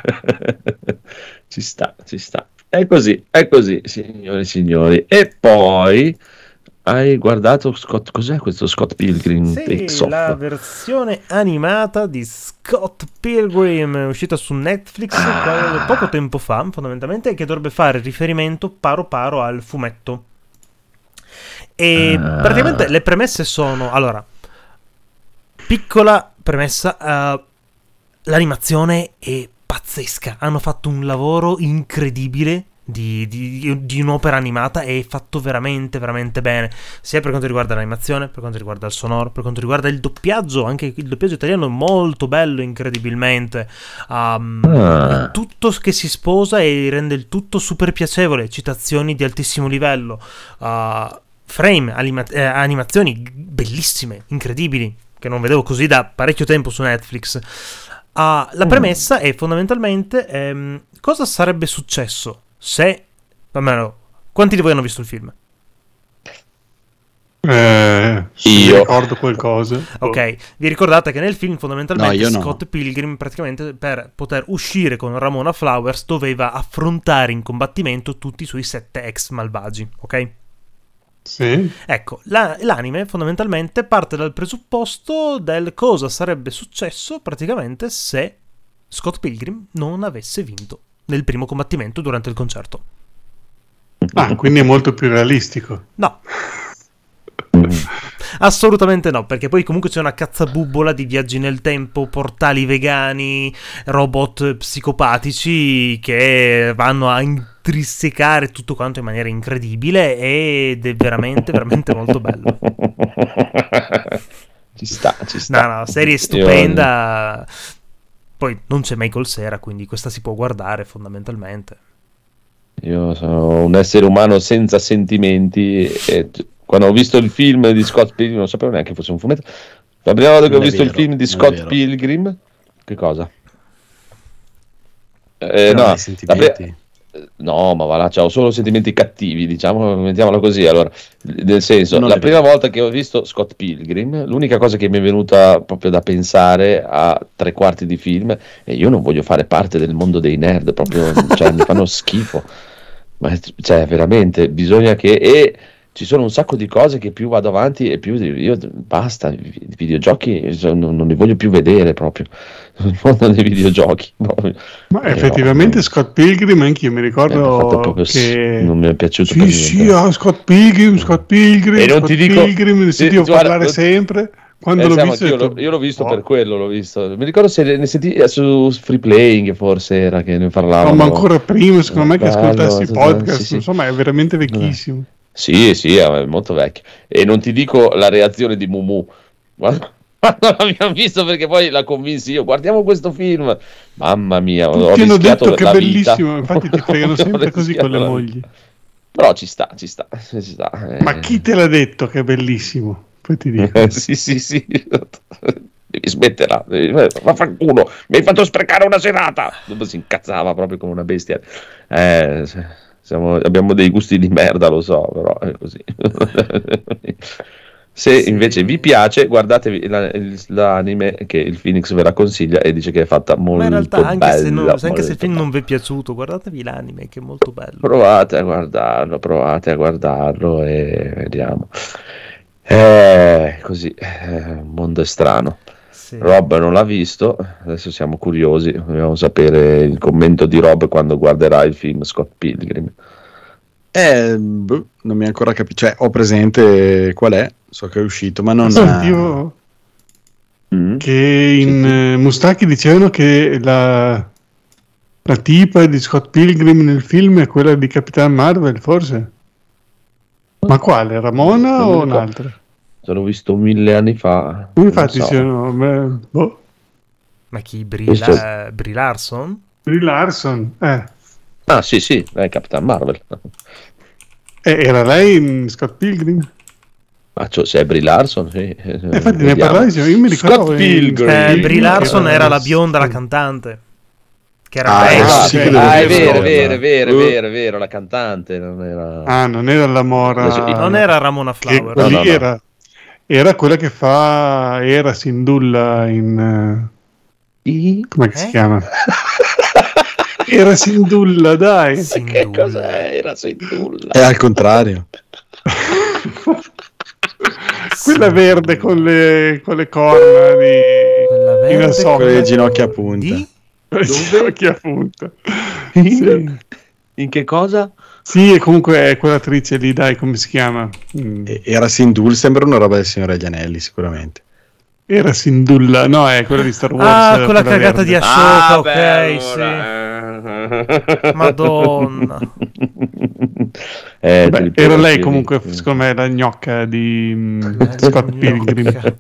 Ci sta, ci sta. È così, è così, signori e signori. E poi hai guardato Scott, cos'è questo Scott Pilgrim? Sì, la versione animata di Scott Pilgrim, uscita su Netflix ah. poco tempo fa, fondamentalmente, che dovrebbe fare riferimento paro paro al fumetto. E ah. praticamente le premesse sono, allora, piccola premessa, uh, l'animazione è pazzesca, hanno fatto un lavoro incredibile di, di, di un'opera animata e è fatto veramente veramente bene, sia per quanto riguarda l'animazione, per quanto riguarda il sonoro, per quanto riguarda il doppiaggio, anche il doppiaggio italiano è molto bello, incredibilmente, um, ah. tutto che si sposa e rende il tutto super piacevole, citazioni di altissimo livello, uh, frame, anima- eh, animazioni bellissime, incredibili, che non vedevo così da parecchio tempo su Netflix. Uh, la premessa è fondamentalmente ehm, cosa sarebbe successo se, almeno, quanti di voi hanno visto il film? Eh, io mi ricordo qualcosa. Ok, vi ricordate che nel film fondamentalmente no, Scott no. Pilgrim praticamente per poter uscire con Ramona Flowers doveva affrontare in combattimento tutti i suoi sette ex malvagi, ok? Sì. Ecco, la, l'anime fondamentalmente parte dal presupposto del cosa sarebbe successo praticamente se Scott Pilgrim non avesse vinto nel primo combattimento durante il concerto. Ah, quindi è molto più realistico. No. Assolutamente no, perché poi comunque c'è una cazzabubola di viaggi nel tempo, portali vegani, robot psicopatici che vanno a intrissecare tutto quanto in maniera incredibile ed è veramente veramente molto bello. Ci sta, ci sta. No, no, la serie è stupenda. Poi non c'è Michael Cera, quindi questa si può guardare fondamentalmente. Io sono un essere umano senza sentimenti e quando ho visto il film di Scott Pilgrim non sapevo neanche fosse un fumetto. La prima volta che ho visto vero, il film di Scott Pilgrim, che cosa? Eh, no, la pre- no, ma va là, ho solo sentimenti cattivi, diciamo, mettiamola così. Allora, nel senso, non la prima vero. volta che ho visto Scott Pilgrim, l'unica cosa che mi è venuta proprio da pensare a tre quarti di film è io non voglio fare parte del mondo dei nerd, proprio, cioè, mi fanno schifo. Ma cioè, veramente, bisogna che... E, ci sono un sacco di cose che più vado avanti e più io basta, i videogiochi non, non li voglio più vedere proprio, il mondo dei videogiochi. No. Ma eh, effettivamente no, Scott Pilgrim anche io mi ricordo eh, che non mi è piaciuto sì, per sì, niente. Oh, Scott Pilgrim, Scott Pilgrim, e non Scott ti dico, Pilgrim, ne sentivo guarda, parlare sempre. Quando eh, l'ho siamo, visto, io, detto, l'ho, io l'ho visto oh. per quello, l'ho visto. Mi ricordo se ne sentì su Free Playing forse era che ne parlavano. No, ma ancora prima, secondo me, che bello, ascoltassi i podcast, sì, sì. Insomma, è veramente vecchissimo. Sì, sì, è molto vecchio. E non ti dico la reazione di Mumu quando l'abbiamo visto, perché poi la convinsi io, guardiamo questo film. Mamma mia, tutti ho hanno rischiato detto che la è vita. Bellissimo, infatti ti fregano sempre così con le mogli. Però ci sta, ci sta, ci sta. Ma chi te l'ha detto che è bellissimo? Poi ti dico. sì, sì, sì. Devi smetterla, vaffanculo, mi hai fatto sprecare una serata. Dopo si incazzava proprio come una bestia. Eh... Siamo, abbiamo dei gusti di merda, lo so, però è così. Se sì. invece vi piace, guardatevi la, l'anime che il Phoenix ve la consiglia e dice che è fatta molto bella. Ma in realtà, anche, bella, se, non, anche se il film bella. non vi è piaciuto, guardatevi l'anime che è molto bello. Provate a guardarlo, provate a guardarlo e vediamo. Eh, così, eh, un mondo è strano. Sì. Rob non l'ha visto, adesso siamo curiosi, dobbiamo sapere il commento di Rob quando guarderà il film Scott Pilgrim. Eh, boh, non mi ha ancora capito, cioè ho presente qual è, so che è uscito, ma non sentivo mm. che in sì. uh, Mustaki dicevano che la, la tipa di Scott Pilgrim nel film è quella di Capitan Marvel, forse? Ma quale? Ramona non o un'altra? L'ho visto mille anni fa. Infatti, so. sono, beh, boh. Ma chi? Brie, la, Brie Larson? Brie Larson, eh. Ah, sì, sì, è Capitan Marvel. Eh, era lei in Scott Pilgrim? Ma cioè, se è Brie Larson, sì. Eh, infatti ne parlavi, io mi ricordo. Scott Pilgrim. Eh, Brie Larson era la bionda, la cantante. che era ah, vero, sì, sì, ah, è vero, è vero, è vero, è vero, è vero, la cantante non era... Ah, non era la Mora... Non era Ramona Flower. No, no, no. Era, era quella che fa Era Sindulla in... I? Come eh? si chiama? Era Sindulla, dai. Sindulla. Che cos'è? Era Sindulla. È al contrario. Quella verde con le, con le corna di... Quella verde so, con le ginocchia a punta. Di? Dove? Ginocchia a punta. Sì. In che cosa? Sì, e comunque è quell'attrice lì, dai, come si chiama? Mm. Era Sindul, sembra una roba del Signore degli Anelli, sicuramente. Era Sindulla, no, è quella di Star Wars. Ah, quella cagata verde. di Ashoka, ah, ok, beh, sì. allora. Madonna. Eh, Beh, era lei comunque, secondo me, la gnocca di um, Scott Pilgrim.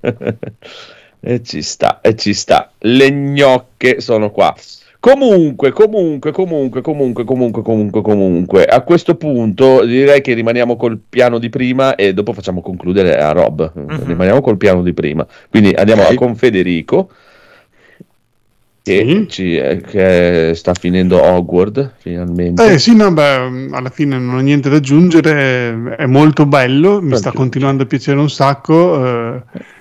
E ci sta, e ci sta. Le gnocche sono qua. Comunque, comunque, comunque, comunque, comunque, comunque, comunque, a questo punto direi che rimaniamo col piano di prima e dopo facciamo concludere a Rob. Uh-huh. Rimaniamo col piano di prima. Quindi andiamo okay. a, con Federico, che, sì. ci, eh, che sta finendo Hogwarts, finalmente. Eh sì, no, beh, alla fine non ho niente da aggiungere, è molto bello, mi sta continuando a piacere un sacco. Eh,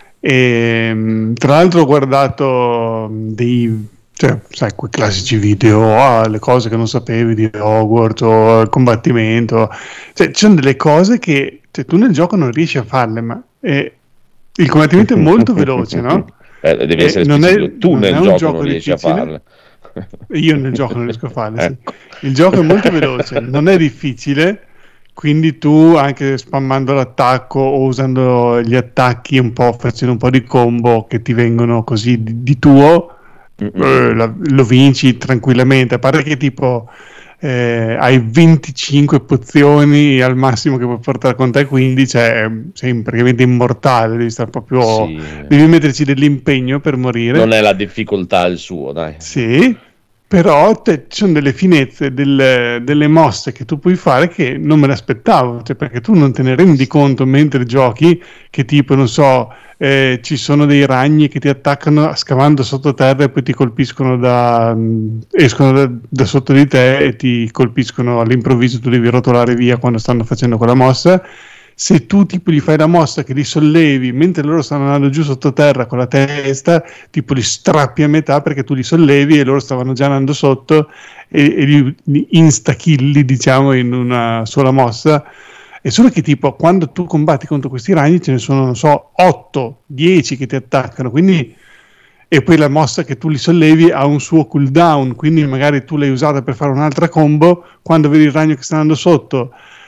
e tra l'altro ho guardato dei... Cioè, sai, quei classici video, ah, le cose che non sapevi di Hogwarts o il combattimento. Cioè, ci sono delle cose che cioè, tu nel gioco non riesci a farle, ma eh, il combattimento è molto veloce, no? Eh, devi essere non è, tu non nel è un gioco, gioco non riesci difficile. a farle. Io nel gioco non riesco a farle, ecco. Sì. Il gioco è molto veloce, non è difficile, quindi tu anche spammando l'attacco o usando gli attacchi un po', facendo un po' di combo che ti vengono così di, di tuo, Eh, la, lo vinci tranquillamente, a parte che tipo eh, hai venticinque pozioni al massimo che puoi portare con te, quindi cioè, sei praticamente immortale, devi stare proprio sì. devi metterci dell'impegno per morire. Non è la difficoltà il suo, dai. Sì, però te, ci sono delle finezze, delle, delle mosse che tu puoi fare che non me le aspettavo, cioè, perché tu non te ne rendi conto mentre giochi che tipo, non so, eh, ci sono dei ragni che ti attaccano scavando sottoterra e poi ti colpiscono da escono da, da sotto di te e ti colpiscono all'improvviso, tu devi rotolare via quando stanno facendo quella mossa. Se tu tipo gli fai la mossa che li sollevi mentre loro stanno andando giù sottoterra con la testa, tipo li strappi a metà perché tu li sollevi e loro stavano già andando sotto e, e li, li insta-killi, diciamo, in una sola mossa. È solo che tipo quando tu combatti contro questi ragni ce ne sono, non so, otto, dieci che ti attaccano, quindi e poi la mossa che tu li sollevi ha un suo cooldown, quindi magari tu l'hai usata per fare un'altra combo, quando vedi il ragno che sta andando sotto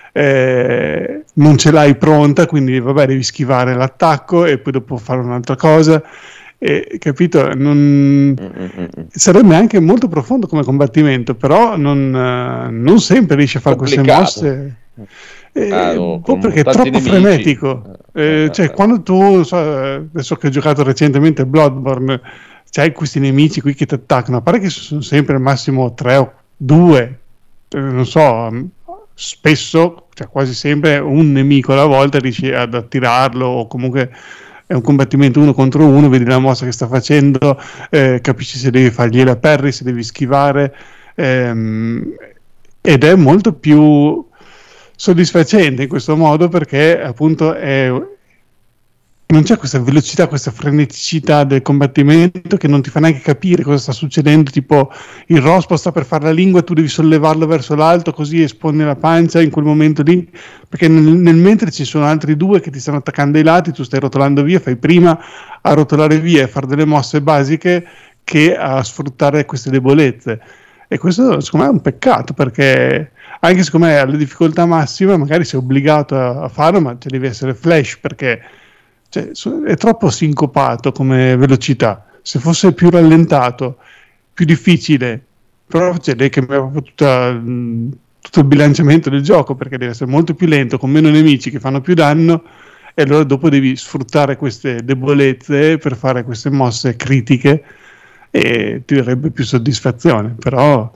eh, non ce l'hai pronta, quindi vabbè devi schivare l'attacco e poi dopo fare un'altra cosa. E, capito? Non... sarebbe anche molto profondo come combattimento, però non, non sempre riesci a fare complicato. Queste mosse. Eh, ah, no, perché è troppo nemici. frenetico. Eh, cioè, quando tu, non so, adesso che ho giocato recentemente Bloodborne, c'hai questi nemici qui che ti attaccano, a parte che sono sempre al massimo tre o due, eh, non so, spesso, cioè quasi sempre un nemico alla volta riesci ad attirarlo, o comunque è un combattimento uno contro uno, vedi la mossa che sta facendo, eh, capisci se devi fargli la parry, se devi schivare, ehm, ed è molto più soddisfacente in questo modo perché appunto è, non c'è questa velocità, questa freneticità del combattimento che non ti fa neanche capire cosa sta succedendo, tipo il rospo sta per fare la lingua e tu devi sollevarlo verso l'alto così espone la pancia in quel momento lì, perché nel, nel mentre ci sono altri due che ti stanno attaccando ai lati, tu stai rotolando via, fai prima a rotolare via e fare delle mosse basiche che a sfruttare queste debolezze, e questo secondo me è un peccato, perché anche secondo me alla difficoltà massima magari sei obbligato a, a farlo, ma ci devi essere flash perché cioè, è troppo sincopato come velocità. Se fosse più rallentato, più difficile, però c'è lei che mi ha proprio tutta, mh, tutto il bilanciamento del gioco, perché deve essere molto più lento, con meno nemici che fanno più danno, e allora dopo devi sfruttare queste debolezze per fare queste mosse critiche e ti darebbe più soddisfazione. Però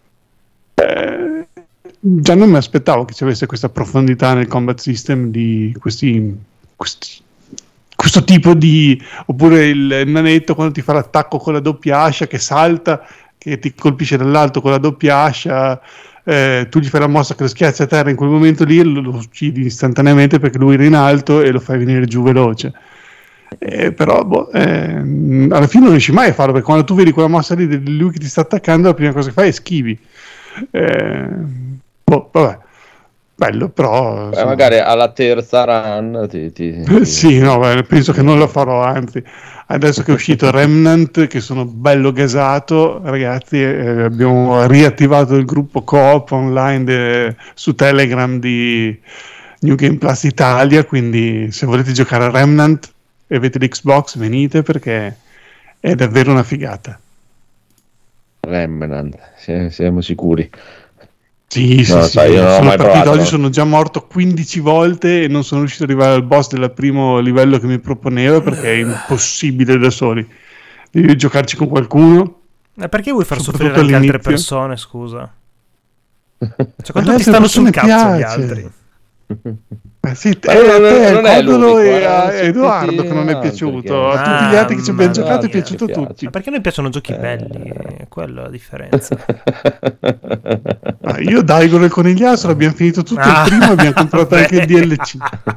eh, già non mi aspettavo che ci avesse questa profondità nel combat system di questi, questi questo tipo di, oppure il nanetto quando ti fa l'attacco con la doppia ascia che salta, che ti colpisce dall'alto con la doppia ascia, eh, tu gli fai la mossa che lo schiaccia a terra in quel momento lì, lo, lo uccidi istantaneamente perché lui era in alto e lo fai venire giù veloce. Eh, però boh, eh, alla fine non riesci mai a farlo, perché quando tu vedi quella mossa lì di lui che ti sta attaccando, la prima cosa che fai è schivi. Eh, boh, vabbè, bello, però Beh, magari alla terza run ti, ti, ti... sì, no, beh, penso che non lo farò, anzi adesso che è uscito Remnant, che sono bello gasato, ragazzi, eh, abbiamo riattivato il gruppo co-op online de, su Telegram di New Game Plus Italia, quindi se volete giocare a Remnant e avete l'Xbox venite, perché è davvero una figata. Remnant, siamo sicuri? Sì, sì, no, sì, sai, io non sono ho mai partito provato, oggi, no? sono già morto quindici volte e non sono riuscito ad arrivare al boss del primo livello che mi proponeva, perché è impossibile da soli. Devi giocarci con qualcuno. Eh, perché vuoi far soprattutto soffrire anche altre all'inizio. persone, scusa? Cioè, quanto Alle ti stanno altre sul persone cazzo gli piace. altri? Eh sì, te, Ma non- te, non è Codolo l'unico, e eh, a sono Edoardo tutti che non è altri piaciuto, che- a tutti gli altri che ci abbiamo Ah, giocato è mamma piaciuto a mia. tutti. Ma perché a noi piacciono giochi Eh. belli? È quella la differenza. Ah, io Daigo e il Conigliastro abbiamo finito tutto Ah, il primo e abbiamo comprato anche il D L C.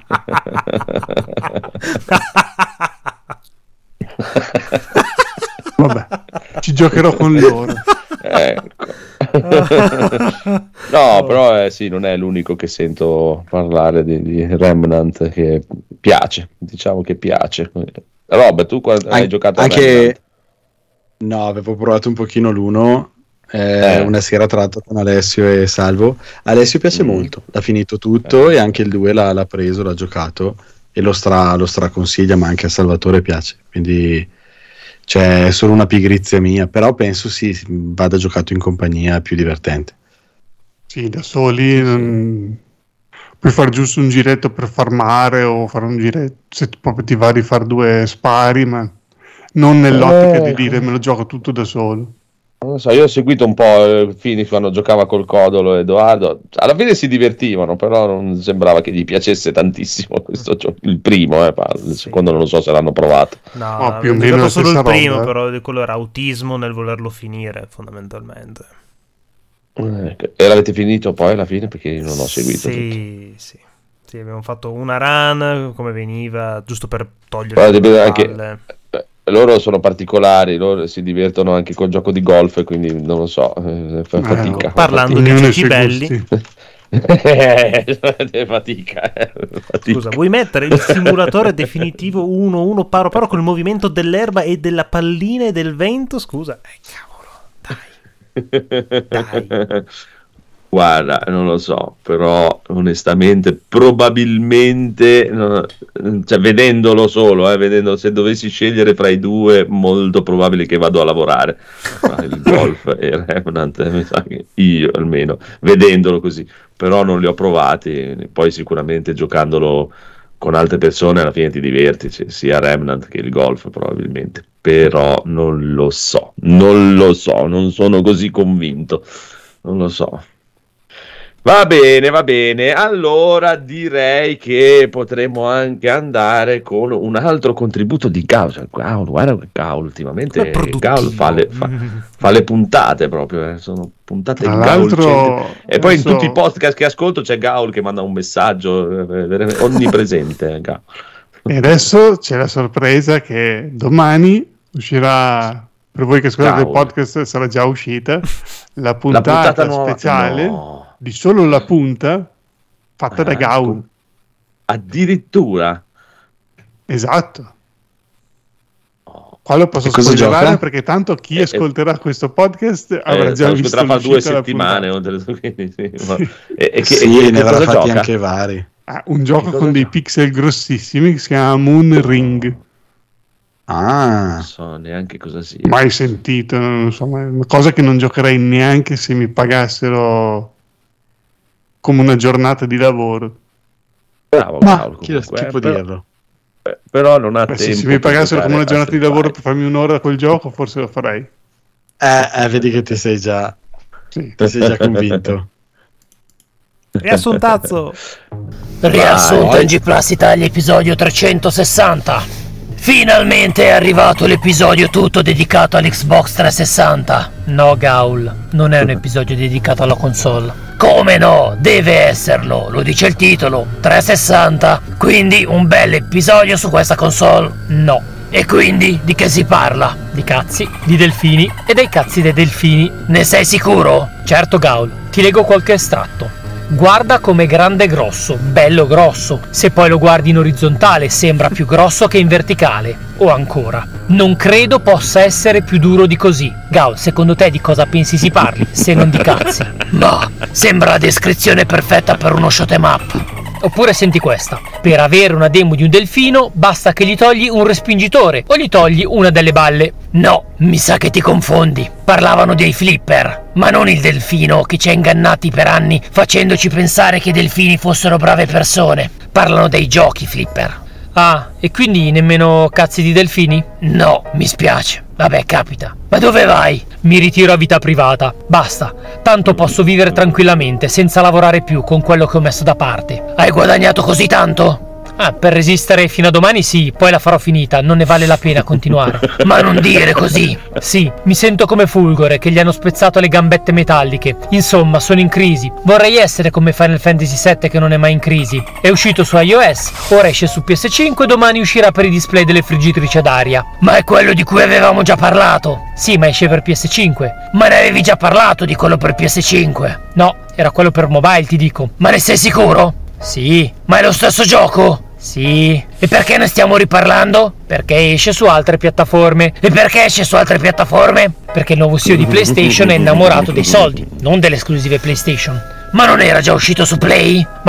Vabbè, ci giocherò con loro. Ecco. No, però eh, sì, non è l'unico che sento parlare di, di Remnant che piace, diciamo che piace. Rob, tu quando hai An- giocato a anche Remnant? no, avevo provato un pochino l'uno eh, Eh. una sera tra l'altro con Alessio e Salvo. Alessio piace Mm. molto, l'ha finito tutto Eh. e anche il due l'ha, l'ha preso, l'ha giocato e lo stra, lo straconsiglia, ma anche a Salvatore piace, quindi c'è solo una pigrizia mia, però penso sì, vada giocato in compagnia, è più divertente. Sì, da soli non- puoi fare giusto un giretto per farmare o fare un giretto se proprio ti va di fare due spari, ma non nell'ottica Eh. di dire me lo gioco tutto da solo. Non lo so, io ho seguito un po' il Fini quando giocava col Codolo e Edoardo. Alla fine si divertivano, però non sembrava che gli piacesse tantissimo questo gioco. Il primo, eh, parlo. il Sì. secondo non lo so se l'hanno provato. No, Oh, più o ho meno giocato la solo il stessa primo, roba, eh. però di quello era autismo nel volerlo finire, fondamentalmente. Eh, E l'avete finito poi alla fine? Perché io non ho seguito tutto. Sì, sì. Sì, abbiamo fatto una run come veniva, giusto per togliere Però le devi anche- palle. Eh, Loro sono particolari, loro si divertono anche col gioco di golf, quindi non lo so, eh, fa Eh, fatica. Parlando di Ognuno ha i giochi suoi belli. gusti. Eh, fatica, eh, fatica. Scusa, vuoi mettere il simulatore definitivo uno uno paro paro con il movimento dell'erba e della pallina e del vento? Scusa, eh, cavolo, dai. Dai. Guarda, non lo so, però onestamente, probabilmente, no, cioè, vedendolo solo, eh, vedendo se dovessi scegliere fra i due, molto probabile che vado a lavorare. Fra il golf e Remnant, mi sa che io almeno, vedendolo così, però non li ho provati, poi sicuramente giocandolo con altre persone alla fine ti diverti, cioè, sia Remnant che il golf probabilmente, però non lo so, non lo so, non sono così convinto, non lo so. Va bene, va bene. Allora direi che potremmo anche andare con un altro contributo di Gaul. Cioè, Gaul, guarda che Gaul ultimamente Come produttivo. Gaul fa le, fa, fa le puntate proprio, eh. Sono puntate Tra Gaul. l'altro, E poi in adesso- tutti i podcast che ascolto c'è Gaul che manda un messaggio eh, veramente onnipresente. eh, Gaul. E adesso c'è la sorpresa che domani uscirà, per voi che ascoltate il Gaul. podcast sarà già uscita, la La puntata, puntata nuova. speciale No. di solo la punta fatta da Ah, Gaul. con- Addirittura. Esatto. Oh. Qua lo posso E cosa spoilerare gioca? perché tanto chi Eh, ascolterà questo podcast avrà Eh, già lo visto ascolterà fra due l'uscita della settimane. puntata. o delle- quindi, sì, ma- Sì. E, e che, Sì, e che ne avrà cosa fatti gioca? anche vari. Ah, un gioco cosa con dei gioca? pixel grossissimi che si chiama Moon Ring. Ah, Non so neanche cosa sia. Mai sentito, non so, ma è una cosa che non giocherei neanche se mi pagassero come una giornata di lavoro. Bravo, ma Paolo, chi, lo- comunque, chi eh, può però, dirlo? eh, però non ha Beh, tempo. sì, se mi per pagassero come una giocare giornata a di lavoro per Street farmi un'ora a quel gioco, forse lo farei. Eh, eh, vedi che ti sei già, Sì. ti sei già convinto. Riassuntazzo. Riassunto Vai. in G Plus Italia episodio trecentosessanta. Finalmente è arrivato l'episodio tutto dedicato all'Xbox trecentosessanta. No, Gaul, non è un episodio dedicato alla console. Come no? Deve esserlo, lo dice il titolo, trecentosessanta. Quindi un bel episodio su questa console? No. E quindi di che si parla? Di cazzi, di delfini e dei cazzi dei delfini. Ne sei sicuro? Certo, Gaul, ti leggo qualche estratto. Guarda com'è grande e grosso, bello grosso. Se poi lo guardi in orizzontale sembra più grosso che in verticale. O ancora, non credo possa essere più duro di così. Gaul, secondo te di cosa pensi si parli, se non di cazzi? Ma sembra la descrizione perfetta per uno shoot 'em up. Oppure senti questa: per avere una demo di un delfino basta che gli togli un respingitore o gli togli una delle balle. No, mi sa che ti confondi. Parlavano dei flipper, ma non il delfino che ci ha ingannati per anni facendoci pensare che i delfini fossero brave persone. Parlano dei giochi flipper. Ah, e quindi nemmeno cazzi di delfini? No, mi spiace. Vabbè, capita. Ma dove vai? Mi ritiro a vita privata. Basta. Tanto posso vivere tranquillamente, senza lavorare più con quello che ho messo da parte. Hai guadagnato così tanto? Ah, per resistere fino a domani sì, poi la farò finita, non ne vale la pena continuare. Ma non dire così! Sì, mi sento come Fulgore, che gli hanno spezzato le gambette metalliche. Insomma, sono in crisi. Vorrei essere come Final Fantasy sette che non è mai in crisi. È uscito su iOS, ora esce su P S cinque e domani uscirà per i display delle friggitrici ad aria. Ma è quello di cui avevamo già parlato! Sì, ma esce per P S cinque. Ma ne avevi già parlato di quello per P S cinque? No, era quello per mobile, ti dico. Ma ne sei sicuro? Sì. Ma è lo stesso gioco? Sì. E perché ne stiamo riparlando? Perché esce su altre piattaforme. E perché esce su altre piattaforme? Perché il nuovo C E O di PlayStation è innamorato dei soldi, non delle esclusive PlayStation. Ma non era già uscito su Play? Ma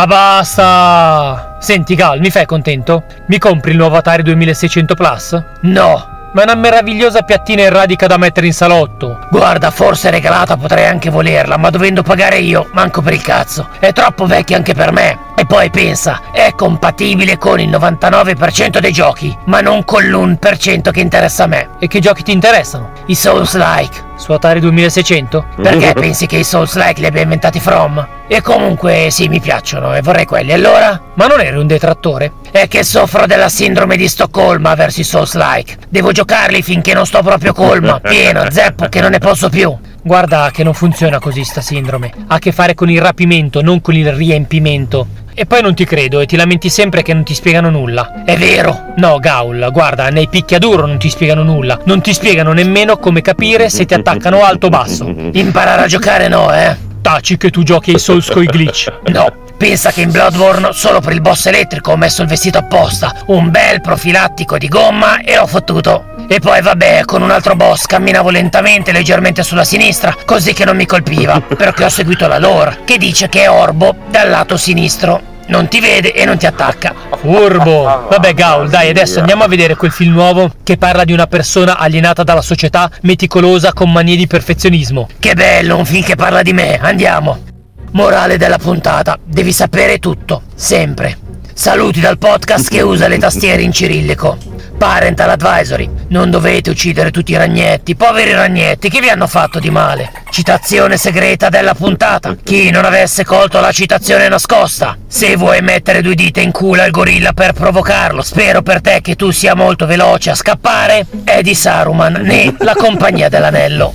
basta! Senti Gal, mi fai contento? Mi compri il nuovo Atari duemilaseicento Plus? No! Ma è una meravigliosa piattina in radica da mettere in salotto. Guarda, forse regalata potrei anche volerla, ma dovendo pagare io, manco per il cazzo. È troppo vecchia anche per me. E poi pensa, è compatibile con il novantanove per cento dei giochi, ma non con l'uno per cento che interessa a me. E che giochi ti interessano? I Souls-like. Su Atari duemilaseicento? Perché pensi che i Souls-like li abbia inventati From? E comunque sì, mi piacciono e vorrei quelli. Allora? Ma non eri un detrattore? È che soffro della sindrome di Stoccolma verso i Souls-like. Devo giocarli finché non sto proprio colma, pieno, zeppo, che non ne posso più. Guarda che non funziona così sta sindrome. Ha a che fare con il rapimento, non con il riempimento. E poi non ti credo e ti lamenti sempre che non ti spiegano nulla. È vero? No, Gaul, guarda, nei picchiaduro non ti spiegano nulla. Non ti spiegano nemmeno come capire se ti attaccano alto o basso. Imparare a giocare no, eh? Taci che tu giochi ai Souls coi glitch. No. Pensa che in Bloodborne solo per il boss elettrico ho messo il vestito apposta, un bel profilattico di gomma e l'ho fottuto. E poi vabbè, con un altro boss camminavo lentamente, leggermente sulla sinistra, così che non mi colpiva, perché ho seguito la lore, che dice che è orbo dal lato sinistro. Non ti vede e non ti attacca. Furbo. Vabbè Gaul, dai, adesso andiamo a vedere quel film nuovo che parla di una persona alienata dalla società, meticolosa con manie di perfezionismo. Che bello, un film che parla di me, andiamo. Morale della puntata, devi sapere tutto, sempre. Saluti dal podcast che usa le tastiere in cirillico. Parental advisory, non dovete uccidere tutti i ragnetti, poveri ragnetti, che vi hanno fatto di male? Citazione segreta della puntata, chi non avesse colto la citazione nascosta. Se vuoi mettere due dita in culo al gorilla per provocarlo, spero per te che tu sia molto veloce a scappare, è di Saruman, né la compagnia dell'anello.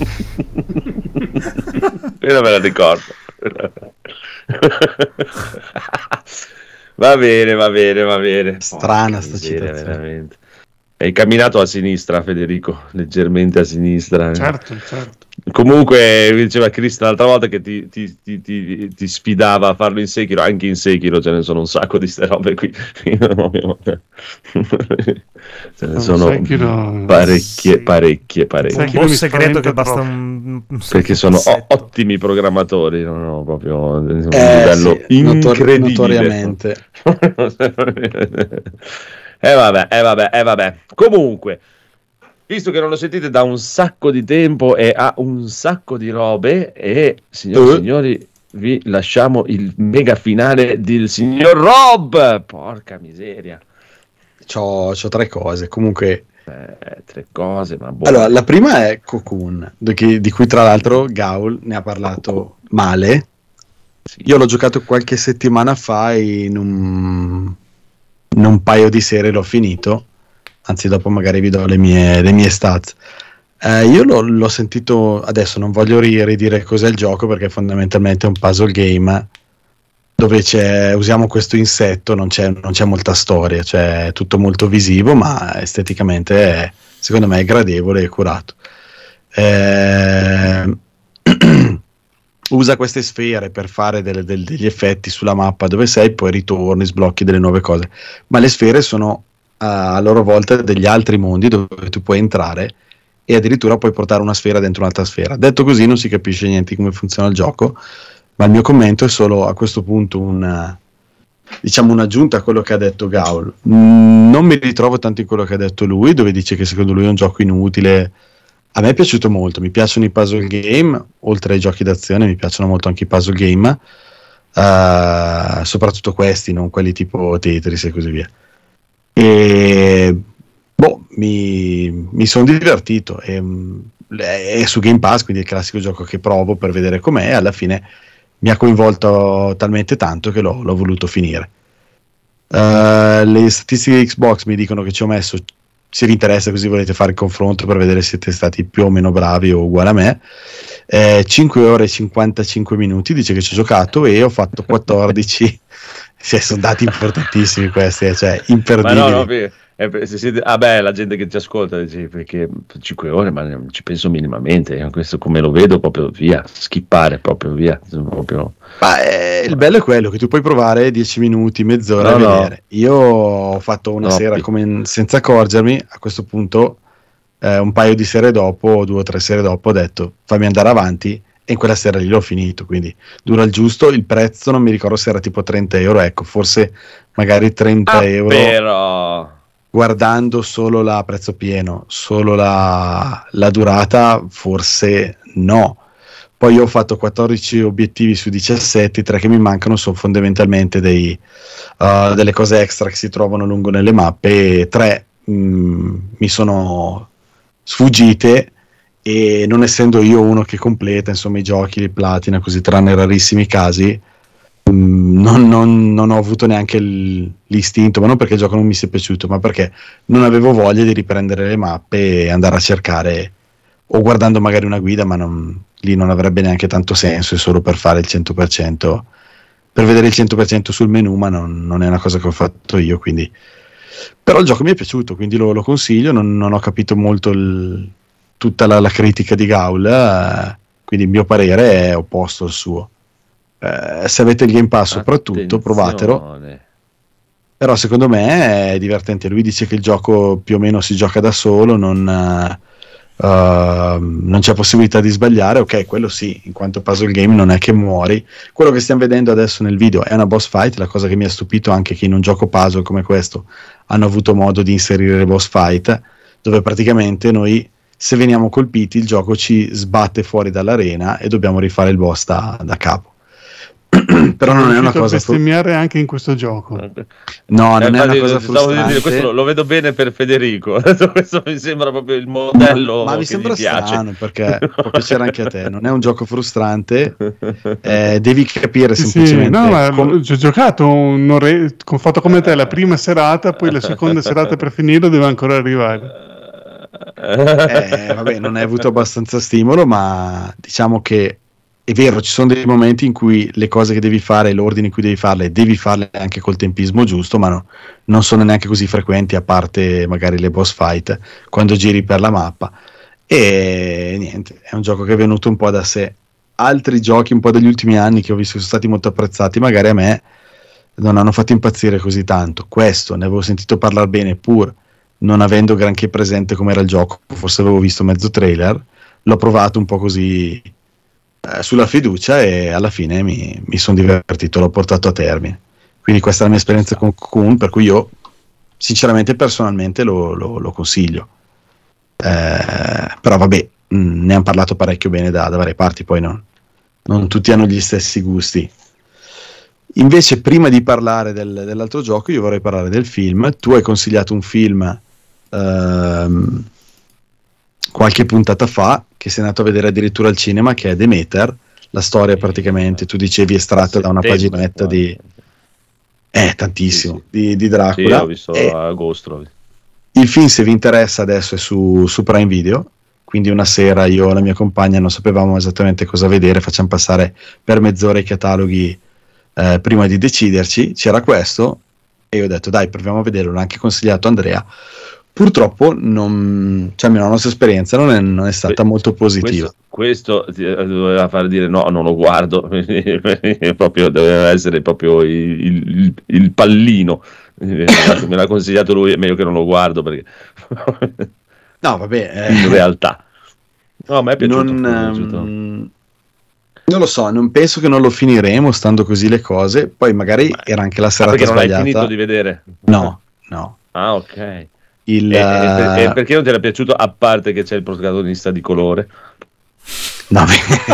Io non me la ricordo. Va bene, va bene, va bene. Strana oh, sta miseria, citazione. veramente. Hai camminato a sinistra, Federico, leggermente a sinistra. Certo, certo. Comunque, diceva Chris l'altra volta che ti, ti, ti, ti, ti sfidava a farlo in Sekiro, anche in Sekiro ce ne sono un sacco di ste robe qui. Ce ne sono Sekiro, parecchie, sì. parecchie, parecchie. Sekiro Un buon mi segreto spaventa che basta troppo. un, un Perché sono o- pezzetto. ottimi programmatori, non ho proprio un Eh, livello sì, notor- incredibile. notoriamente. Eh vabbè, eh vabbè, eh vabbè. Comunque, visto che non lo sentite da un sacco di tempo e ha un sacco di robe, e signori e Uh. signori, vi lasciamo il mega finale del signor Rob. Porca miseria. C'ho, c'ho tre cose. Comunque, Eh, tre cose, ma boh. allora, la prima è Cocoon, di cui, di cui tra l'altro Gaul ne ha parlato male. Sì. Io l'ho giocato qualche settimana fa e in un, in un paio di sere l'ho finito. anzi dopo magari vi do le mie, le mie stats. Eh, io l'ho, l'ho sentito, adesso non voglio ri- ridire cos'è il gioco perché fondamentalmente è un puzzle game dove c'è, usiamo questo insetto, non c'è, non c'è molta storia, cioè è tutto molto visivo, ma esteticamente è, secondo me è gradevole e curato. Eh, usa queste sfere per fare delle, del, degli effetti sulla mappa dove sei, poi ritorni, sblocchi delle nuove cose, ma le sfere sono a loro volta degli altri mondi dove tu puoi entrare e addirittura puoi portare una sfera dentro un'altra sfera. Detto così non si capisce niente di come funziona il gioco, ma il mio commento è solo a questo punto un, diciamo, un'aggiunta a quello che ha detto Gaul. Mm, non mi ritrovo tanto in quello che ha detto lui, dove dice che secondo lui è un gioco inutile. A me è piaciuto molto, mi piacciono i puzzle game, oltre ai giochi d'azione mi piacciono molto anche i puzzle game, uh, soprattutto questi, non quelli tipo Tetris e così via. E boh, mi, mi sono divertito, e, è su Game Pass, quindi è il classico gioco che provo per vedere com'è, e alla fine mi ha coinvolto talmente tanto che l'ho, l'ho voluto finire. Uh, le statistiche di Xbox mi dicono che ci ho messo, se vi interessa così volete fare il confronto per vedere se siete stati più o meno bravi o uguali a me, eh, cinque ore e cinquantacinque minuti dice che ci ho giocato e ho fatto quattordici. Cioè, sono dati importantissimi questi, eh, cioè imperdibili. Ma no, no, eh, se siete, ah beh, la gente che ti ascolta dice, perché cinque ore, ma non ci penso minimamente, questo come lo vedo proprio via, skippare proprio via, proprio. Ma eh, il bello è quello che tu puoi provare dieci minuti, mezz'ora no, a vedere. No. Io ho fatto una no, sera pi- come senza accorgermi, a questo punto eh, un paio di sere dopo, due o tre sere dopo ho detto fammi andare avanti, e in quella sera lì l'ho finito, quindi dura il giusto. Il prezzo non mi ricordo se era tipo trenta euro, ecco, forse magari trenta ah, euro però guardando solo la prezzo pieno, solo la, la durata, forse no. Poi io ho fatto quattordici obiettivi su diciassette, i tre che mi mancano sono fondamentalmente dei, uh, delle cose extra che si trovano lungo nelle mappe, e tre mh, mi sono sfuggite, e non essendo io uno che completa insomma i giochi, li platina così, tranne rarissimi casi, mh, non, non, non ho avuto neanche il, l'istinto, ma non perché il gioco non mi sia piaciuto, ma perché non avevo voglia di riprendere le mappe e andare a cercare, o guardando magari una guida, ma non, lì non avrebbe neanche tanto senso, è solo per fare il cento per cento, per vedere il cento per cento sul menu, ma non, non è una cosa che ho fatto io, quindi. Però il gioco mi è piaciuto, quindi lo, lo consiglio. Non, non ho capito molto il, tutta la, la critica di Gaul, eh, quindi il mio parere è opposto al suo. Eh, se avete il Game Pass soprattutto, provatelo. Però secondo me è divertente. Lui dice che il gioco più o meno si gioca da solo, non, uh, non c'è possibilità di sbagliare. Ok, quello sì, in quanto puzzle game non è che muori. Quello che stiamo vedendo adesso nel video è una boss fight. La cosa che mi ha stupito anche che in un gioco puzzle come questo hanno avuto modo di inserire le boss fight, dove praticamente noi, se veniamo colpiti, il gioco ci sbatte fuori dall'arena e dobbiamo rifare il boss da, da capo. Però non è una cosa bestemmiare anche in questo gioco. No, non eh, è una cosa frustrante. Dire, questo lo, lo vedo bene per Federico. Questo mi sembra proprio il modello. Ma, ma mi sembra strano, perché può piacere anche a te. Non è un gioco frustrante, eh, devi capire sì, semplicemente. Sì, no, ma com- ci ho giocato un'ore- ho fatto come te la prima serata, poi la seconda serata per finirlo deve ancora arrivare. Eh, vabbè, non hai avuto abbastanza stimolo, ma diciamo che è vero, ci sono dei momenti in cui le cose che devi fare, l'ordine in cui devi farle, devi farle anche col tempismo giusto, ma no, non sono neanche così frequenti, a parte magari le boss fight, quando giri per la mappa. E niente, è un gioco che è venuto un po' da sé. Altri giochi un po' degli ultimi anni che ho visto che sono stati molto apprezzati, magari a me non hanno fatto impazzire così tanto. Questo, ne avevo sentito parlare bene, pur non avendo granché presente com'era il gioco, forse avevo visto mezzo trailer, l'ho provato un po' così eh, sulla fiducia, e alla fine mi, mi sono divertito, l'ho portato a termine. Quindi questa è la mia esperienza con Cocoon, per cui io sinceramente personalmente lo, lo, lo consiglio. Eh, però vabbè, mh, ne hanno parlato parecchio bene da, da varie parti, poi non, non tutti hanno gli stessi gusti. Invece, prima di parlare del, dell'altro gioco, io vorrei parlare del film. Tu hai consigliato un film ehm, qualche puntata fa, che sei andato a vedere addirittura al cinema, che è Demeter. La storia praticamente, tu dicevi, estratta da una paginetta di... Eh, tantissimo, sì, sì. Di, di Dracula. Sì, ho visto e... agosto. Il film, se vi interessa, adesso è su, su Prime Video, quindi una sera io e la mia compagna non sapevamo esattamente cosa vedere, facciamo passare per mezz'ora i cataloghi eh, prima di deciderci, c'era questo e io ho detto dai, proviamo a vederlo, l'ha anche consigliato Andrea. Purtroppo non, cioè, la nostra esperienza non è, non è stata molto positiva. Questo, questo doveva far dire no, non lo guardo, proprio, doveva essere proprio il, il, il pallino. Me l'ha consigliato lui, è meglio che non lo guardo perché no vabbè eh, in realtà no, a me è piaciuto, non, è piaciuto. Um, non lo so, non penso che non lo finiremo stando così le cose, poi magari ma, era anche la serata perché sbagliata. Non hai finito di vedere? No, no. Ah, ok. Il, e, e, e perché non ti era piaciuto, a parte che c'è il protagonista di colore? No,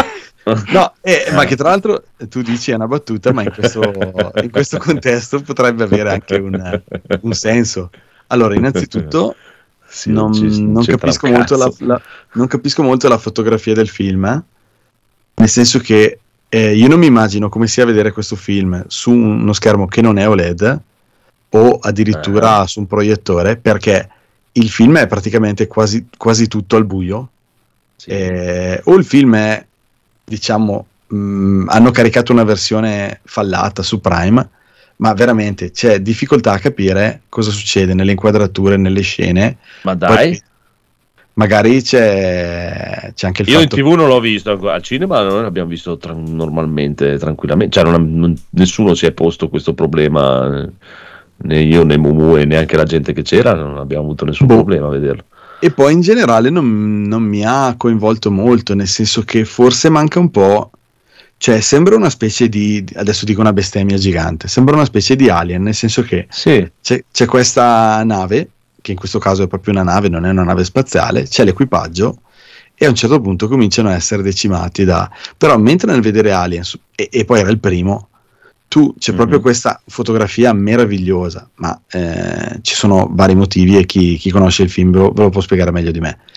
no eh, ma che tra l'altro tu dici è una battuta, ma in questo, in questo contesto potrebbe avere anche un, un senso. Allora, innanzitutto sì, non, ci, non, non, capisco molto la, la, non capisco molto la fotografia del film, eh? Nel senso che eh, io non mi immagino come sia vedere questo film su uno schermo che non è O L E D o addirittura eh. su un proiettore, perché il film è praticamente quasi, quasi tutto al buio. Sì. Eh, o il film è, diciamo, mh, hanno caricato una versione fallata su Prime, ma veramente c'è difficoltà a capire cosa succede nelle inquadrature, nelle scene. Ma dai, poi, magari c'è, c'è anche il io fatto in tv non l'ho visto al cinema, noi l'abbiamo visto tra- normalmente, tranquillamente, cioè non, non, nessuno si è posto questo problema, né io né Mumu e neanche la gente che c'era, non abbiamo avuto nessun boh. problema a vederlo. E poi in generale non, non mi ha coinvolto molto, nel senso che forse manca un po', cioè sembra una specie di, adesso dico una bestemmia gigante, sembra una specie di Alien, nel senso che sì. c'è, c'è questa nave, che in questo caso è proprio una nave, non è una nave spaziale, c'è l'equipaggio e a un certo punto cominciano a essere decimati da... Però mentre nel vedere Alien, e, e poi era il primo, tu c'è mm-hmm. proprio questa fotografia meravigliosa, ma eh, ci sono vari motivi e chi, chi conosce il film ve lo, ve lo può spiegare meglio di me,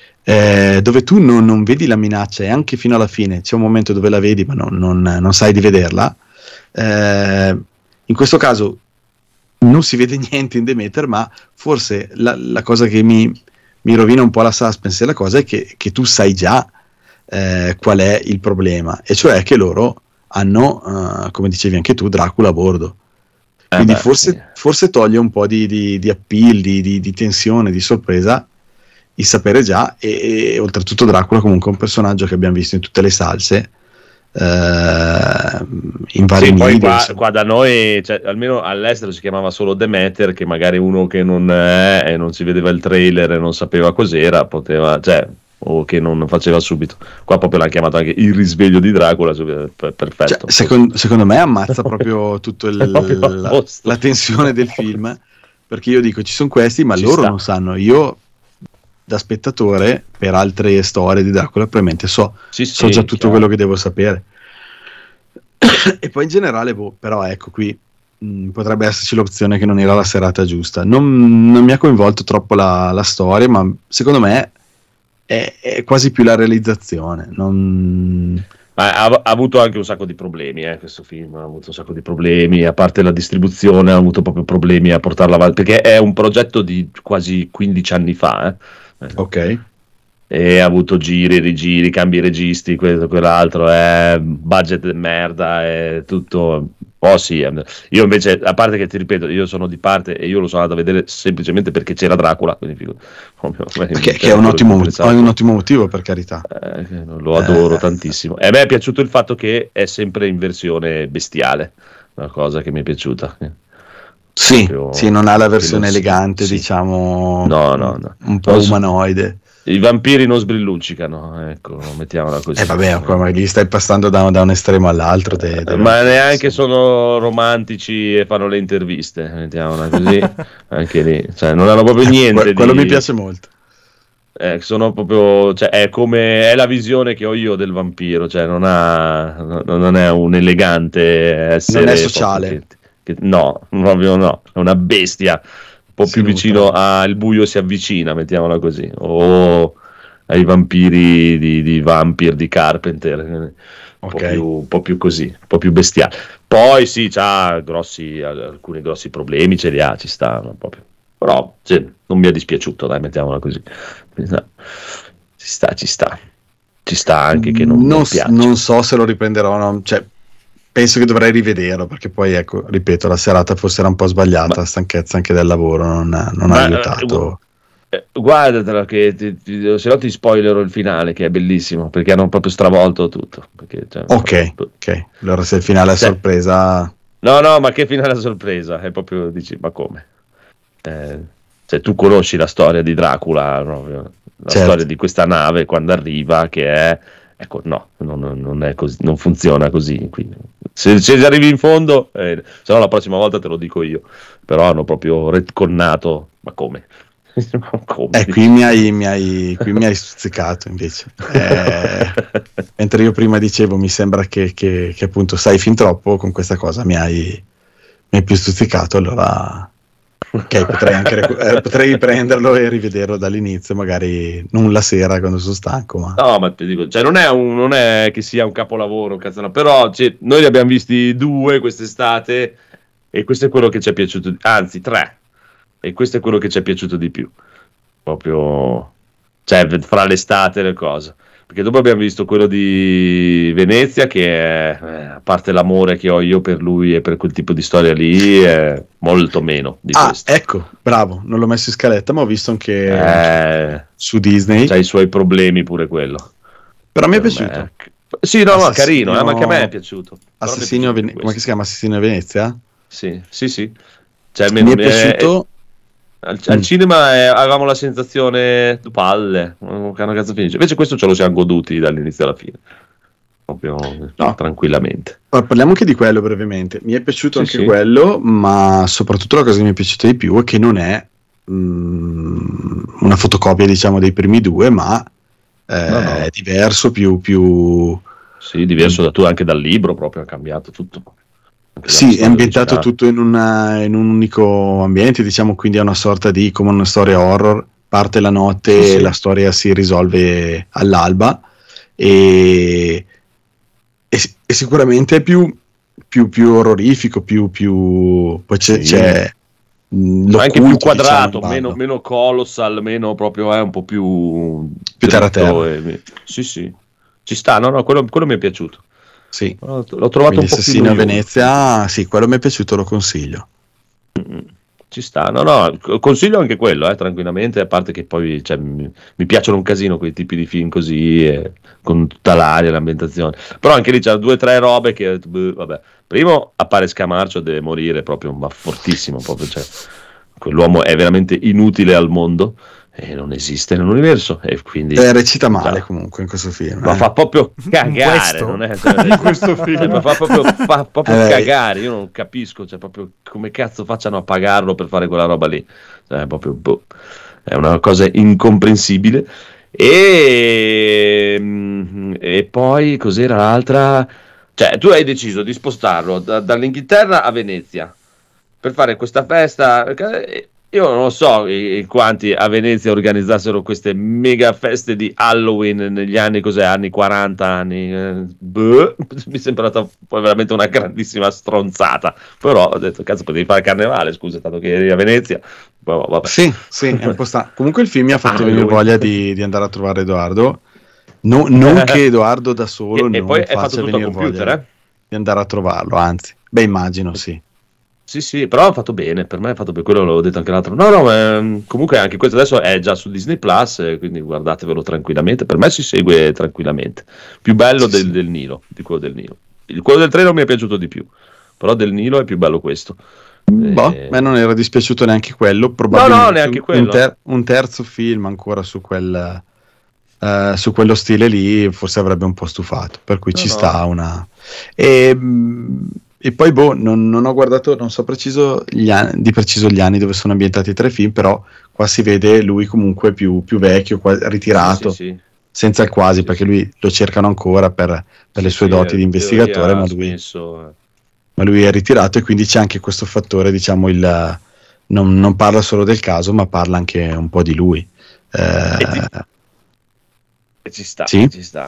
eh, dove tu non, non vedi la minaccia e anche fino alla fine c'è un momento dove la vedi ma non, non, non sai di vederla, eh, in questo caso non si vede niente in Demeter, ma forse la, la cosa che mi, mi rovina un po' la suspense e la cosa è che, che tu sai già eh, qual è il problema, e cioè che loro hanno, uh, come dicevi anche tu, Dracula a bordo. Quindi eh beh, forse, sì. forse toglie un po' di, di, di appeal, di, di, di tensione, di sorpresa il sapere già, e, e oltretutto Dracula comunque è un personaggio che abbiamo visto in tutte le salse, eh, in vari sì, modi. Poi qua, qua da noi, cioè, almeno all'estero si chiamava solo Demeter, che magari uno che non è e non si vedeva il trailer e non sapeva cos'era poteva, cioè, o che non faceva subito. Qua proprio l'hanno chiamato anche il risveglio di Dracula, perfetto. Cioè, secondo, secondo me ammazza proprio tutto il, proprio la, la tensione del film, perché io dico ci sono questi, ma ci loro sta. Non sanno. Io da spettatore per altre storie di Dracula probabilmente so, sì, so sì, già tutto chiaro. Quello che devo sapere. E poi in generale, boh, però ecco qui mh, potrebbe esserci l'opzione che non era la serata giusta. Non, non mi ha coinvolto troppo la, la storia, ma secondo me È, è quasi più la realizzazione. Non... Ma ha, ha avuto anche un sacco di problemi, eh, questo film ha avuto un sacco di problemi, a parte la distribuzione ha avuto proprio problemi a portarla avanti, perché è un progetto di quasi quindici anni fa, eh. Ok. E ha avuto giri, rigiri, cambi registi, questo, quell'altro, è budget di merda, è tutto. Oh sì, io invece, a parte che ti ripeto, io sono di parte e io lo sono andato a vedere semplicemente perché c'era Dracula, quindi figo, che, che è un ottimo, un ottimo motivo, per carità. Eh, lo adoro eh. tantissimo. E a me è piaciuto il fatto che è sempre in versione bestiale, una cosa che mi è piaciuta. Sì, proprio, sì, non ha la versione elegante, sì. diciamo, no, no, no. un po' no, umanoide. I vampiri non sbrilluccicano, ecco, mettiamola così. Eh vabbè, ma li stai passando da, da un estremo all'altro. De, de ma neanche sono romantici e fanno le interviste, mettiamola così. Anche lì, cioè, non hanno proprio niente. Que- quello di... mi piace molto. Eh, sono proprio, cioè, è come è la visione che ho io del vampiro, cioè non ha, non è un elegante essere. Non è sociale. Che, che, no, proprio no, è una bestia. Un po' più vicino al buio si avvicina, mettiamola così, o ai vampiri di, di Vampire di Carpenter, un, okay. po più, un po' più così, un po' più bestiale. Poi sì, c'ha grossi, alcuni grossi problemi, ce li ha, ci sta, proprio. però cioè, non mi è dispiaciuto, dai, mettiamola così. Ci sta, ci sta. Ci sta anche che non, non, non piace. Non so se lo riprenderò, no? Cioè, penso che dovrei rivederlo, perché poi, ecco, ripeto, la serata forse era un po' sbagliata, ma, la stanchezza anche del lavoro non, non ma, ha aiutato. Eh, guardatela che ti, ti, se no ti spoilerò il finale, che è bellissimo, perché hanno proprio stravolto tutto. Perché, cioè, ok, proprio... ok. Allora se il finale è cioè, sorpresa... No, no, ma che finale a sorpresa? È proprio, dici, ma come? Eh, cioè, tu conosci la storia di Dracula, proprio, la certo. storia di questa nave quando arriva, che è... Ecco, no, non, non è così, non funziona così. Quindi, se, se arrivi in fondo, eh, se no la prossima volta te lo dico io. Però hanno proprio retconnato, ma come? come? Eh, qui mi hai, mi hai, qui mi hai stuzzicato invece. Eh, mentre io prima dicevo, mi sembra che, che, che appunto sai fin troppo, con questa cosa mi hai, mi hai più stuzzicato, allora... Ok, potrei anche recu- eh, potrei prenderlo e rivederlo dall'inizio, magari non la sera quando sono stanco. Ma... No, ma ti dico, cioè non è, un, non è che sia un capolavoro, cazzo, no, però cioè, noi ne abbiamo visti due quest'estate e questo è quello che ci è piaciuto, anzi tre, e questo è quello che ci è piaciuto di più, proprio, cioè fra l'estate e le cose. Perché dopo abbiamo visto quello di Venezia, che è, eh, a parte l'amore che ho io per lui e per quel tipo di storia lì, è molto meno di ah, questo. Ecco, bravo, non l'ho messo in scaletta, ma ho visto anche eh, su Disney. C'ha i suoi problemi pure quello. Però mi è piaciuto. Me. Sì, no, no, carino, eh, ma anche a me è piaciuto. Assassino, Vene- come si chiama? Assassino a Venezia? Sì, sì, sì. Cioè, mi è piaciuto... È, Al, al mm. cinema eh, avevamo la sensazione palle, che una cazzo finisce. Invece questo ce lo siamo goduti dall'inizio alla fine, proprio no. tranquillamente. Allora, parliamo anche di quello brevemente. Mi è piaciuto sì, anche sì. quello, ma soprattutto la cosa che mi è piaciuta di più è che non è mm, una fotocopia, diciamo, dei primi due, ma eh, no, no. è diverso, più, più... Sì, diverso da tu, anche dal libro, proprio ha cambiato tutto. Sì, è ambientato tutto in, una, in un unico ambiente, diciamo, quindi è una sorta di, come una storia horror, parte la notte sì, e sì. la storia si risolve all'alba e, e, e sicuramente è più, più, più orrorifico, più, più poi c'è, sì. c'è anche più quadrato, diciamo, meno, meno colossal, meno proprio, è un po' più più terra terra. E, sì, sì, ci sta, no, no, quello, quello mi è piaciuto. Sì, l'ho trovato quindi un po' Assassino più a Venezia, sì, quello mi è piaciuto, lo consiglio. Mm, ci sta, no, no, consiglio anche quello, eh, tranquillamente, a parte che poi cioè, mi, mi piacciono un casino quei tipi di film così, eh, con tutta l'aria, l'ambientazione, però anche lì c'ha due o tre robe che, beh, vabbè, primo appare Scamarcio, deve morire proprio, ma fortissimo, proprio, cioè, quell'uomo è veramente inutile al mondo, e non esiste nell'universo e quindi eh, recita male comunque in questo film, ma eh. fa proprio cagare, non è, cioè, in questo film cioè, ma fa proprio, fa proprio eh, cagare, io non capisco, cioè, proprio come cazzo facciano a pagarlo per fare quella roba lì, cioè, proprio, boh, è una cosa incomprensibile. E, e poi cos'era l'altra, cioè tu hai deciso di spostarlo da, dall'Inghilterra a Venezia per fare questa festa. Io non lo so i, quanti a Venezia organizzassero queste mega feste di Halloween negli anni, cos'è, anni quaranta, anni, eh, boh, mi è sembrata poi veramente una grandissima stronzata, però ho detto, cazzo, potevi fare carnevale, scusa, tanto che eri a Venezia. Boh, vabbè. Sì, sì, è un po' sta- comunque il film mi ha fatto venire voglia di, di andare a trovare Edoardo, no, non che Edoardo da solo e, non e poi faccia è fatto tutto venire a computer, voglia eh? di andare a trovarlo, anzi, beh, immagino, sì. Sì, sì, però ha fatto bene, per me ha fatto bene, quello l'avevo detto anche l'altro. No, no, ehm, comunque anche questo adesso è già su Disney Plus, eh, quindi guardatevelo tranquillamente. Per me si segue tranquillamente. Più bello Sì, del, sì. del Nilo, di quello del Nilo. Il, quello del treno mi è piaciuto di più, però del Nilo è più bello questo. Boh, Eh, a me non era dispiaciuto neanche quello, probabilmente no, neanche un, quello. un, ter- un terzo film ancora su quel eh, su quello stile lì forse avrebbe un po' stufato, per cui No, ci no. sta una... E, mh, e poi boh, non, non ho guardato, non so preciso gli anni, di preciso gli anni dove sono ambientati i tre film, però qua si vede lui comunque più, più vecchio, quasi, ritirato, Sì, sì, sì. senza il quasi, Sì, perché sì. lui lo cercano ancora per, per le Sì, sue sì, doti di in investigatore, teoria ma ha lui, smesso, eh. ma lui è ritirato e quindi c'è anche questo fattore, diciamo, il, non, non parla solo del caso, ma parla anche un po' di lui. Eh, E ti- E ci sta, Sì? ci sta.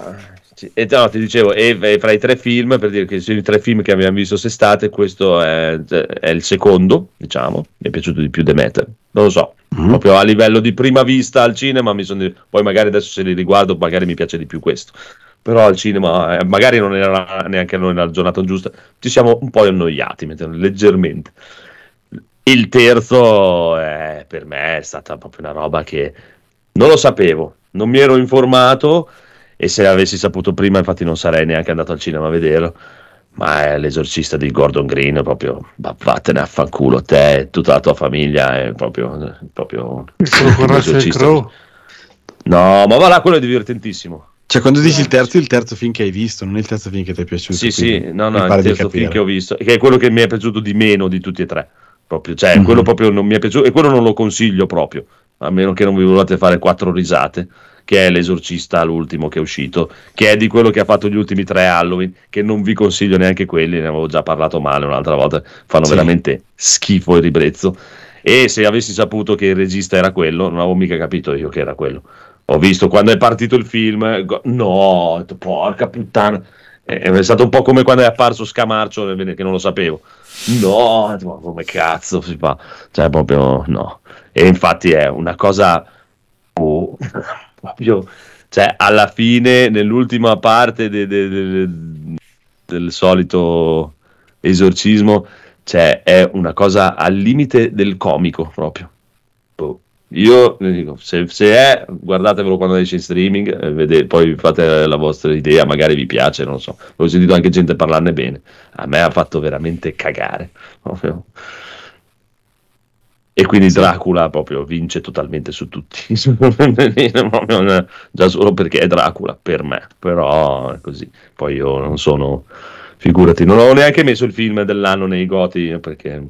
E no, ti dicevo, e, e fra i tre film, per dire che sono i tre film che abbiamo visto quest'estate, questo è, è il secondo, diciamo, mi è piaciuto di più Demeter, non lo so, mm-hmm. proprio a livello di prima vista al cinema, mi sono, poi magari adesso se li riguardo magari mi piace di più questo, però al cinema eh, magari non era neanche noi nella giornata giusta, ci siamo un po' annoiati, leggermente. Il terzo è, per me è stata proprio una roba che non lo sapevo, non mi ero informato, e se avessi saputo prima infatti non sarei neanche andato al cinema a vederlo, ma è L'esorcista di Gordon Green, proprio vattene a fanculo te e tutta la tua famiglia, è proprio, proprio L'esorcista. No, ma va là, quello è divertentissimo. Cioè, quando dici il terzo, il terzo film che hai visto, non il terzo film che ti è piaciuto. Sì, sì, no, no, il terzo film che ho visto, che è quello che mi è piaciuto di meno di tutti e tre, proprio, cioè, mm-hmm. quello proprio non mi è piaciuto, e quello non lo consiglio proprio, a meno che non vi volete fare quattro risate, che è L'esorcista, l'ultimo che è uscito, che è di quello che ha fatto gli ultimi tre Halloween, che non vi consiglio neanche quelli, ne avevo già parlato male un'altra volta, fanno sì. veramente schifo e ribrezzo, e se avessi saputo che il regista era quello, non avevo mica capito io che era quello. Ho visto quando è partito il film, no, porca puttana, è stato un po' come quando è apparso Scamarcio, che non lo sapevo, no, come cazzo si fa, cioè proprio no, e infatti è una cosa... Oh. Proprio, cioè alla fine nell'ultima parte de, de, de, de, del solito esorcismo, cioè è una cosa al limite del comico proprio. Boh. Io dico, se, se è, guardatevelo quando esce in streaming, eh, vedete, poi fate la vostra idea, magari vi piace, non so, ho sentito anche gente parlarne bene, a me ha fatto veramente cagare proprio. E quindi sì. Dracula proprio vince totalmente su tutti, già solo perché è Dracula per me, però è così. Poi io non sono, figurati, non ho neanche messo il film dell'anno nei Goti, perché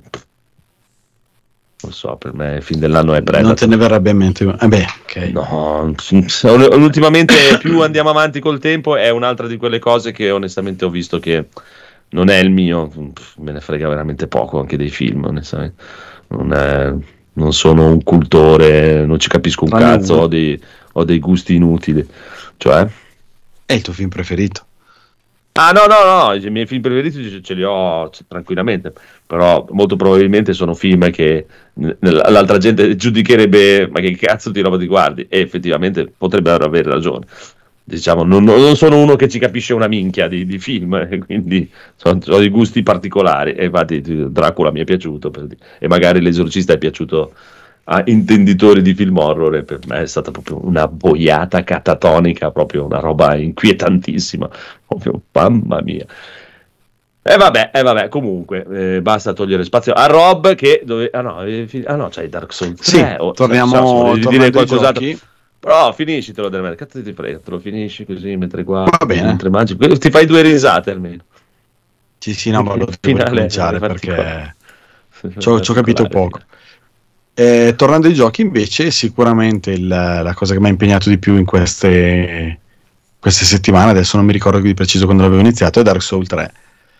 non so, per me il film dell'anno è Predator. Non te ne verrebbe in mente? Eh beh, okay. No, ultimamente più andiamo avanti col tempo è un'altra di quelle cose che onestamente ho visto che non è il mio, me ne frega veramente poco anche dei film, onestamente. Non, è, non sono un cultore, non ci capisco un Tranne cazzo, ho dei, ho dei gusti inutili. Cioè? È il tuo film preferito? Ah no, no, no, i miei film preferiti ce li ho tranquillamente, però molto probabilmente sono film che l'altra gente giudicherebbe, ma che cazzo di roba ti guardi? E effettivamente potrebbero avere ragione. Diciamo, non, non sono uno che ci capisce una minchia di, di film, eh, quindi ho dei gusti particolari, e infatti Dracula mi è piaciuto, per dire, e magari L'esorcista è piaciuto a intenditori di film horror, e per me è stata proprio una boiata catatonica, proprio una roba inquietantissima, proprio mamma mia. E vabbè, e vabbè, comunque eh, basta togliere spazio a Rob che dove ah no, eh, ah no, c'hai Dark Souls tre, sì, oh, torniamo, so, so, torniamo dire qualcos'altro. Però finiscitelo del mercato, cazzo ti frega, te lo finisci così mentre guardi, va bene, mentre mangi, ti fai due risate almeno. Sì, sì, no, ma lo devo cominciare perché ci ho capito poco. Eh, tornando ai giochi, invece, sicuramente il, la cosa che mi ha impegnato di più in queste, queste settimane, adesso non mi ricordo di preciso quando l'avevo iniziato, è Dark Souls tre.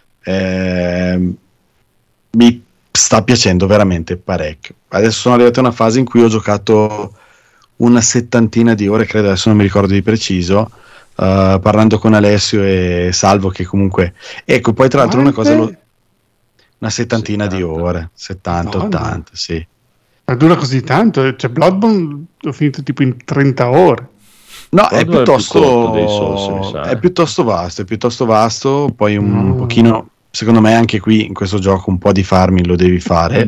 Eh, mi sta piacendo veramente parecchio. Adesso sono arrivato a una fase in cui ho giocato una settantina di ore, credo, adesso non mi ricordo di preciso, uh, parlando con Alessio e Salvo, che comunque, ecco, poi tra l'altro una cosa lo... una settantina settanta di ore, settanta ottanta, sì. Ma dura così tanto? Cioè Bloodborne l'ho finito tipo in trenta ore. No, è piuttosto, è, Souls, è piuttosto vasto, è piuttosto vasto, poi un mm. pochino, secondo me anche qui in questo gioco un po' di farming lo devi fare,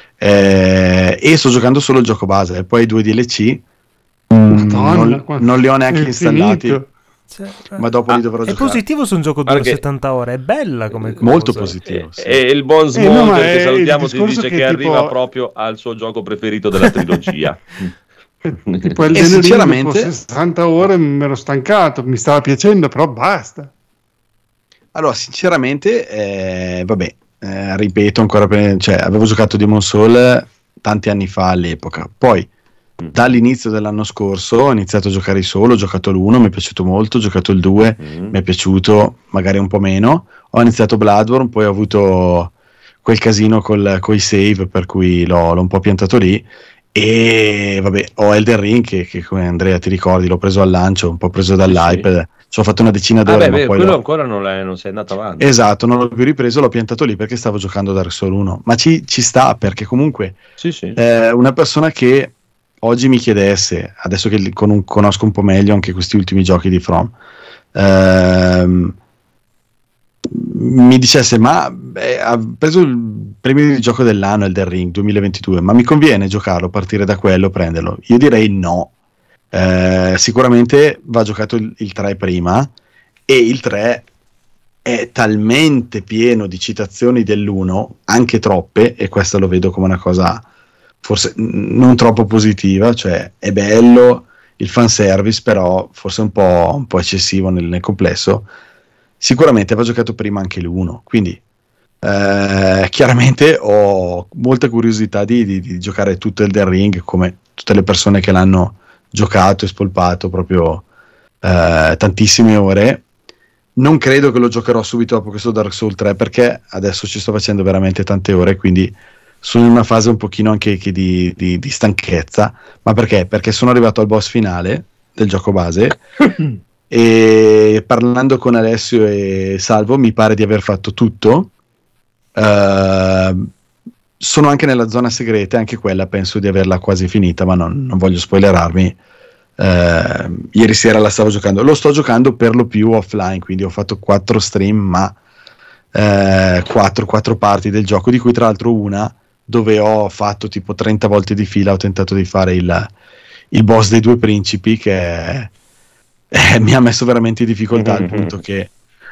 eh, e sto giocando solo il gioco base, e poi i due D L C Madonna, non, non li ho neanche installati, cioè, ma dopo ah, li dovrò è giocare. È positivo su un gioco di settanta ore, è bella come cosa. Molto positivo, sì. E il buon Smolder, eh no, che salutiamo, ti dice che, che tipo... arriva proprio al suo gioco preferito della trilogia. Tipo il e sinceramente sessanta ore mi ero stancato, mi stava piacendo, però basta. Allora sinceramente eh, vabbè, eh, ripeto ancora per, cioè, avevo giocato Demon Soul tanti anni fa all'epoca, poi mm. dall'inizio dell'anno scorso ho iniziato a giocare solo, ho giocato l'uno, mi è piaciuto molto, ho giocato il due, mm. mi è piaciuto magari un po' meno, ho iniziato Bloodborne, poi ho avuto quel casino col, coi save, per cui l'ho, l'ho un po' piantato lì. E vabbè, ho Elden Ring che, che come Andrea ti ricordi l'ho preso al lancio, un po' preso dall'iPad, sì. ci ho fatto una decina d'ore. Ah, beh, ma poi quello l'ho... ancora non, l'hai, non sei andato avanti. Esatto, non l'ho più ripreso, l'ho piantato lì perché stavo giocando Dark Souls uno. Ma ci, ci sta, perché comunque sì, sì. Eh, una persona che oggi mi chiedesse, adesso che con un, conosco un po' meglio anche questi ultimi giochi di From, ehm, mi dicesse ma beh, ha preso il premio di gioco dell'anno Elden Ring duemilaventidue, ma mi conviene giocarlo, partire da quello, prenderlo? Io direi no. Eh, sicuramente va giocato il, il tre prima, e il tre è talmente pieno di citazioni dell'uno, anche troppe, e questo lo vedo come una cosa forse non troppo positiva, cioè è bello il fanservice, però forse un po', un po' eccessivo nel, nel complesso. Sicuramente va giocato prima anche l'uno, quindi eh, chiaramente ho molta curiosità di, di, di giocare tutto Elden Ring, come tutte le persone che l'hanno giocato e spolpato proprio eh, tantissime ore. Non credo che lo giocherò subito dopo questo Dark Souls tre, perché adesso ci sto facendo veramente tante ore, quindi sono in una fase un pochino anche che di, di, di stanchezza. Ma perché? Perché sono arrivato al boss finale del gioco base e parlando con Alessio e Salvo mi pare di aver fatto tutto. Uh, sono anche nella zona segreta, anche quella penso di averla quasi finita, ma non, non voglio spoilerarmi. Uh, ieri sera la stavo giocando, lo sto giocando per lo più offline, quindi ho fatto quattro stream, ma uh, quattro, quattro parti del gioco, di cui tra l'altro una dove ho fatto tipo trenta volte di fila, ho tentato di fare il, il boss dei due principi, che eh, mi ha messo veramente in difficoltà al punto che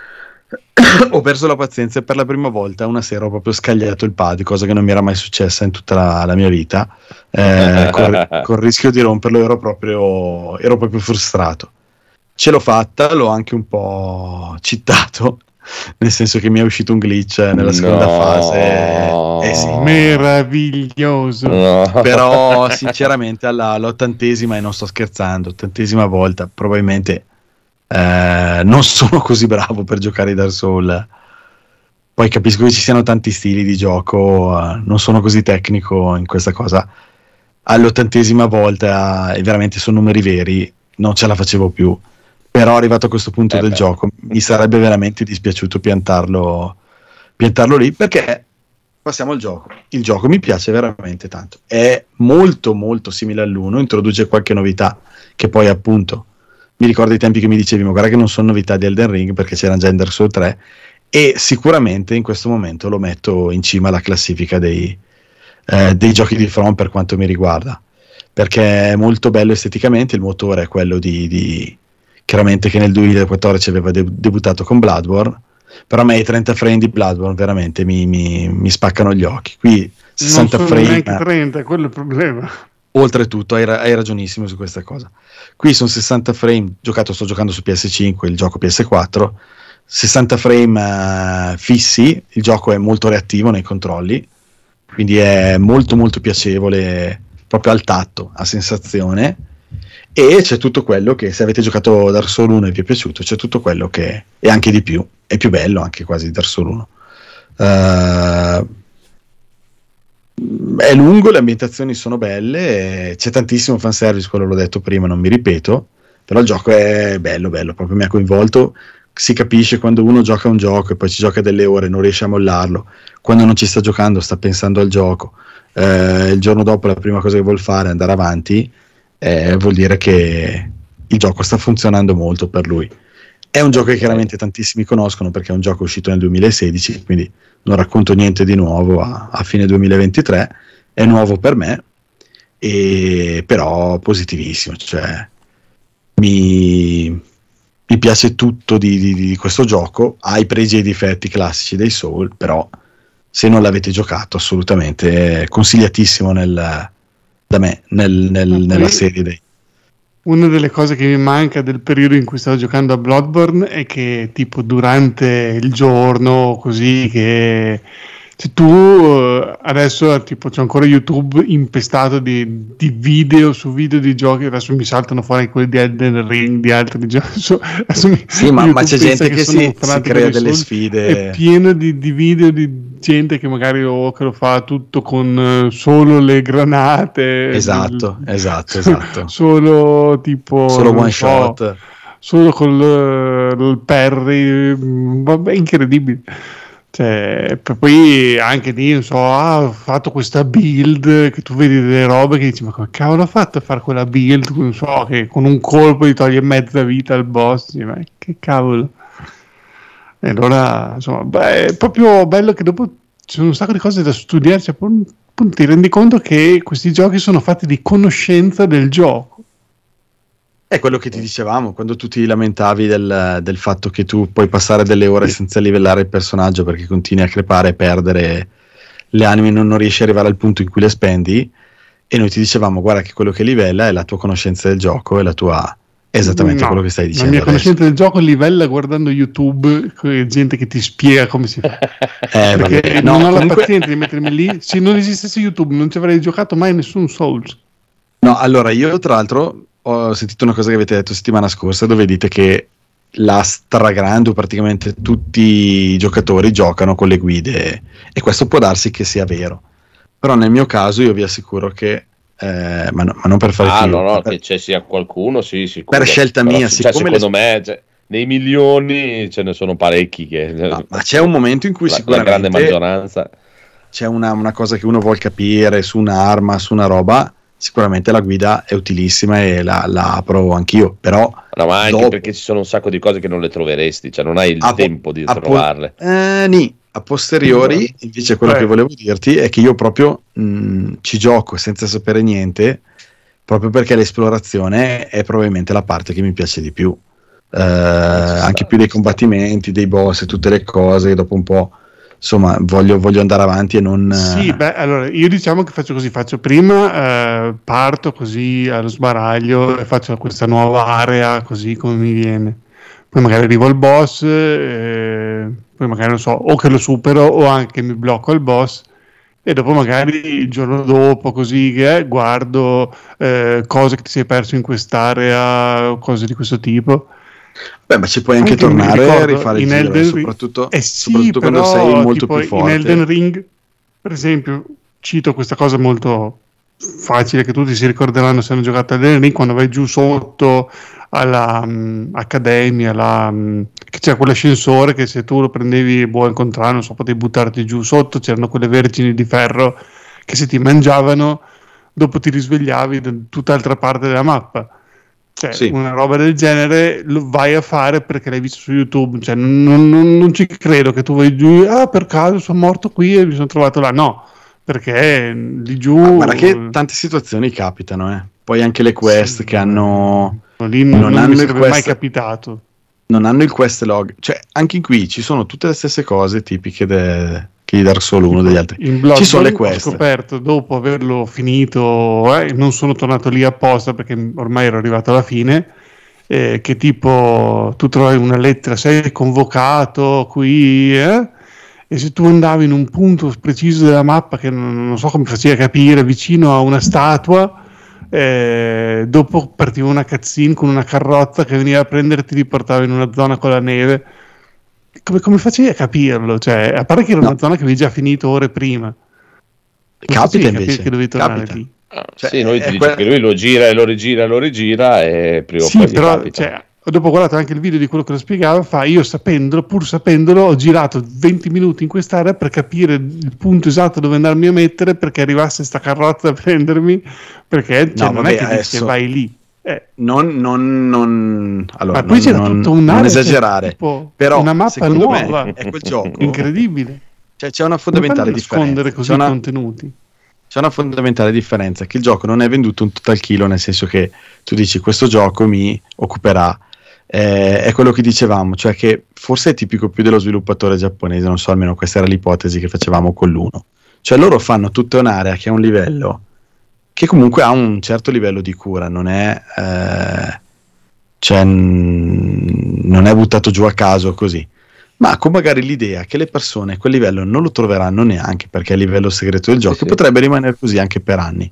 ho perso la pazienza, e per la prima volta una sera ho proprio scagliato il pad, cosa che non mi era mai successa in tutta la, la mia vita, eh, con, con il rischio di romperlo. Ero proprio, ero proprio frustrato. Ce l'ho fatta, l'ho anche un po' cheatato, nel senso che mi è uscito un glitch nella seconda no. fase. Eh sì. Meraviglioso. No. Però sinceramente alla, all'ottantesima, e non sto scherzando, ottantesima volta probabilmente eh, non sono così bravo per giocare i Dark Souls. Poi capisco che ci siano tanti stili di gioco, eh, non sono così tecnico in questa cosa. All'ottantesima volta, e veramente sono numeri veri, non ce la facevo più. Però arrivato a questo punto eh del beh. gioco mi sarebbe veramente dispiaciuto piantarlo, piantarlo lì, perché passiamo al gioco. Il gioco mi piace veramente tanto, è molto molto simile all'uno, introduce qualche novità che poi appunto mi ricordo i tempi che mi dicevi ma guarda che non sono novità di Elden Ring, perché c'era già in Dark Souls tre, e sicuramente in questo momento lo metto in cima alla classifica dei, eh, dei giochi di From per quanto mi riguarda, perché è molto bello esteticamente. Il motore è quello di, di chiaramente che nel duemilaquattordici aveva de- debuttato con Bloodborne, però a me i trenta frame di Bloodborne veramente mi, mi, mi spaccano gli occhi. Qui sessanta non sono frame, neanche trenta, quello è il problema. oltretutto hai, ra- hai ragionissimo su questa cosa. Qui sono sessanta frame, giocato, sto giocando su P S cinque, il gioco P S quattro, sessanta frame uh, fissi, il gioco è molto reattivo nei controlli, quindi è molto molto piacevole proprio al tatto, a sensazione. E c'è tutto quello che, se avete giocato Dark Souls uno e vi è piaciuto, c'è tutto quello che è anche di più, è più bello anche quasi di Dark Souls uno. Uh, è lungo, le ambientazioni sono belle, c'è tantissimo fanservice, quello l'ho detto prima, non mi ripeto, però il gioco è bello, bello, proprio mi ha coinvolto. Si capisce quando uno gioca un gioco e poi ci gioca delle ore, non riesce a mollarlo, quando non ci sta giocando sta pensando al gioco, eh, il giorno dopo la prima cosa che vuol fare è andare avanti. Eh, vuol dire che il gioco sta funzionando molto per lui. È un gioco che chiaramente tantissimi conoscono, perché è un gioco uscito nel duemilasedici, quindi non racconto niente di nuovo a, a fine duemilaventitré, è nuovo per me, e però positivissimo, cioè mi, mi piace tutto di, di, di questo gioco. Ha i pregi e i difetti classici dei Soul, però se non l'avete giocato assolutamente consigliatissimo nel da me nel, nel, nella serie dei... Una delle cose che mi manca del periodo in cui stavo giocando a Bloodborne è che tipo durante il giorno, così, che cioè, tu adesso tipo c'è ancora YouTube impestato di, di video su video di giochi, adesso mi saltano fuori quelli di Elden Ring, di altri giochi. Sì, ma, ma c'è gente che, che si, si crea delle sfide, è pieno di, di video di gente che magari oh, che lo fa tutto con uh, solo le granate, esatto, il, esatto, esatto, solo tipo solo one so, shot, solo col il Perry, vabbè, incredibile. Cioè, poi anche lì, non so, ah, ho fatto questa build, che tu vedi delle robe che dici, ma come cavolo ho fatto a fare quella build, non so, che con un colpo gli toglie mezza vita al boss, dici, ma che cavolo. E allora, insomma, beh, è proprio bello che dopo ci sono un sacco di cose da studiare, cioè, appunto, ti rendi conto che questi giochi sono fatti di conoscenza del gioco. È quello che ti dicevamo quando tu ti lamentavi del, del fatto che tu puoi passare delle ore senza livellare il personaggio perché continui a crepare e perdere le anime, non, non riesci ad arrivare al punto in cui le spendi, e noi ti dicevamo guarda che quello che livella è la tua conoscenza del gioco e la tua, esattamente no, quello che stai dicendo. La mia adesso. conoscenza del gioco livella guardando YouTube, gente che ti spiega come si fa. eh, perché no, non ho comunque... la pazienza di mettermi lì. Se non esistesse YouTube non ci avrei giocato mai nessun Souls. No, allora io tra l'altro ho sentito una cosa che avete detto settimana scorsa dove dite che la stragrande o praticamente tutti i giocatori giocano con le guide, e questo può darsi che sia vero, però nel mio caso io vi assicuro che eh, ma, no, ma non per fare ah filo, no no per, che c'è sia qualcuno sì sicuro, per scelta però, mia cioè, secondo le... me cioè, nei milioni ce ne sono parecchi che no, ma c'è un momento in cui la, sicuramente la grande maggioranza c'è una, una cosa che uno vuol capire su un'arma, su una roba, sicuramente la guida è utilissima e la, la provo anch'io, però no, ma anche dopo... perché ci sono un sacco di cose che non le troveresti, cioè non hai il a tempo po- di a trovarle. Po- eh, ni. A posteriori, invece, quello eh. che volevo dirti è che io proprio mh, ci gioco senza sapere niente, proprio perché l'esplorazione è probabilmente la parte che mi piace di più, eh, anche più dei combattimenti, dei boss e tutte le cose. Dopo un po', insomma, voglio, voglio andare avanti e non... Sì, beh, allora, io diciamo che faccio così, faccio prima, eh, parto così allo sbaraglio e faccio questa nuova area così come mi viene. Poi magari arrivo al boss, eh, poi magari non so, o che lo supero o anche mi blocco al boss, e dopo magari il giorno dopo così che eh, guardo eh, cose che ti sei perso in quest'area o cose di questo tipo. Beh, ma ci puoi anche, anche tornare a rifare il giro, Elden soprattutto, eh sì, soprattutto però, quando sei molto tipo, più forte. In Elden Ring, per esempio, cito questa cosa molto facile che tutti si ricorderanno se hanno giocato a Elden Ring, quando vai giù sotto alla um, accademia, alla, um, che c'era quell'ascensore che se tu lo prendevi buon incontrare, non so, potevi buttarti giù sotto, c'erano quelle vergini di ferro che se ti mangiavano dopo ti risvegliavi da tutt'altra parte della mappa. Cioè, sì. Una roba del genere lo vai a fare perché l'hai visto su YouTube, cioè non, non, non ci credo che tu vai giù, ah per caso sono morto qui e mi sono trovato là, no, perché lì giù... Ah, guarda che tante situazioni capitano, eh. Poi anche le quest sì, che hanno... Lì non, non hanno mi sarebbe quest, mai capitato. Non hanno il quest log, cioè anche qui ci sono tutte le stesse cose tipiche de, che gli Dark Souls uno degli altri. In Bloodborne ci sono le quest. Ho scoperto dopo averlo finito, eh, non sono tornato lì apposta perché ormai ero arrivato alla fine, eh, che tipo tu trovi una lettera, sei convocato qui, eh? E se tu andavi in un punto preciso della mappa che non, non so come faceva capire, vicino a una statua, eh, dopo partiva una cutscene con una carrozza che veniva a prenderti, ti portava in una zona con la neve. Come, come facevi a capirlo? Cioè, a parte che era no. una zona che avevi già finito ore prima. Come capita invece che dovevi tornare capita. lì? Cioè, sì, noi ti dice que- che lui lo gira e lo rigira e lo rigira e prima o sì, poi però, capita. Cioè, dopo ho guardato anche il video di quello che lo spiegava, fa io sapendolo, pur sapendolo, ho girato venti minuti in quest'area per capire il punto esatto dove andarmi a mettere perché arrivasse sta carrozza a prendermi, perché cioè, no, non vabbè, è che dici che vai lì. Eh. Non, non, non, allora, ma poi non, c'era non, tutta un'area, non esagerare, tipo, però una mappa nuova, è quel gioco incredibile. Cioè, c'è una fondamentale differenza. Così c'è una, contenuti. C'è una fondamentale differenza, che il gioco non è venduto un total kilo, nel senso che tu dici questo gioco mi occuperà. Eh, è quello che dicevamo, cioè che forse è tipico più dello sviluppatore giapponese, non so, almeno questa era l'ipotesi che facevamo con l'uno. Cioè loro fanno tutta un'area che ha un livello che comunque ha un certo livello di cura, non è eh, cioè, n- non è buttato giù a caso così, ma con magari l'idea che le persone quel livello non lo troveranno neanche perché è il livello segreto del gioco, sì, sì. Potrebbe rimanere così anche per anni.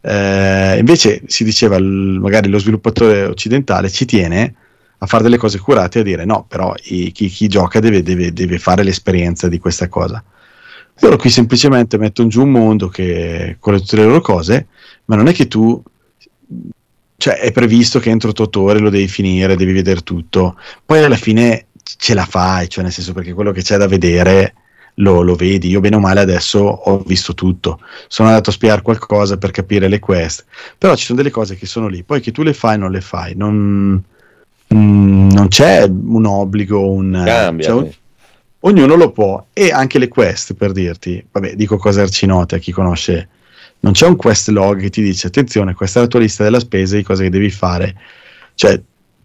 Eh, invece si diceva, l- magari lo sviluppatore occidentale ci tiene a fare delle cose curate e a dire no, però i, chi, chi gioca deve, deve, deve fare l'esperienza di questa cosa. Loro qui semplicemente mettono giù un mondo che con tutte le loro cose, ma non è che tu cioè è previsto che entro otto ore lo devi finire, devi vedere tutto, poi alla fine ce la fai, cioè nel senso, perché quello che c'è da vedere lo, lo vedi. Io bene o male adesso ho visto tutto, sono andato a spiare qualcosa per capire le quest, però ci sono delle cose che sono lì, poi che tu le fai non le fai, non, mm, non c'è un obbligo, un, Cambia, cioè, un ognuno lo può. E anche le quest, per dirti, vabbè, dico cose arcinote a chi conosce, non c'è un quest log che ti dice attenzione, questa è la tua lista della spesa di cose che devi fare, cioè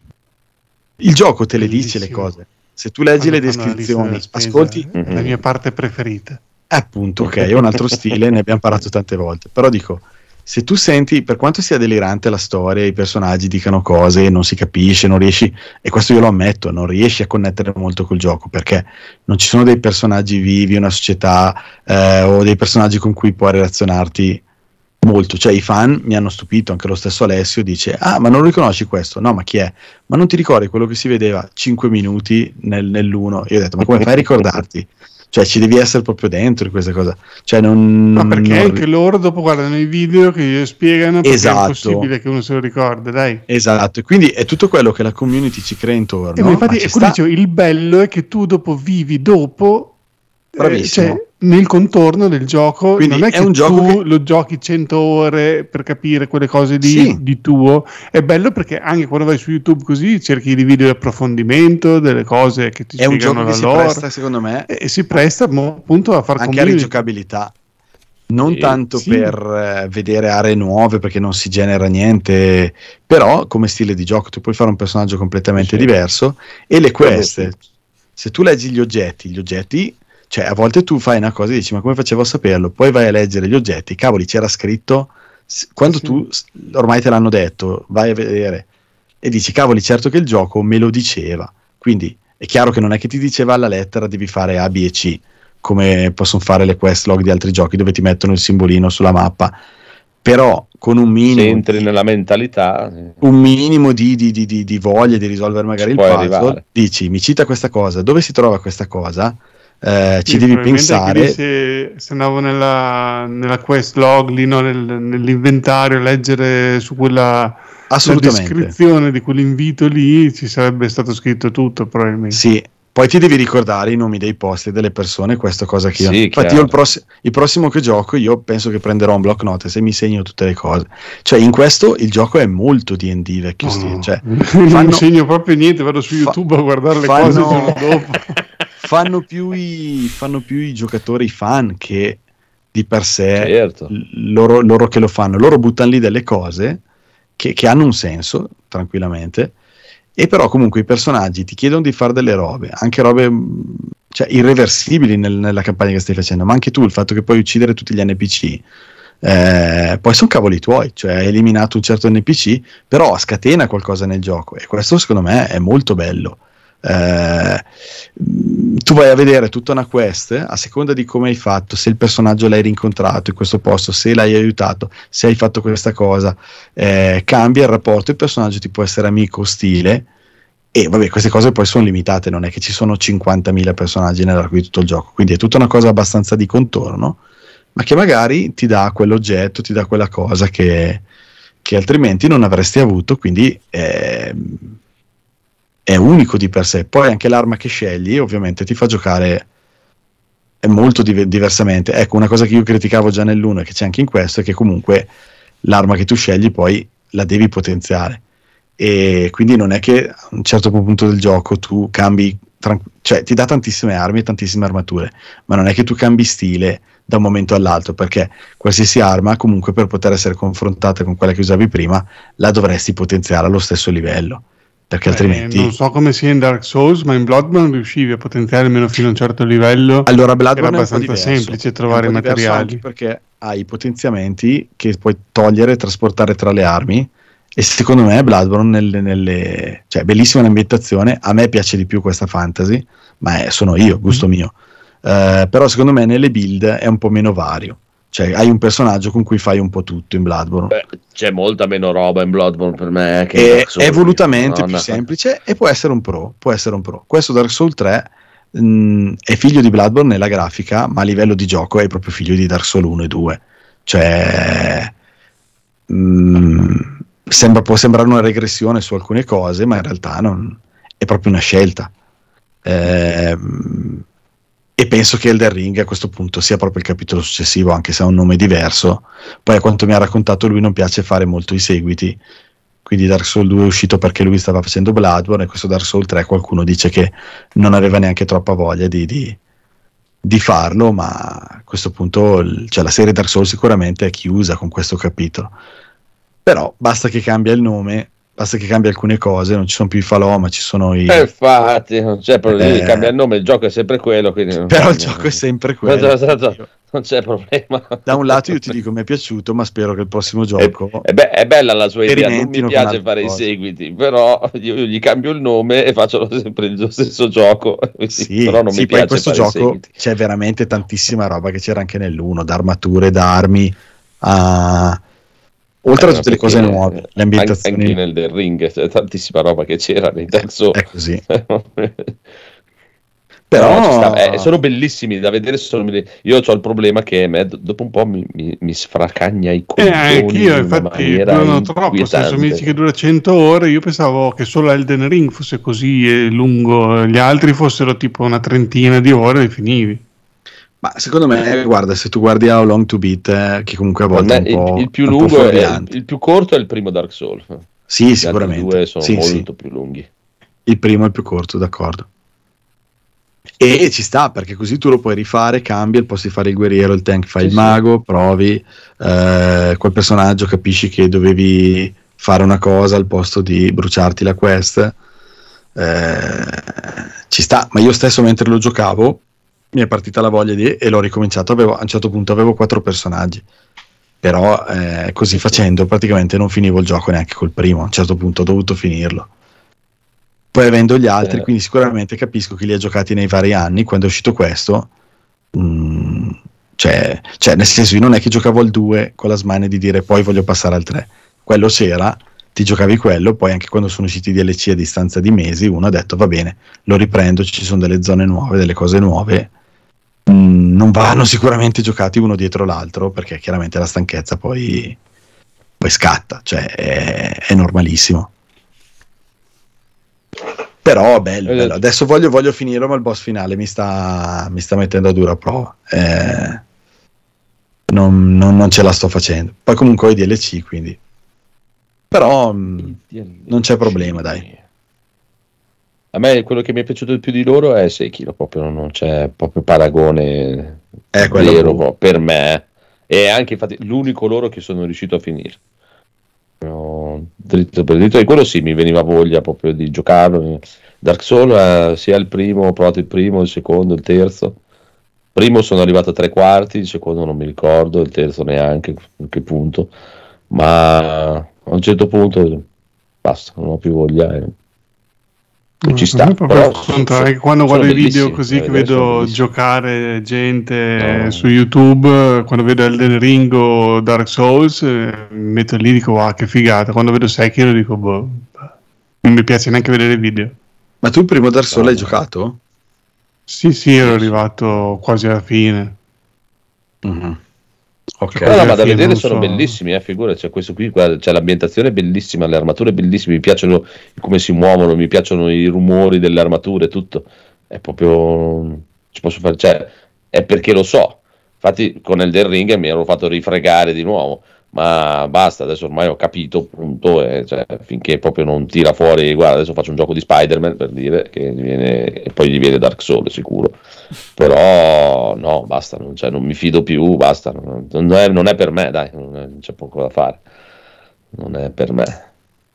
il gioco te le dice le cose. Se tu leggi Quando le fanno la lista descrizioni, della spesa, ascolti, è la mia parte preferita. appunto, ok, è un altro stile, ne abbiamo parlato tante volte, però dico, se tu senti, per quanto sia delirante la storia, i personaggi dicano cose, non si capisce, non riesci, e questo io lo ammetto, non riesci a connettere molto col gioco, perché non ci sono dei personaggi vivi, una società, eh, o dei personaggi con cui puoi relazionarti molto. Cioè i fan mi hanno stupito, anche lo stesso Alessio dice ah ma non lo riconosci questo? No, ma chi è? Ma non ti ricordi quello che si vedeva cinque minuti nel, nell'uno? Io ho detto ma come fai a ricordarti? Cioè ci devi essere proprio dentro in questa cosa, cioè non, ma perché non... anche loro dopo guardano i video che gli spiegano, perché esatto. è impossibile che uno se lo ricorda, dai. Esatto, e quindi è tutto quello che la community ci crea intorno. E infatti ma e sta... dicevo, il bello è che tu dopo vivi dopo, bravissimo, eh, cioè, nel contorno del gioco. Quindi non è, è che un gioco tu che... lo giochi cento ore per capire quelle cose di, sì. di tuo. È bello perché anche quando vai su YouTube così cerchi di video di approfondimento, delle cose che ti è spiegano un gioco la che si lore, presta secondo me e, e si presta mo, appunto a far anche a rigiocabilità, non sì, tanto sì. per eh, vedere aree nuove, perché non si genera niente, però come stile di gioco tu puoi fare un personaggio completamente sì. diverso, e le quest, se tu leggi gli oggetti, gli oggetti, cioè a volte tu fai una cosa e dici ma come facevo a saperlo, poi vai a leggere gli oggetti, cavoli c'era scritto, quando sì. tu ormai te l'hanno detto, vai a vedere e dici cavoli certo che il gioco me lo diceva, quindi è chiaro che non è che ti diceva alla lettera devi fare A, B e C, come possono fare le quest log di altri giochi dove ti mettono il simbolino sulla mappa, però con un minimo se entri di, nella mentalità un minimo di, di, di, di, di voglia di risolvere magari il puzzle, arrivare. Dici mi cita questa cosa, dove si trova questa cosa? Eh, ci sì, devi pensare. Se, se andavo nella, nella quest log lì, no, nel, nell'inventario, leggere su quella la descrizione di quell'invito lì, ci sarebbe stato scritto tutto probabilmente. Sì, poi ti devi ricordare i nomi dei posti e delle persone, questa cosa che io sì, infatti io il, pross- il prossimo che gioco io penso che prenderò un block notice e mi segno tutte le cose, cioè in questo il gioco è molto D and D vecchio no, stile, cioè, non fanno, mi segno proprio niente, vado su YouTube fa- a guardare le fanno, cose il giorno dopo. fanno più i fanno più i giocatori fan che di per sé certo. loro, loro che lo fanno, loro buttano lì delle cose che, che hanno un senso tranquillamente, e però comunque i personaggi ti chiedono di fare delle robe, anche robe cioè irreversibili nel, nella campagna che stai facendo, ma anche tu il fatto che puoi uccidere tutti gli N P C, eh, poi sono cavoli tuoi, cioè hai eliminato un certo N P C però scatena qualcosa nel gioco, e questo secondo me è molto bello. Eh, tu vai a vedere tutta una quest a seconda di come hai fatto, se il personaggio l'hai rincontrato in questo posto, se l'hai aiutato, se hai fatto questa cosa, eh, cambia il rapporto, il personaggio ti può essere amico, ostile, e vabbè queste cose poi sono limitate, non è che ci sono cinquantamila personaggi nell'arco di tutto il gioco, quindi è tutta una cosa abbastanza di contorno, ma che magari ti dà quell'oggetto, ti dà quella cosa che, che altrimenti non avresti avuto, quindi eh, è unico di per sé. Poi anche l'arma che scegli ovviamente ti fa giocare è molto div- diversamente. Ecco, una cosa che io criticavo già nell'uno e che c'è anche in questo è che comunque l'arma che tu scegli poi la devi potenziare, e quindi non è che a un certo punto del gioco tu cambi tran- cioè ti dà tantissime armi e tantissime armature, ma non è che tu cambi stile da un momento all'altro, perché qualsiasi arma comunque per poter essere confrontata con quella che usavi prima la dovresti potenziare allo stesso livello, perché Beh, altrimenti non so come sia in Dark Souls, ma in Bloodborne riuscivi a potenziare almeno fino a un certo livello. Allora Bloodborne era è abbastanza semplice trovare i materiali, perché hai i potenziamenti che puoi togliere e trasportare tra le armi, e secondo me Bloodborne nelle, nelle cioè bellissima l'ambientazione, a me piace di più questa fantasy, ma è, sono io, gusto mm-hmm. mio, uh, però secondo me nelle build è un po' meno vario. Cioè hai un personaggio con cui fai un po' tutto in Bloodborne. Beh, c'è molta meno roba in Bloodborne per me che è, è volutamente no, più no. semplice, e può essere un pro, può essere un pro. Questo Dark Souls tre mh, è figlio di Bloodborne nella grafica, ma a livello di gioco è proprio figlio di Dark Souls uno e due, cioè mh, sembra, può sembrare una regressione su alcune cose, ma in realtà non, è proprio una scelta. Eh, e penso che Elden Ring a questo punto sia proprio il capitolo successivo, anche se ha un nome diverso. Poi, a quanto mi ha raccontato, lui non piace fare molto i seguiti, quindi Dark Souls due è uscito perché lui stava facendo Bloodborne, e questo Dark Souls tre qualcuno dice che non aveva neanche troppa voglia di, di, di farlo, ma a questo punto, cioè, la serie Dark Souls sicuramente è chiusa con questo capitolo. Però basta che cambia il nome, basta che cambia alcune cose, non ci sono più i falò, ma ci sono i... Eh, infatti, non c'è problema, Eh, cambia il nome, il gioco è sempre quello. Quindi non però il cambia. gioco è sempre quello. Esatto, non c'è problema. Da un lato io ti dico mi è piaciuto, ma spero che il prossimo gioco... È, è, be- è bella la sua idea, non mi sperimentino con piace altre fare cose. i seguiti, però io, io gli cambio il nome e faccio sempre il stesso gioco. Sì, però non sì, mi poi piace in questo fare i gioco seguiti. c'è veramente tantissima roba che c'era anche nell'uno, da armature, da armi, a... oltre Eh, a tutte le cose perché nuove, le Anche, ambientazioni. anche nel The Ring c'è tantissima roba che c'era nei Dark Souls. È così. Però Però ci sta, eh, sono bellissimi da vedere. Sono belli- io ho il problema che me, d- dopo un po' mi, mi, mi sfracagna i Eh, coglioni anch'io, in una infatti, maniera durano troppo. Se adesso mi dici che inquietante. dura cento ore, io pensavo che solo Elden Ring fosse così eh, lungo, gli altri fossero tipo una trentina di ore e finivi. ma secondo me, guarda, se tu guardi How Long to Beat, eh, che comunque a Per volte è me un il, po', il più un po' lungo è, fuorviante. il più corto è il primo Dark Souls. Sì, Gli altri sicuramente. due sono Sì, molto sì. più lunghi. Il primo è il più corto, d'accordo. E ci sta, perché così tu lo puoi rifare, cambi, al posto di fare il guerriero, il tank fai Sì, il sì. mago, provi, eh, quel personaggio capisci che dovevi fare una cosa al posto di bruciarti la quest. Eh, ci sta, ma io stesso mentre lo giocavo mi è partita la voglia di, e l'ho ricominciato, avevo, a un certo punto avevo quattro personaggi, però eh, così facendo praticamente non finivo il gioco neanche col primo, a un certo punto ho dovuto finirlo. Poi avendo gli altri, Eh. quindi sicuramente capisco chi li ha giocati nei vari anni. Quando è uscito questo, mh, cioè, cioè nel senso, io non è che giocavo al due con la smania di dire poi voglio passare al tre, quello c'era, ti giocavi quello, poi anche quando sono usciti i D L C a distanza di mesi uno ha detto va bene, lo riprendo, ci sono delle zone nuove, delle cose nuove. Mh, non vanno sicuramente giocati uno dietro l'altro, perché chiaramente la stanchezza poi, poi scatta, cioè è, è normalissimo. Però bello, bello. Adesso voglio, voglio finirlo, ma il boss finale mi sta, mi sta mettendo a dura prova. Eh, non, non, non ce la sto facendo. Poi comunque ho i D L C, quindi. Però mh, non c'è problema, dai. A me quello che mi è piaciuto di più di loro è Sekiro, proprio non c'è proprio paragone È quello vero buono. per me. E anche infatti l'unico loro che sono riuscito a finire. No, dritto per dritto, e quello sì, mi veniva voglia proprio di giocarlo. Dark Souls, eh, sia il primo, ho provato il primo, il secondo, il terzo. Primo sono arrivato a tre quarti, il secondo non mi ricordo, il terzo neanche a che punto, ma a un certo punto basta, non ho più voglia e, e ci sta. Però, Però conto, è che quando sono guardo i video bellissimi, così eh, che sono vedo bellissimi. giocare gente No. su YouTube, quando vedo Elden Ring o Dark Souls, eh, mi metto lì e dico wow, che figata. Quando vedo Sekiro dico boh, non mi piace neanche vedere i video. Ma tu il primo Dark Souls No, l'hai no. giocato? Sì, sì, ero arrivato quasi alla fine. Mm-hmm. Ok. No, no, ma da Alla fine, vedere non sono so. bellissimi, eh, figura, c'è questo qui, guarda, c'è l'ambientazione bellissima, le armature bellissime, mi piacciono come si muovono, mi piacciono i rumori delle armature, tutto, è proprio, ci posso fare, cioè, è perché lo so, infatti con Elden Ring mi ero fatto rifregare di nuovo, ma basta, adesso ormai ho capito, punto, e, cioè, finché proprio non tira fuori, guarda, adesso faccio un gioco di Spider-Man, per dire, che gli viene, e poi gli viene Dark Souls, sicuro. Però no, basta, non, cioè, non mi fido più, basta, non, non è, non è per me, dai, non, è- non c'è poco da fare, non è per me.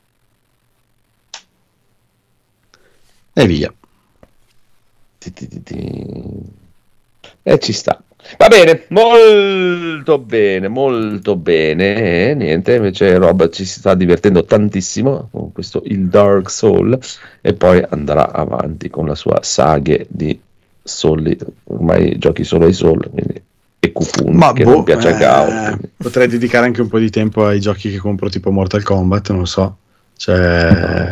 E via. Ti, ti, ti, ti. E ci sta. Va bene, molto bene, molto bene. E niente, invece Rob ci si sta divertendo tantissimo con questo il Dark Soul e poi andrà avanti con la sua saga di Solli, ormai giochi solo ai Soul, quindi e Cocoon, Ma che boh, non piace a Gao. eh, quindi. potrei dedicare anche un po' di tempo ai giochi che compro tipo Mortal Kombat, non lo so. Cioè...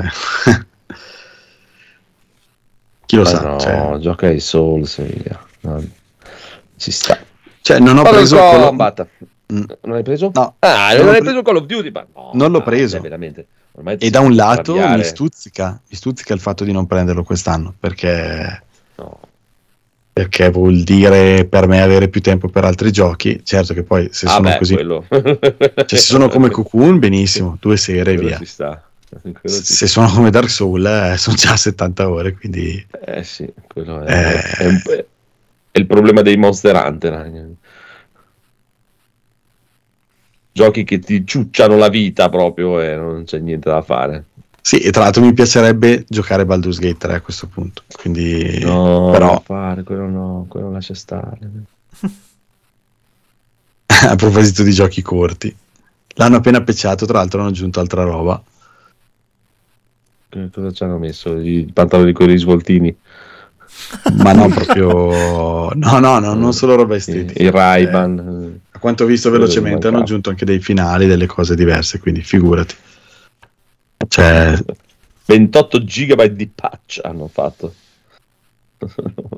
Chi lo Ma sa? no, Cioè... gioca ai Souls, via. No, ci sta. Cioè, non ho Mortal preso Call of, Kombat. Mm. Non l'hai preso? No. Ah, non, non hai preso Call of Duty? Ma no, non l'ho preso. Veramente. E da un lato mi stuzzica, mi stuzzica il fatto di non prenderlo quest'anno, perché... No. Perché vuol dire per me avere più tempo per altri giochi. Certo che poi se ah sono beh, così, cioè se sono come Cocoon, benissimo, due sere e via. Sta. Se, se sono come Dark Souls, eh, sono già settanta ore, quindi eh sì, quello è, eh... è, un, è il problema dei Monster Hunter. Giochi che ti ciucciano la vita proprio e non c'è niente da fare. Sì, e tra l'altro mi piacerebbe giocare Baldur's Gate tre a questo punto, quindi no, però non fare, quello no, quello lascia stare. A proposito di giochi corti, l'hanno appena patchato, tra l'altro hanno aggiunto altra roba. Che cosa ci hanno messo? I pantaloni con i risvoltini? Ma no, proprio no, no, no, non solo roba estetica. I, i Ray-Ban. Eh, a quanto ho visto velocemente hanno aggiunto anche dei finali, delle cose diverse, quindi figurati. Cioè ventotto giga di patch hanno fatto. E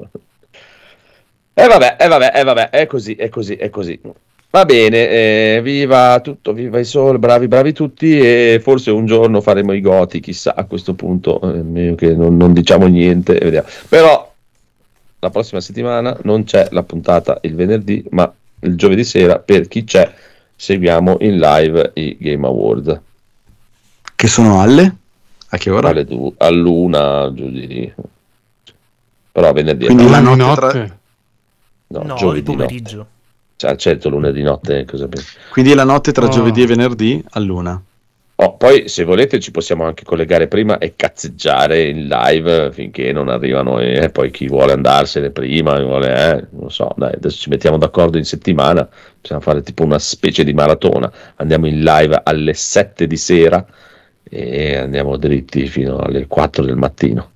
eh vabbè, e eh vabbè, e eh vabbè, è così, è così, è così. Va bene, eh, viva tutto, viva i Soul, bravi, bravi tutti, e forse un giorno faremo i Goti, chissà, a questo punto, eh, che non, non diciamo niente, vediamo. Però la prossima settimana non c'è la puntata il venerdì, ma il giovedì sera, per chi c'è, seguiamo in live i Game Award. Che sono alle? A che ora? Alle du- all'una, giù di lì. Però venerdì. Quindi la notte, notte? Tra... No, no, giovedì pomeriggio. Notte. Cioè, certo, lunedì notte. Cosa pensi? Quindi la notte tra oh. giovedì e venerdì all'una. Oh, poi, se volete, ci possiamo anche collegare prima e cazzeggiare in live finché non arrivano. E eh, poi chi vuole andarsene prima, vuole, eh, non so, dai, adesso ci mettiamo d'accordo in settimana. Possiamo fare tipo una specie di maratona. Andiamo in live alle sette di sera e andiamo dritti fino alle quattro del mattino.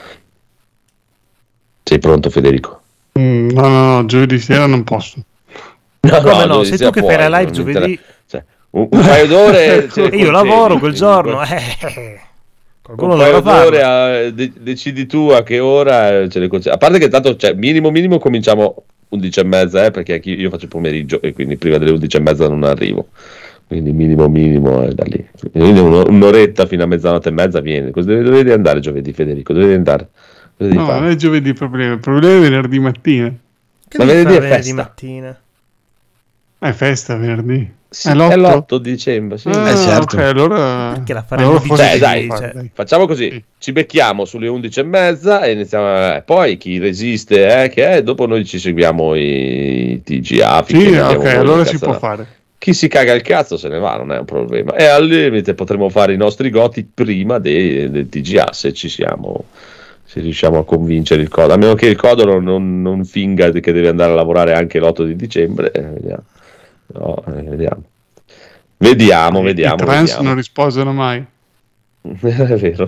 Sei pronto, Federico? Mm, no, no, no, giovedì sera non posso. No, come no, no sei tu che fai la live giovedì. Cioè, un, un paio d'ore. E io lavoro quel giorno. Eh. Un paio d'ore a, de- decidi tu a che ora ce le concedi. A parte che tanto, cioè, minimo minimo cominciamo undici e mezza, eh, perché io faccio pomeriggio e quindi prima delle undici e mezza non arrivo. Quindi minimo minimo è da lì. Quindi un'oretta fino a mezzanotte e mezza viene. Dove dovevi andare giovedì, Federico? Dovevi andare? Dovevi no, fare? non è giovedì il problema, il problema è venerdì mattina. Che ma venerdì è venerdì festa. Mattina? È festa venerdì. Sì, è, l'otto? È l'otto dicembre, sì. Ah, eh, certo. Ok, allora perché la faremo allora cioè, dai, cioè, dai, facciamo così, sì. Ci becchiamo sulle undici e mezza e iniziamo, eh, poi chi resiste, eh, che è, dopo noi ci seguiamo i T G A. Sì, ok, allora si può fare. Chi si caga il cazzo se ne va, non è un problema. E al limite potremo fare i nostri goti prima dei, del T G A, se ci siamo, se riusciamo a convincere il Codo, a meno che il Codo non, non, non finga che deve andare a lavorare anche l'otto di dicembre. Eh, vediamo. No, eh, vediamo. Vediamo, I, vediamo. I trans vediamo. non risposano mai. È vero.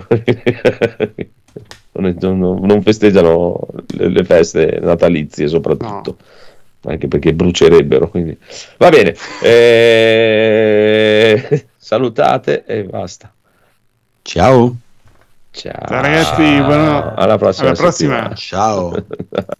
non, non, non festeggiano le, le feste natalizie soprattutto. No. Anche perché brucerebbero, quindi va bene, eh... salutate e basta. Ciao ciao, ciao ragazzi, buona... alla prossima, alla prossima. Ciao.